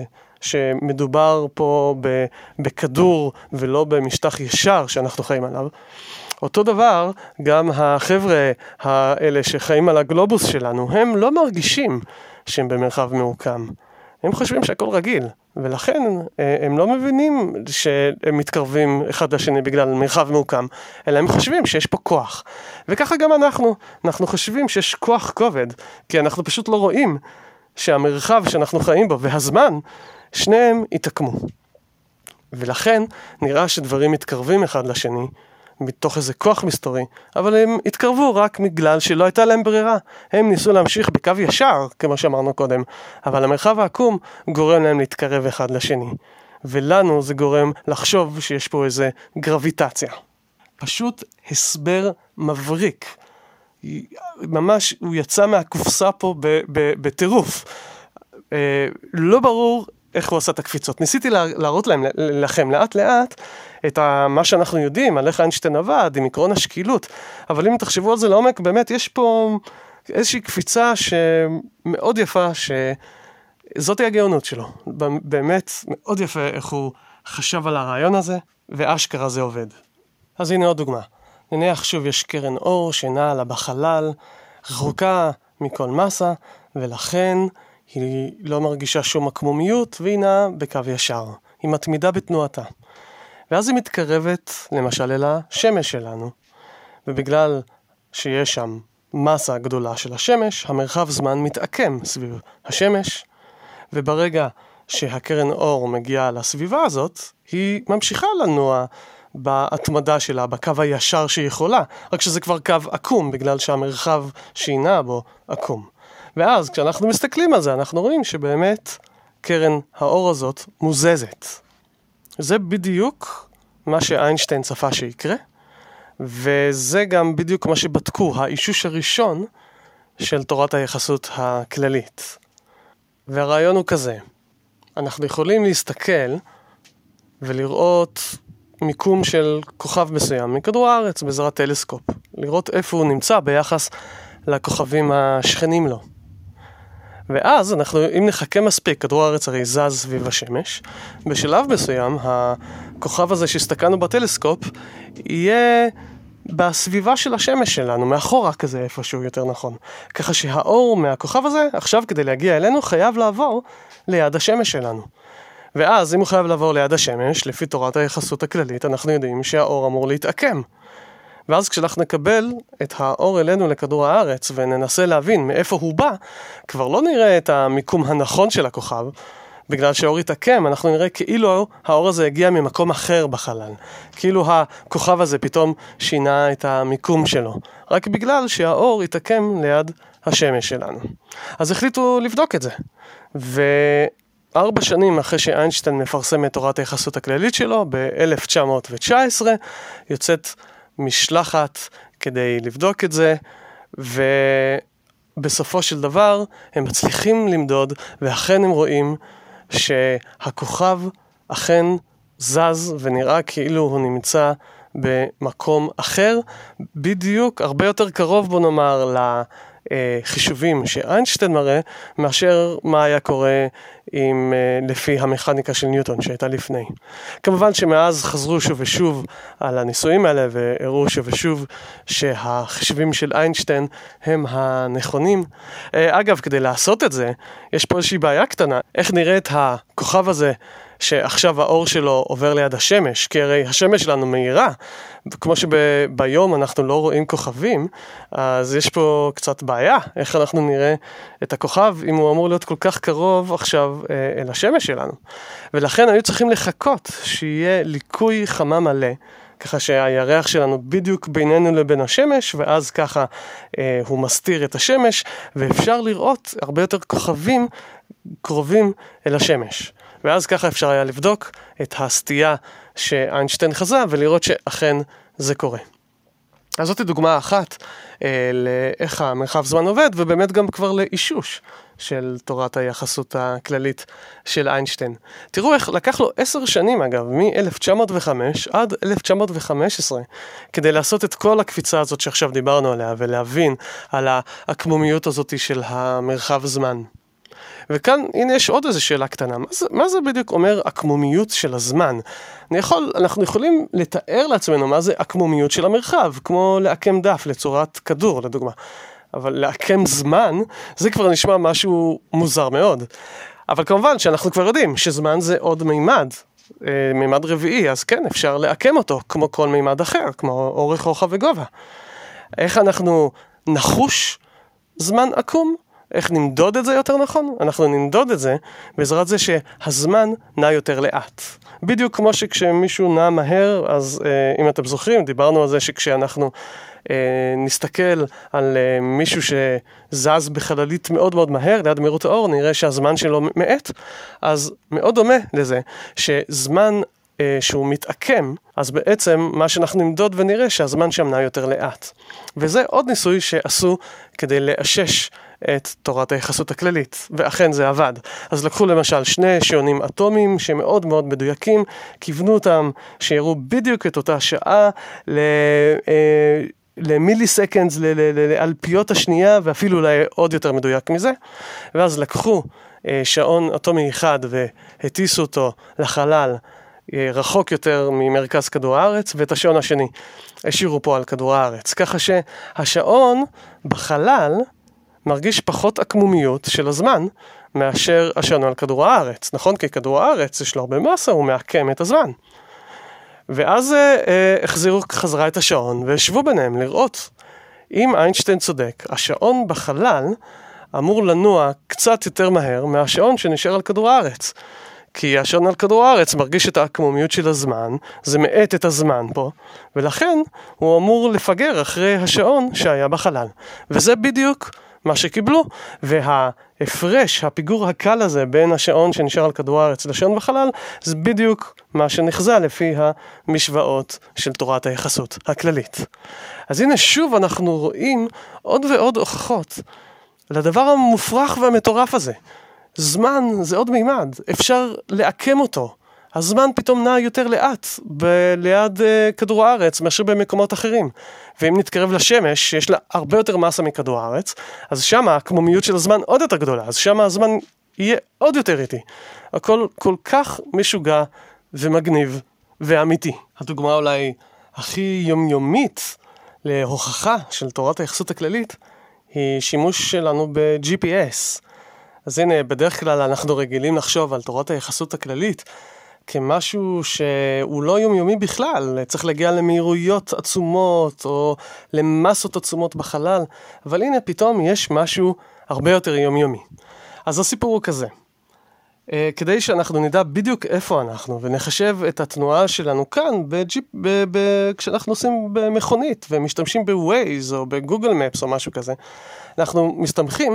שמדובר פה בכדור ולא במשטח ישר שאנחנו חיים עליו. אותו דבר, גם החבר'ה האלה שחיים על הגלובוס שלנו, הם לא מרגישים שהם במרחב מעוקם. הם חושבים שהכל רגיל, ולכן הם לא מבינים שהם מתקרבים אחד לשני בגלל מרחב מעוקם, אלא הם חושבים שיש פה כוח. וככה גם אנחנו חושבים שיש כוח כובד, כי אנחנו פשוט לא רואים שהמרחב שאנחנו חיים בו והזמן, שניהם יתעקמו. ולכן נראה שדברים מתקרבים אחד לשני, מתוך איזה כוח מסתורי, אבל הם התקרבו רק בגלל שלא הייתה להם ברירה. הם ניסו להמשיך בקו ישר, כמו שאמרנו קודם, אבל המרחב העקום גורם להם להתקרב אחד לשני. ולנו זה גורם לחשוב שיש פה איזה גרביטציה. פשוט הסבר מבריק. ממש הוא יצא מהקופסה פה בטירוף. לא ברור איך הוא עשה את הקפיצות. ניסיתי להראות לכם לאט לאט את מה שאנחנו יודעים, על איך איינשטיין עבד, עם עקרון השקילות. אבל אם תחשבו על זה לעומק, באמת יש פה איזושהי קפיצה שמאוד יפה, שזאת היא הגאונות שלו. באמת מאוד יפה איך הוא חשב על הרעיון הזה, ואשכרה זה עובד. אז הנה עוד דוגמה. נניח שוב יש קרן אור שנעה לה בחלל, רחוקה מכל מסה, ולכן היא לא מרגישה שום עקמומיות, והיא נעה בקו ישר. היא מתמידה בתנועתה. ואז היא מתקרבת למשל אל השמש שלנו. ובגלל שיש שם מסה גדולה של השמש, המרחב זמן מתעקם סביב השמש, וברגע שהקרן אור מגיעה לסביבה הזאת, היא ממשיכה לנוע בהתמדה שלה, בקו הישר שהיא יכולה, רק שזה כבר קו עקום, בגלל שהמרחב שהיא נעה בו עקום. ואז כשאנחנו מסתכלים על זה, אנחנו רואים שבאמת קרן האור הזאת מוזזת. זה בדיוק מה שאיינשטיין צפה שיקרה, וזה גם בדיוק מה שבדקו, האישוש הראשון של תורת היחסות הכללית. והרעיון הוא כזה, אנחנו יכולים להסתכל ולראות מיקום של כוכב מסוים מכדור הארץ בעזרת טלסקופ, לראות איפה הוא נמצא ביחס לכוכבים השכנים לו. ואז אם נחכה מספיק, כדור הארץ הרי זז סביב השמש, בשלב מסוים הכוכב הזה שהסתכלנו בטלסקופ יהיה בסביבה של השמש שלנו, מאחורה כזה איפשהו יותר נכון. ככה שהאור מהכוכב הזה, עכשיו כדי להגיע אלינו, חייב לעבור ליד השמש שלנו. ואז אם הוא חייב לעבור ליד השמש, לפי תורת היחסות הכללית, אנחנו יודעים שהאור אמור להתעקם. ואז כשאנחנו נקבל את האור אלינו לכדור הארץ וננסה להבין מאיפה הוא בא, כבר לא נראה את המיקום הנכון של הכוכב, בגלל שהאור יתעקם, אנחנו נראה כאילו האור הזה הגיע ממקום אחר בחלל. כאילו הכוכב הזה פתאום שינה את המיקום שלו, רק בגלל שהאור יתעקם ליד השמש שלנו. אז החליטו לבדוק את זה. 4 שנים אחרי שאיינשטיין מפרסם את תורת היחסות הכללית שלו, ב-1919, יוצאת משלחת כדי לבדוק את זה, ובסופו של דבר הם מצליחים למדוד, ואכן הם רואים שהכוכב אכן זז ונראה כאילו הוא נמצא במקום אחר, בדיוק הרבה יותר קרוב בוא נאמר לחישובים שאיינשטיין מראה, מאשר מה היה קורה לפי המכניקה של ניוטון שהייתה לפני. כמובן שמאז חזרו שוב ושוב על הניסויים האלה והראו שוב ושוב שהחישובים של איינשטיין הם הנכונים. אגב, כדי לעשות את זה, יש פה איזושהי בעיה קטנה. איך נראית הכוכב הזה שעכשיו האור שלו עובר ליד השמש? כי הרי השמש שלנו מהירה, כמו שביום אנחנו לא רואים כוכבים, אז יש פה קצת בעיה. איך אנחנו נראה את הכוכב אם הוא אמור להיות כל כך קרוב עכשיו אל השמש שלנו? ולכן היו צריכים לחכות שיהיה ליקוי חמה מלא, ככה שהירח שלנו בדיוק בינינו לבין השמש, ואז ככה הוא מסתיר את השמש, ואפשר לראות הרבה יותר כוכבים קרובים אל השמש. ואז ככה אפשר היה לבדוק את הסטייה שאיינשטיין חזה, ולראות שאכן זה קורה. אז זאת דוגמה אחת לאיך המרחב זמן עובד, ובאמת גם כבר לאישוש של תורת היחסות הכללית של איינשטיין. תראו איך לקח לו 10 שנים אגב, מ-1905 עד 1915, כדי לעשות את כל הקפיצה הזאת שעכשיו דיברנו עליה, ולהבין על העקמומיות הזאת של המרחב זמן. וכאן, הנה יש עוד איזו שאלה קטנה. מה זה בדיוק אומר עקמומיות של הזמן? אנחנו יכולים לתאר לעצמנו מה זה עקמומיות של המרחב, כמו לעקם דף לצורת כדור, לדוגמה. אבל לעקם זמן, זה כבר נשמע משהו מוזר מאוד. אבל כמובן שאנחנו כבר יודעים שזמן זה עוד מימד, מימד רביעי, אז כן, אפשר לעקם אותו, כמו כל מימד אחר, כמו אורך, רוחב וגובה. איך אנחנו נחוש זמן עקום? איך נמדוד את זה יותר נכון? אנחנו נמדוד את זה בעזרת זה שהזמן נע יותר לאט. בדיוק כמו שכשמישהו נע מהר, אז אם אתם זוכרים, דיברנו על זה שכשאנחנו נסתכל על מישהו שזז בחללית מאוד מאוד מהר, ליד מהירות האור, נראה שהזמן שלו מעט, אז מאוד דומה לזה שזמן שהוא מתעקם, אז בעצם מה שאנחנו נמדוד ונראה שהזמן שם נע יותר לאט. וזה עוד ניסוי שעשו כדי לאשש את תורת היחסות הכללית, ואכן זה עבד. אז לקחו למשל 2 שעונים אטומיים שמאוד מאוד מדויקים, כיוונו אותם שיראו בדיוק את אותה שעה למיליסקנדס, לאלפיות השנייה, ואפילו אולי עוד יותר מדויק מזה. ואז לקחו שעון אטומי אחד והטיסו אותו לחלל רחוק יותר ממרכז כדור הארץ, ואת השעון השני השאירו פה על כדור הארץ. ככה שהשעון בחלל מרגיש פחות עקמומיות של הזמן מאשר השעון על כדור הארץ. נכון? כי כדור הארץ יש לו הרבה מסה, הוא מעקם את הזמן. ואז החזירו חזרה את השעון והשוו ביניהם לראות. אם איינשטיין צודק, השעון בחלל אמור לנוע קצת יותר מהר מהשעון שנשאר על כדור הארץ. כי השעון על כדור הארץ מרגיש את העקמומיות של הזמן, זה מעט את הזמן פה, ולכן הוא אמור לפגר אחרי השעון שהיה בחלל. וזה בדיוק מה שקיבלו, וההפרש, הפיגור הקל הזה בין השעון שנשאר על כדור הארץ לשעון בחלל, זה בדיוק מה שנחזה לפי המשוואות של תורת היחסות הכללית. אז הנה שוב אנחנו רואים עוד ועוד הוכחות לדבר המופרך והמטורף הזה. זמן זה עוד מימד, אפשר לעקם אותו. הזמן פתאום נע יותר לאט ליד כדור הארץ מאשר במקומות אחרים. ואם נתקרב לשמש, שיש לה הרבה יותר מסה מכדור הארץ, אז שם העקמומיות של הזמן עוד יותר גדולה, אז שם הזמן יהיה עוד יותר איטי. הכל כל כך משוגע ומגניב ואמיתי. הדוגמה אולי הכי יומיומית להוכחה של תורת היחסות הכללית, היא שימוש שלנו ב-GPS. אז הנה, בדרך כלל אנחנו רגילים לחשוב על תורת היחסות הכללית כמשהו שהוא לא יומיומי בכלל, צריך להגיע למהירויות עצומות או למסות עצומות בחלל, אבל הנה פתאום יש משהו הרבה יותר יומיומי. אז הסיפור הוא כזה, כדי שאנחנו נדע בדיוק איפה אנחנו ונחשב את התנועה שלנו כאן כשאנחנו עושים במכונית ומשתמשים בווייז או בגוגל מפס או משהו כזה, אנחנו מסתמכים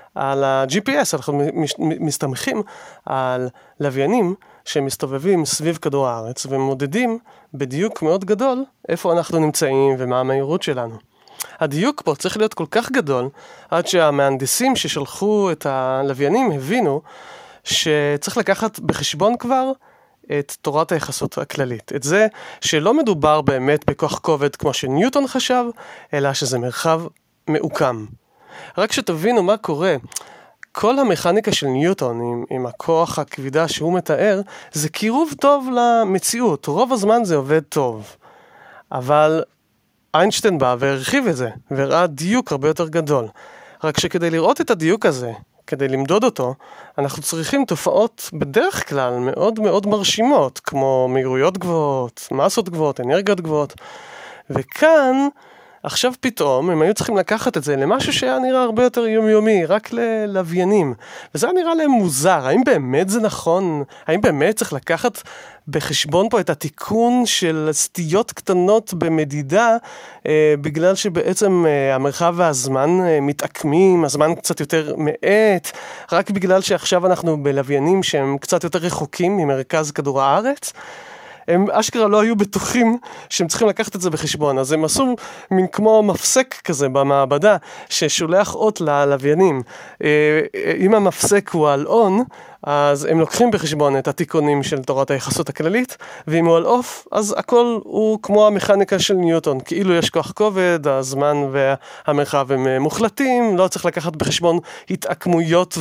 על ה-GPS, אנחנו מסתמכים על לוויינים שמסתובבים סביב כדור הארץ, ומודדים בדיוק מאוד גדול איפה אנחנו נמצאים ומה המהירות שלנו. הדיוק פה צריך להיות כל כך גדול, עד שהמהנדסים ששלחו את הלוויינים הבינו שצריך לקחת בחשבון כבר את תורת היחסות הכללית. את זה שלא מדובר באמת בכוח כובד כמו שניוטון חשב, אלא שזה מרחב מעוקם. רק שתבינו מה קורה, כל המכניקה של ניוטון עם הכוח הכבידה שהוא מתאר, זה קירוב טוב למציאות. רוב הזמן זה עובד טוב. אבל איינשטיין בא והרחיב את זה, והראה דיוק הרבה יותר גדול. רק שכדי לראות את הדיוק הזה, כדי למדוד אותו, אנחנו צריכים תופעות בדרך כלל מאוד מאוד מרשימות, כמו מהירויות גבוהות, מסות גבוהות, אנרגיות גבוהות. וכאן, עכשיו פתאום, הם היו צריכים לקחת את זה למשהו שהיה נראה הרבה יותר יומיומי, רק ללוויינים. וזה היה נראה להם מוזר. האם באמת זה נכון? האם באמת צריך לקחת בחשבון פה את התיקון של סטיות קטנות במדידה, בגלל שבעצם המרחב והזמן מתעקמים, הזמן קצת יותר מעט, רק בגלל שעכשיו אנחנו בלוויינים שהם קצת יותר רחוקים ממרכז כדור הארץ? הם אשכרה לא היו בטוחים שהם צריכים לקחת את זה בחשבון, אז הם עשו מין כמו מפסק כזה במעבדה, ששולח אות ללוויינים. אם המפסק הוא על און, אז הם לוקחים בחשבון את התיקונים של תורת היחסות הכללית, ואם הוא על אוף, אז הכל הוא כמו המכניקה של ניוטון, כאילו יש כוח כובד, הזמן והמרחב הם מוחלטים, לא צריך לקחת בחשבון התעקמויות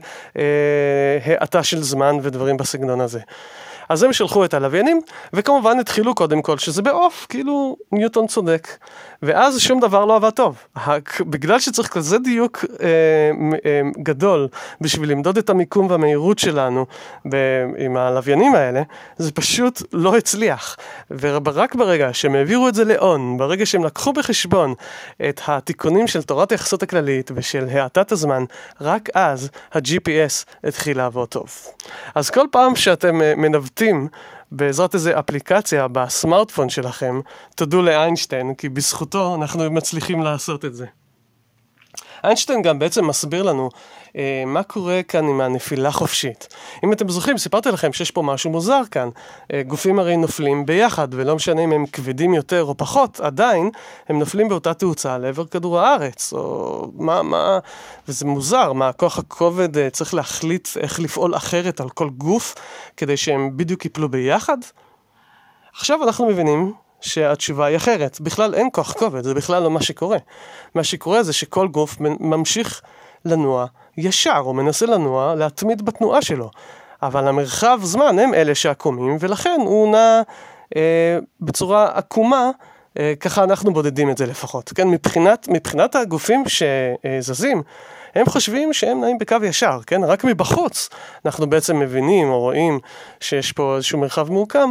והאטה של זמן ודברים בסגנון הזה. אז הם שלחו את הלוויינים, וכמובן התחילו קודם כל שזה באוף, כאילו ניוטון צודק. ואז שום דבר לא עבד טוב. בגלל שצריך כזה דיוק גדול, בשביל למדוד את המיקום והמהירות שלנו עם הלוויינים האלה, זה פשוט לא הצליח. ורק ברגע שהם העבירו את זה לאון, ברגע שהם לקחו בחשבון את התיקונים של תורת היחסות הכללית ושל האטת הזמן, רק אז ה-GPS התחיל לעבוד טוב. אז כל פעם שאתם מנווטים בעזרת איזו אפליקציה בסמארטפון שלכם, תודו לאיינשטיין, כי בזכותו אנחנו מצליחים לעשות את זה. איינשטיין גם בעצם מסביר לנו מה קורה כאן עם הנפילה חופשית. אם אתם זוכרים, סיפרתי לכם שיש פה משהו מוזר כאן. גופים הרי נופלים ביחד, ולא משנה אם הם כבדים יותר או פחות, עדיין הם נופלים באותה תאוצה לעבר כדור הארץ. או וזה מוזר, מה הכוח הכובד צריך להחליט איך לפעול אחרת על כל גוף, כדי שהם בדיוק ייפלו ביחד? עכשיו אנחנו מבינים שהתשובה היא אחרת. בכלל אין כוח כובד, זה בכלל לא מה שקורה. מה שקורה זה שכל גוף ממשיך לנוע ישר, או מנסה לנוע להתמיד בתנועה שלו. אבל המרחב זמן הם אלה שעקומים, ולכן הוא נע בצורה עקומה, ככה אנחנו בודדים את זה לפחות. כן, מבחינת הגופים שזזים, הם חושבים שהם נעים בקו ישר, כן? רק מבחוץ אנחנו בעצם מבינים או רואים שיש פה איזשהו מרחב מעוקם,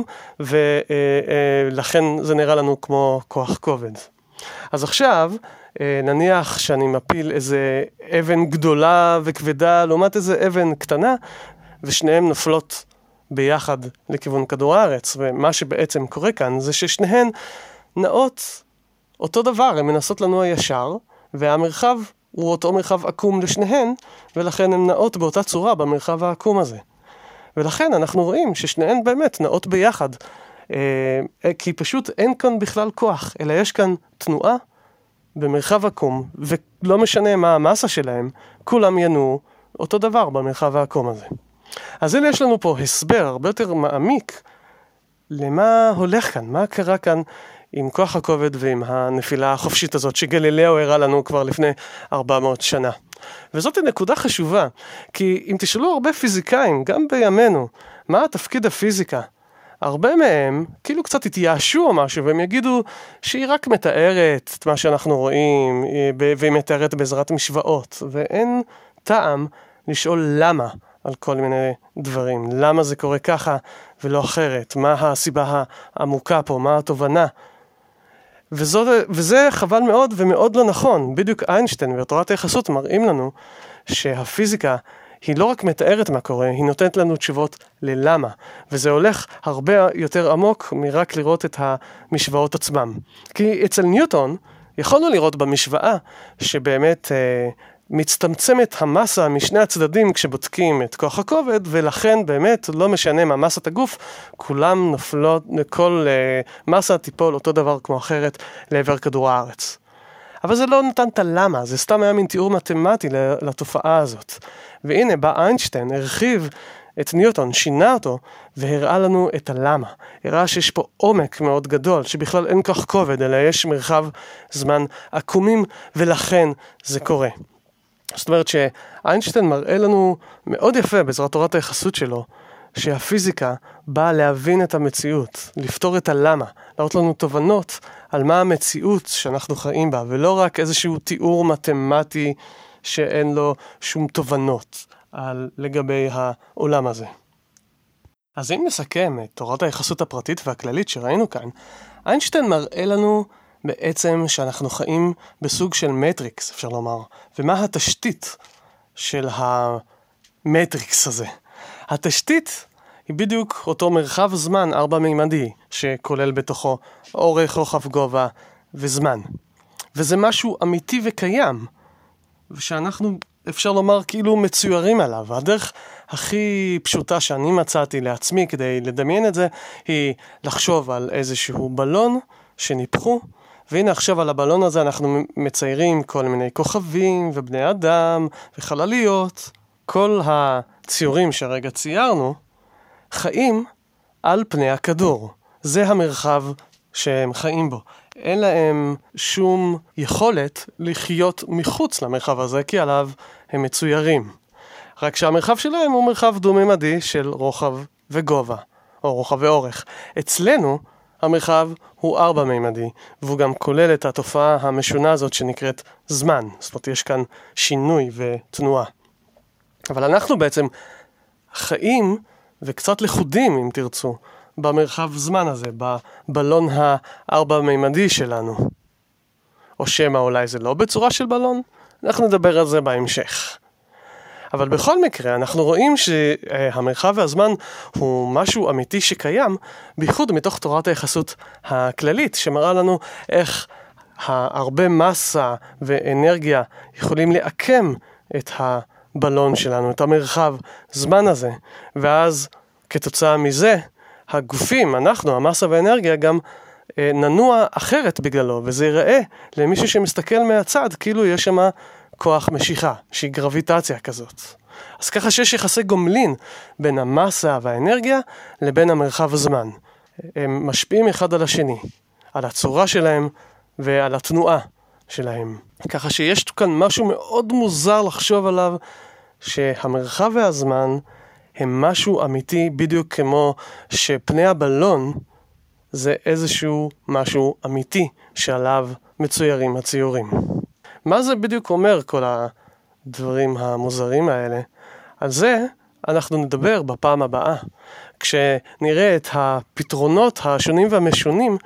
ולכן זה נראה לנו כמו כוח כובד. אז עכשיו, נניח שאני מפיל איזה אבן גדולה וכבדה, לעומת איזה אבן קטנה, ושניהם נופלות ביחד לכיוון כדור הארץ, ומה שבעצם קורה כאן זה ששניהן נעות אותו דבר, הן מנסות לנוע ישר, והמרחב הוא אותו מרחב עקום לשניהן, ולכן הן נעות באותה צורה במרחב העקום הזה. ולכן אנחנו רואים ששניהן באמת נעות ביחד, כי פשוט אין כאן בכלל כוח, אלא יש כאן תנועה במרחב עקום, ולא משנה מה המסה שלהם, כולם ינועו אותו דבר במרחב העקום הזה. אז הנה יש לנו פה הסבר הרבה יותר מעמיק למה הולך כאן, מה קרה כאן עם כוח הכובד ועם הנפילה החופשית הזאת שגלילאו הראה לנו כבר לפני 400 שנה. וזאת נקודה חשובה, כי אם תשאלו הרבה פיזיקאים, גם בימינו, מה התפקיד הפיזיקה? הרבה מהם כאילו קצת התייאשו או משהו, והם יגידו שהיא רק מתארת את מה שאנחנו רואים, והיא מתארת בעזרת משוואות, ואין טעם לשאול למה על כל מיני דברים. למה זה קורה ככה ולא אחרת? מה הסיבה העמוקה פה? מה התובנה? וזה חבל מאוד ומאוד לא נכון. בדיוק איינשטיין ותורת היחסות מראים לנו שהפיזיקה היא לא רק מתארת מה קורה, היא נותנת לנו תשובות ללמה. וזה הולך הרבה יותר עמוק מרק לראות את המשוואות עצמם. כי אצל ניוטון יכולנו לראות במשוואה שבאמת מצטמצמת המסה משני הצדדים כשבודקים את כוח הכובד, ולכן באמת לא משנה מה מסת הגוף, כולם נופלות, כל מסה תיפול אותו דבר כמו אחרת לעבר כדור הארץ. אבל זה לא נתן את הלמה, זה סתם היה מין תיאור מתמטי לתופעה הזאת. והנה בא איינשטיין, הרחיב את ניוטון, שינה אותו, והראה לנו את הלמה. הראה שיש פה עומק מאוד גדול, שבכלל אין כך כובד, אלא יש מרחב זמן עקומים, ולכן זה קורה. זאת אומרת שאיינשטיין מראה לנו מאוד יפה בעזרת תורת היחסות שלו, שהפיזיקה באה להבין את המציאות, לפתור את הלמה, להראות לנו תובנות על מה המציאות שאנחנו חיים בה, ולא רק איזשהו תיאור מתמטי שאין לו שום תובנות לגבי העולם הזה. אז אם נסכם את תורת היחסות הפרטית והכללית שראינו כאן, איינשטיין מראה לנו בעצם שאנחנו חיים בסוג של מטריקס, אפשר לומר. ומה התשתית של המטריקס הזה? התשתית היא בדיוק אותו מרחב זמן 4-מימדי, שכולל בתוכו אורך, רוחב, גובה וזמן. וזה משהו אמיתי וקיים, ושאנחנו, אפשר לומר, כאילו מצוירים עליו. הדרך הכי פשוטה שאני מצאתי לעצמי כדי לדמיין את זה, היא לחשוב על איזשהו בלון שניפחו, והנה עכשיו על הבלון הזה אנחנו מציירים כל מיני כוכבים ובני אדם וחלליות. כל הציורים שהרגע ציירנו חיים על פני הכדור. זה המרחב שהם חיים בו. אין להם שום יכולת לחיות מחוץ למרחב הזה, כי עליו הם מצוירים. רק שהמרחב שלהם הוא מרחב דו-ממדי של רוחב וגובה, או רוחב ואורך. אצלנו המרחב הוא 4-מימדי, והוא גם כולל את התופעה המשונה הזאת שנקראת זמן. זאת אומרת, יש כאן שינוי ותנועה. אבל אנחנו בעצם חיים וקצת לחודים, אם תרצו, במרחב זמן הזה, בבלון 4-מימדי שלנו. או שמה אולי זה לא בצורה של בלון? אנחנו נדבר על זה בהמשך. אבל בכל מקרה, אנחנו רואים שהמרחב והזמן הוא משהו אמיתי שקיים, בייחוד מתוך תורת היחסות הכללית, שמראה לנו איך הרבה מסה ואנרגיה יכולים לעקם את הבלון שלנו, את המרחב זמן הזה, ואז כתוצאה מזה, הגופים, אנחנו, המסה והאנרגיה, גם ננוע אחרת בגללו, וזה ייראה למישהו שמסתכל מהצד, כאילו יש שם כוח משיכה, שהיא גרביטציה כזאת. אז ככה שיש יחסי גומלין בין המסה והאנרגיה לבין המרחב הזמן. הם משפיעים אחד על השני, על הצורה שלהם ועל התנועה שלהם. ככה שיש כאן משהו מאוד מוזר לחשוב עליו, שהמרחב והזמן הם משהו אמיתי, בדיוק כמו שפני הבלון זה איזשהו משהו אמיתי שעליו מצוירים הציורים. מה זה בדיוק אומר כל הדברים המוזרים האלה? על זה אנחנו נדבר בפעם הבאה, כשנראה את הפתרונות השונים והמשונים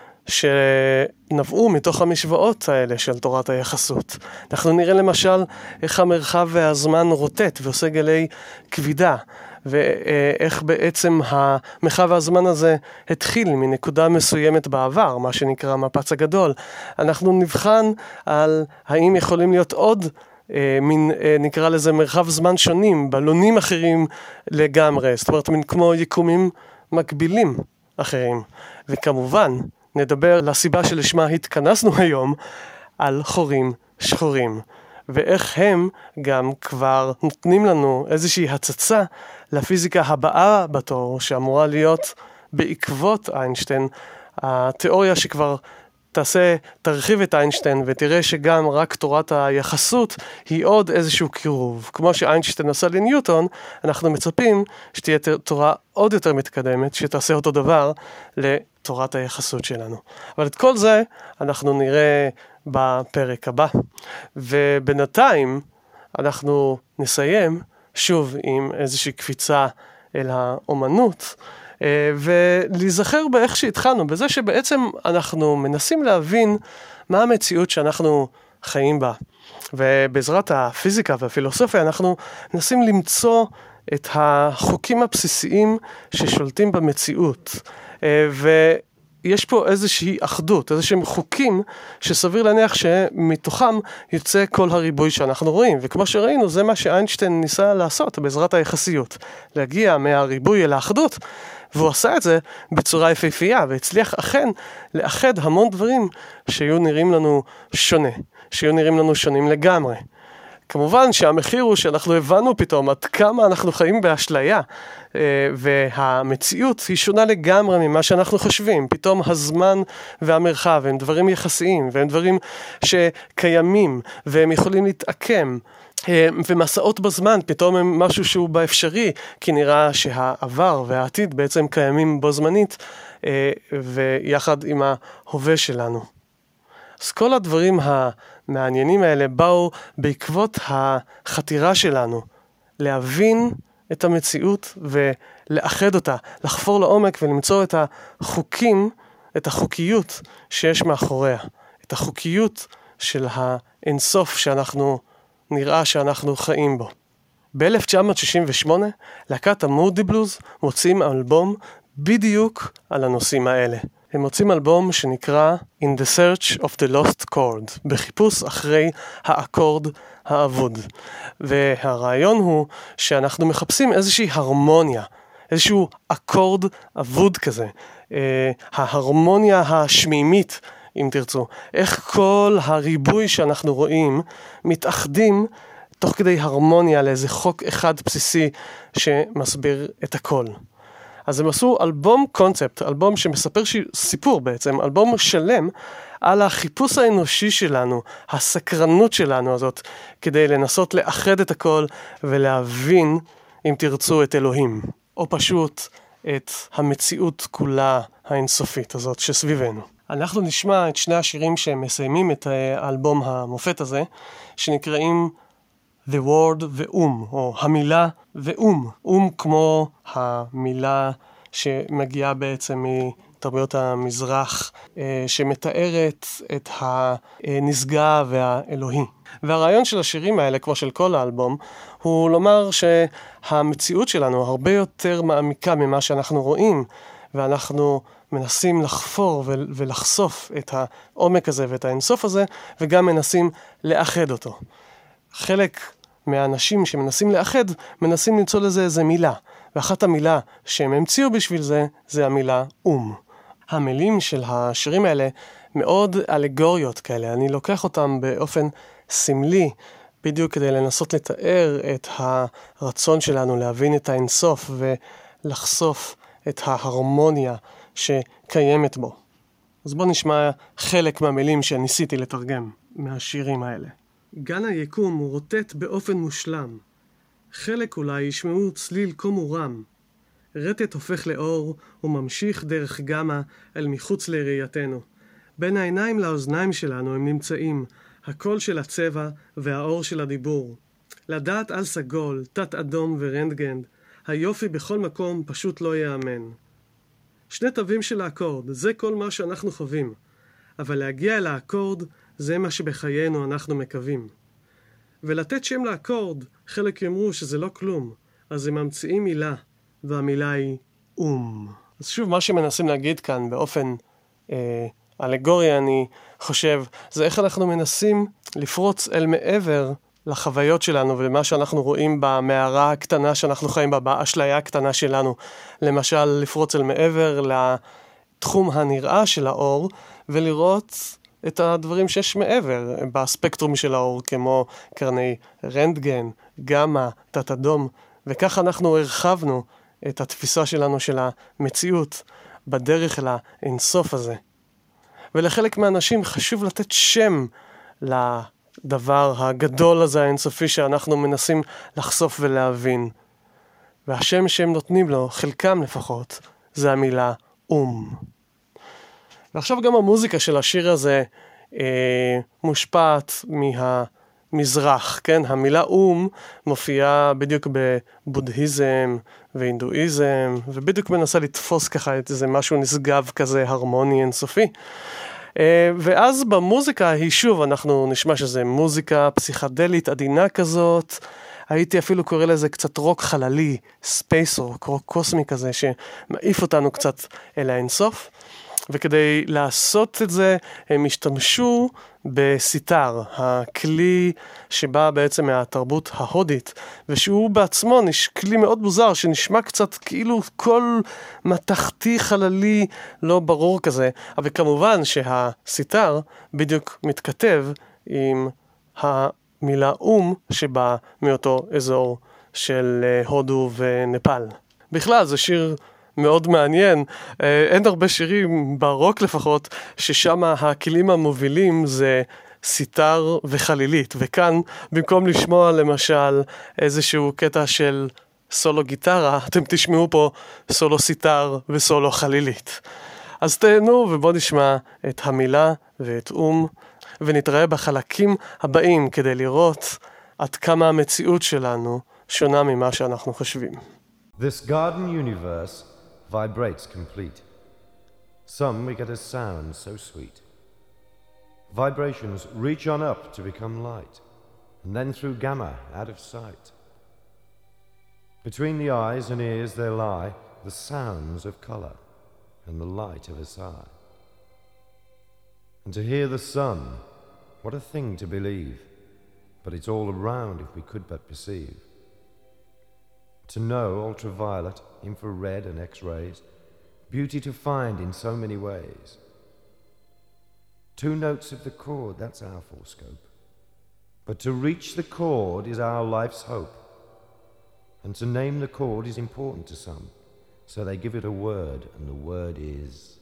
שנבעו מתוך המשוואות האלה של תורת היחסות. אנחנו נראה למשל איך המרחב והזמן רוטט ועושה גלי כבידה, ואיך בעצם המרחב והזמן הזה התחיל מנקודה מסוימת בעבר, מה שנקרא מפץ הגדול. אנחנו נבחן על האם יכולים להיות עוד נקרא לזה מרחב זמן שונים, בלונים אחרים לגמרי, זאת אומרת כמו יקומים מקבילים אחרים. וכמובן נדבר לסיבה שלשמה התכנסנו היום על חורים שחורים, ואיך הם גם כבר נותנים לנו איזושהי הצצה לפיזיקה הבאה בתור, שאמורה להיות בעקבות איינשטיין, התיאוריה שכבר תרחיב את איינשטיין ותראה שגם רק תורת היחסות היא עוד איזשהו קירוב. כמו שאיינשטיין עשה לניוטון, אנחנו מצפים שתהיה תורה עוד יותר מתקדמת, שתעשה אותו דבר לתורת היחסות שלנו. אבל את כל זה אנחנו נראה בפרק הבא. ובינתיים אנחנו נסיים שוב עם איזושהי קפיצה אל האומנות, ולהיזכר באיך שהתחלנו, בזה שבעצם אנחנו מנסים להבין מה המציאות שאנחנו חיים בה. ובעזרת הפיזיקה והפילוסופיה אנחנו מנסים למצוא את החוקים הבסיסיים ששולטים במציאות. יש פה איזושהי אחדות, איזשהם חוקים שסביר להניח שמתוכם יוצא כל הריבוי שאנחנו רואים. וכמו שראינו, זה מה שאיינשטיין ניסה לעשות בעזרת היחסיות. להגיע מהריבוי אל האחדות, והוא עשה את זה בצורה יפהפייה, והצליח אכן לאחד המון דברים שיהיו נראים לנו שונה, שיהיו נראים לנו שונים לגמרי. כמובן שהמחיר הוא שאנחנו הבנו פתאום עד כמה אנחנו חיים באשליה, והמציאות היא שונה לגמרי ממה שאנחנו חושבים. פתאום הזמן והמרחב הם דברים יחסיים, והם דברים שקיימים, והם יכולים להתעקם. ומסעות בזמן פתאום הם משהו שהוא באפשרי, כי נראה שהעבר והעתיד בעצם קיימים בו זמנית, ויחד עם ההווה שלנו. אז כל הדברים המעניינים האלה באו בעקבות החתירה שלנו להבין את המציאות ולאחד אותה, לחפור לעומק ולמצוא את החוקים, את החוקיות שיש מאחוריה, את החוקיות של האינסוף שאנחנו נראה שאנחנו חיים בו. ב-1968 להקת המודי בלוז מוצאים אלבום בדיוק על הנושאים האלה. הם מוצאים אלבום שנקרא In the Search of the Lost Chord, בחיפוש אחרי האקורד האבוד. והרעיון הוא שאנחנו מחפשים איזושהי הרמוניה, איזשהו אקורד אבוד כזה, ההרמוניה השמימית, אם תרצו. איך כל הריבוי שאנחנו רואים מתאחדים תוך כדי הרמוניה לאיזה חוק אחד בסיסי שמסביר את הכל. אז הם עשו אלבום קונספט, אלבום שמספר סיפור בעצם, אלבום שלם על החיפוש האנושי שלנו, הסקרנות שלנו הזאת, כדי לנסות לאחד את הכל ולהבין, אם תרצו, את אלוהים, או פשוט את המציאות כולה האינסופית הזאת שסביבנו. אנחנו נשמע את שני השירים שמסיימים את האלבום המופת הזה, שנקראים The Word ואום, או המילה ואום. אום כמו המילה שמגיעה בעצם מתרבויות המזרח, שמתארת את הנשגב והאלוהי. והרעיון של השירים האלה, כמו של כל האלבום, הוא לומר שהמציאות שלנו הרבה יותר מעמיקה ממה שאנחנו רואים, ואנחנו מנסים לחפור ולחשוף את העומק הזה ואת האינסוף הזה, וגם מנסים לאחד אותו. חלק מהאנשים שמנסים לאחד, מנסים למצוא לזה איזה מילה. ואחת המילה שהם המציאו בשביל זה, זה המילה אום. המילים של השירים האלה מאוד אלגוריות כאלה. אני לוקח אותם באופן סמלי, בדיוק כדי לנסות לתאר את הרצון שלנו להבין את האינסוף ולחשוף את ההרמוניה שקיימת בו. אז בואו נשמע חלק מהמילים שניסיתי לתרגם מהשירים האלה. גן היקום הוא רוטט באופן מושלם. חלק אולי ישמעו צליל כה מורם. רטט הופך לאור וממשיך דרך גמה אל מחוץ לראייתנו. בין העיניים לאוזניים שלנו הם נמצאים, הקול של הצבע והאור של הדיבור. לדעת על סגול, תת אדום ורנטגן, היופי בכל מקום פשוט לא יאמן. שני תווים של האקורד, זה כל מה שאנחנו חווים. אבל להגיע אל האקורד, זה מה שבחיינו אנחנו מקווים. ולתת שם לאקורד, חלק יאמרו שזה לא כלום, אז הם ממציאים מילה, והמילה היא אום. אז שוב, מה שמנסים להגיד כאן באופן אלגורי, אני חושב, זה איך אנחנו מנסים לפרוץ אל מעבר לחוויות שלנו ולמה שאנחנו רואים במערה הקטנה שאנחנו חיים בה, באשליה הקטנה שלנו. למשל, לפרוץ אל מעבר לתחום הנראה של האור ולראות את הדברים שיש מעבר בספקטרום של האור, כמו קרני רנטגן, גמה, תת אדום, וכך אנחנו הרחבנו את התפיסה שלנו של המציאות בדרך אל האינסוף הזה. ולחלק מהאנשים חשוב לתת שם לדבר הגדול הזה האינסופי שאנחנו מנסים לחשוף ולהבין. והשם שהם נותנים לו, חלקם לפחות, זה המילה אום. ועכשיו גם המוזיקה של השיר הזה מושפעת מהמזרח, כן? המילה אום מופיעה בדיוק בבודהיזם והינדואיזם, ובדיוק מנסה לתפוס ככה את איזה משהו נשגב כזה, הרמוני אינסופי. ואז במוזיקה היא שוב, אנחנו נשמע שזה מוזיקה פסיכדלית עדינה כזאת, הייתי אפילו קורא לזה קצת רוק חללי, ספייס רוק, רוק קוסמי כזה, שמעיף אותנו קצת אל האינסוף. וכדי לעשות את זה הם השתמשו בסיטר, הכלי שבא בעצם מהתרבות ההודית, ושהוא בעצמו כלי מאוד מוזר, שנשמע קצת כאילו קול מתכתי חללי לא ברור כזה, אבל כמובן שהסיטר בדיוק מתכתב עם המילה שבא מאותו אזור של הודו ונפאל. בכלל זה שיר מאוד מעניין, אין הרבה שירים ברוק לפחות, ששם הכלים המובילים זה סיטר וחלילית, וכאן במקום לשמוע למשל איזשהו קטע של סולו גיטרה, אתם תשמעו פה סולו סיטר וסולו חלילית. אז תהנו ובוא נשמע את המילה ואת ונתראה בחלקים הבאים כדי לראות עד כמה המציאות שלנו שונה ממה שאנחנו חושבים. This garden universe vibrates complete. Some we get a sound so sweet. Vibrations reach on up to become light, and then through gamma out of sight. Between the eyes and ears there lie the sounds of color and the light of a sigh. And to hear the sun, what a thing to believe, but it's all around if we could but perceive. To know ultraviolet, infrared and X-rays, beauty to find in so many ways. 2 notes of the chord, that's our full scope. But to reach the chord is our life's hope. And to name the chord is important to some. So they give it a word, and the word is...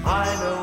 I know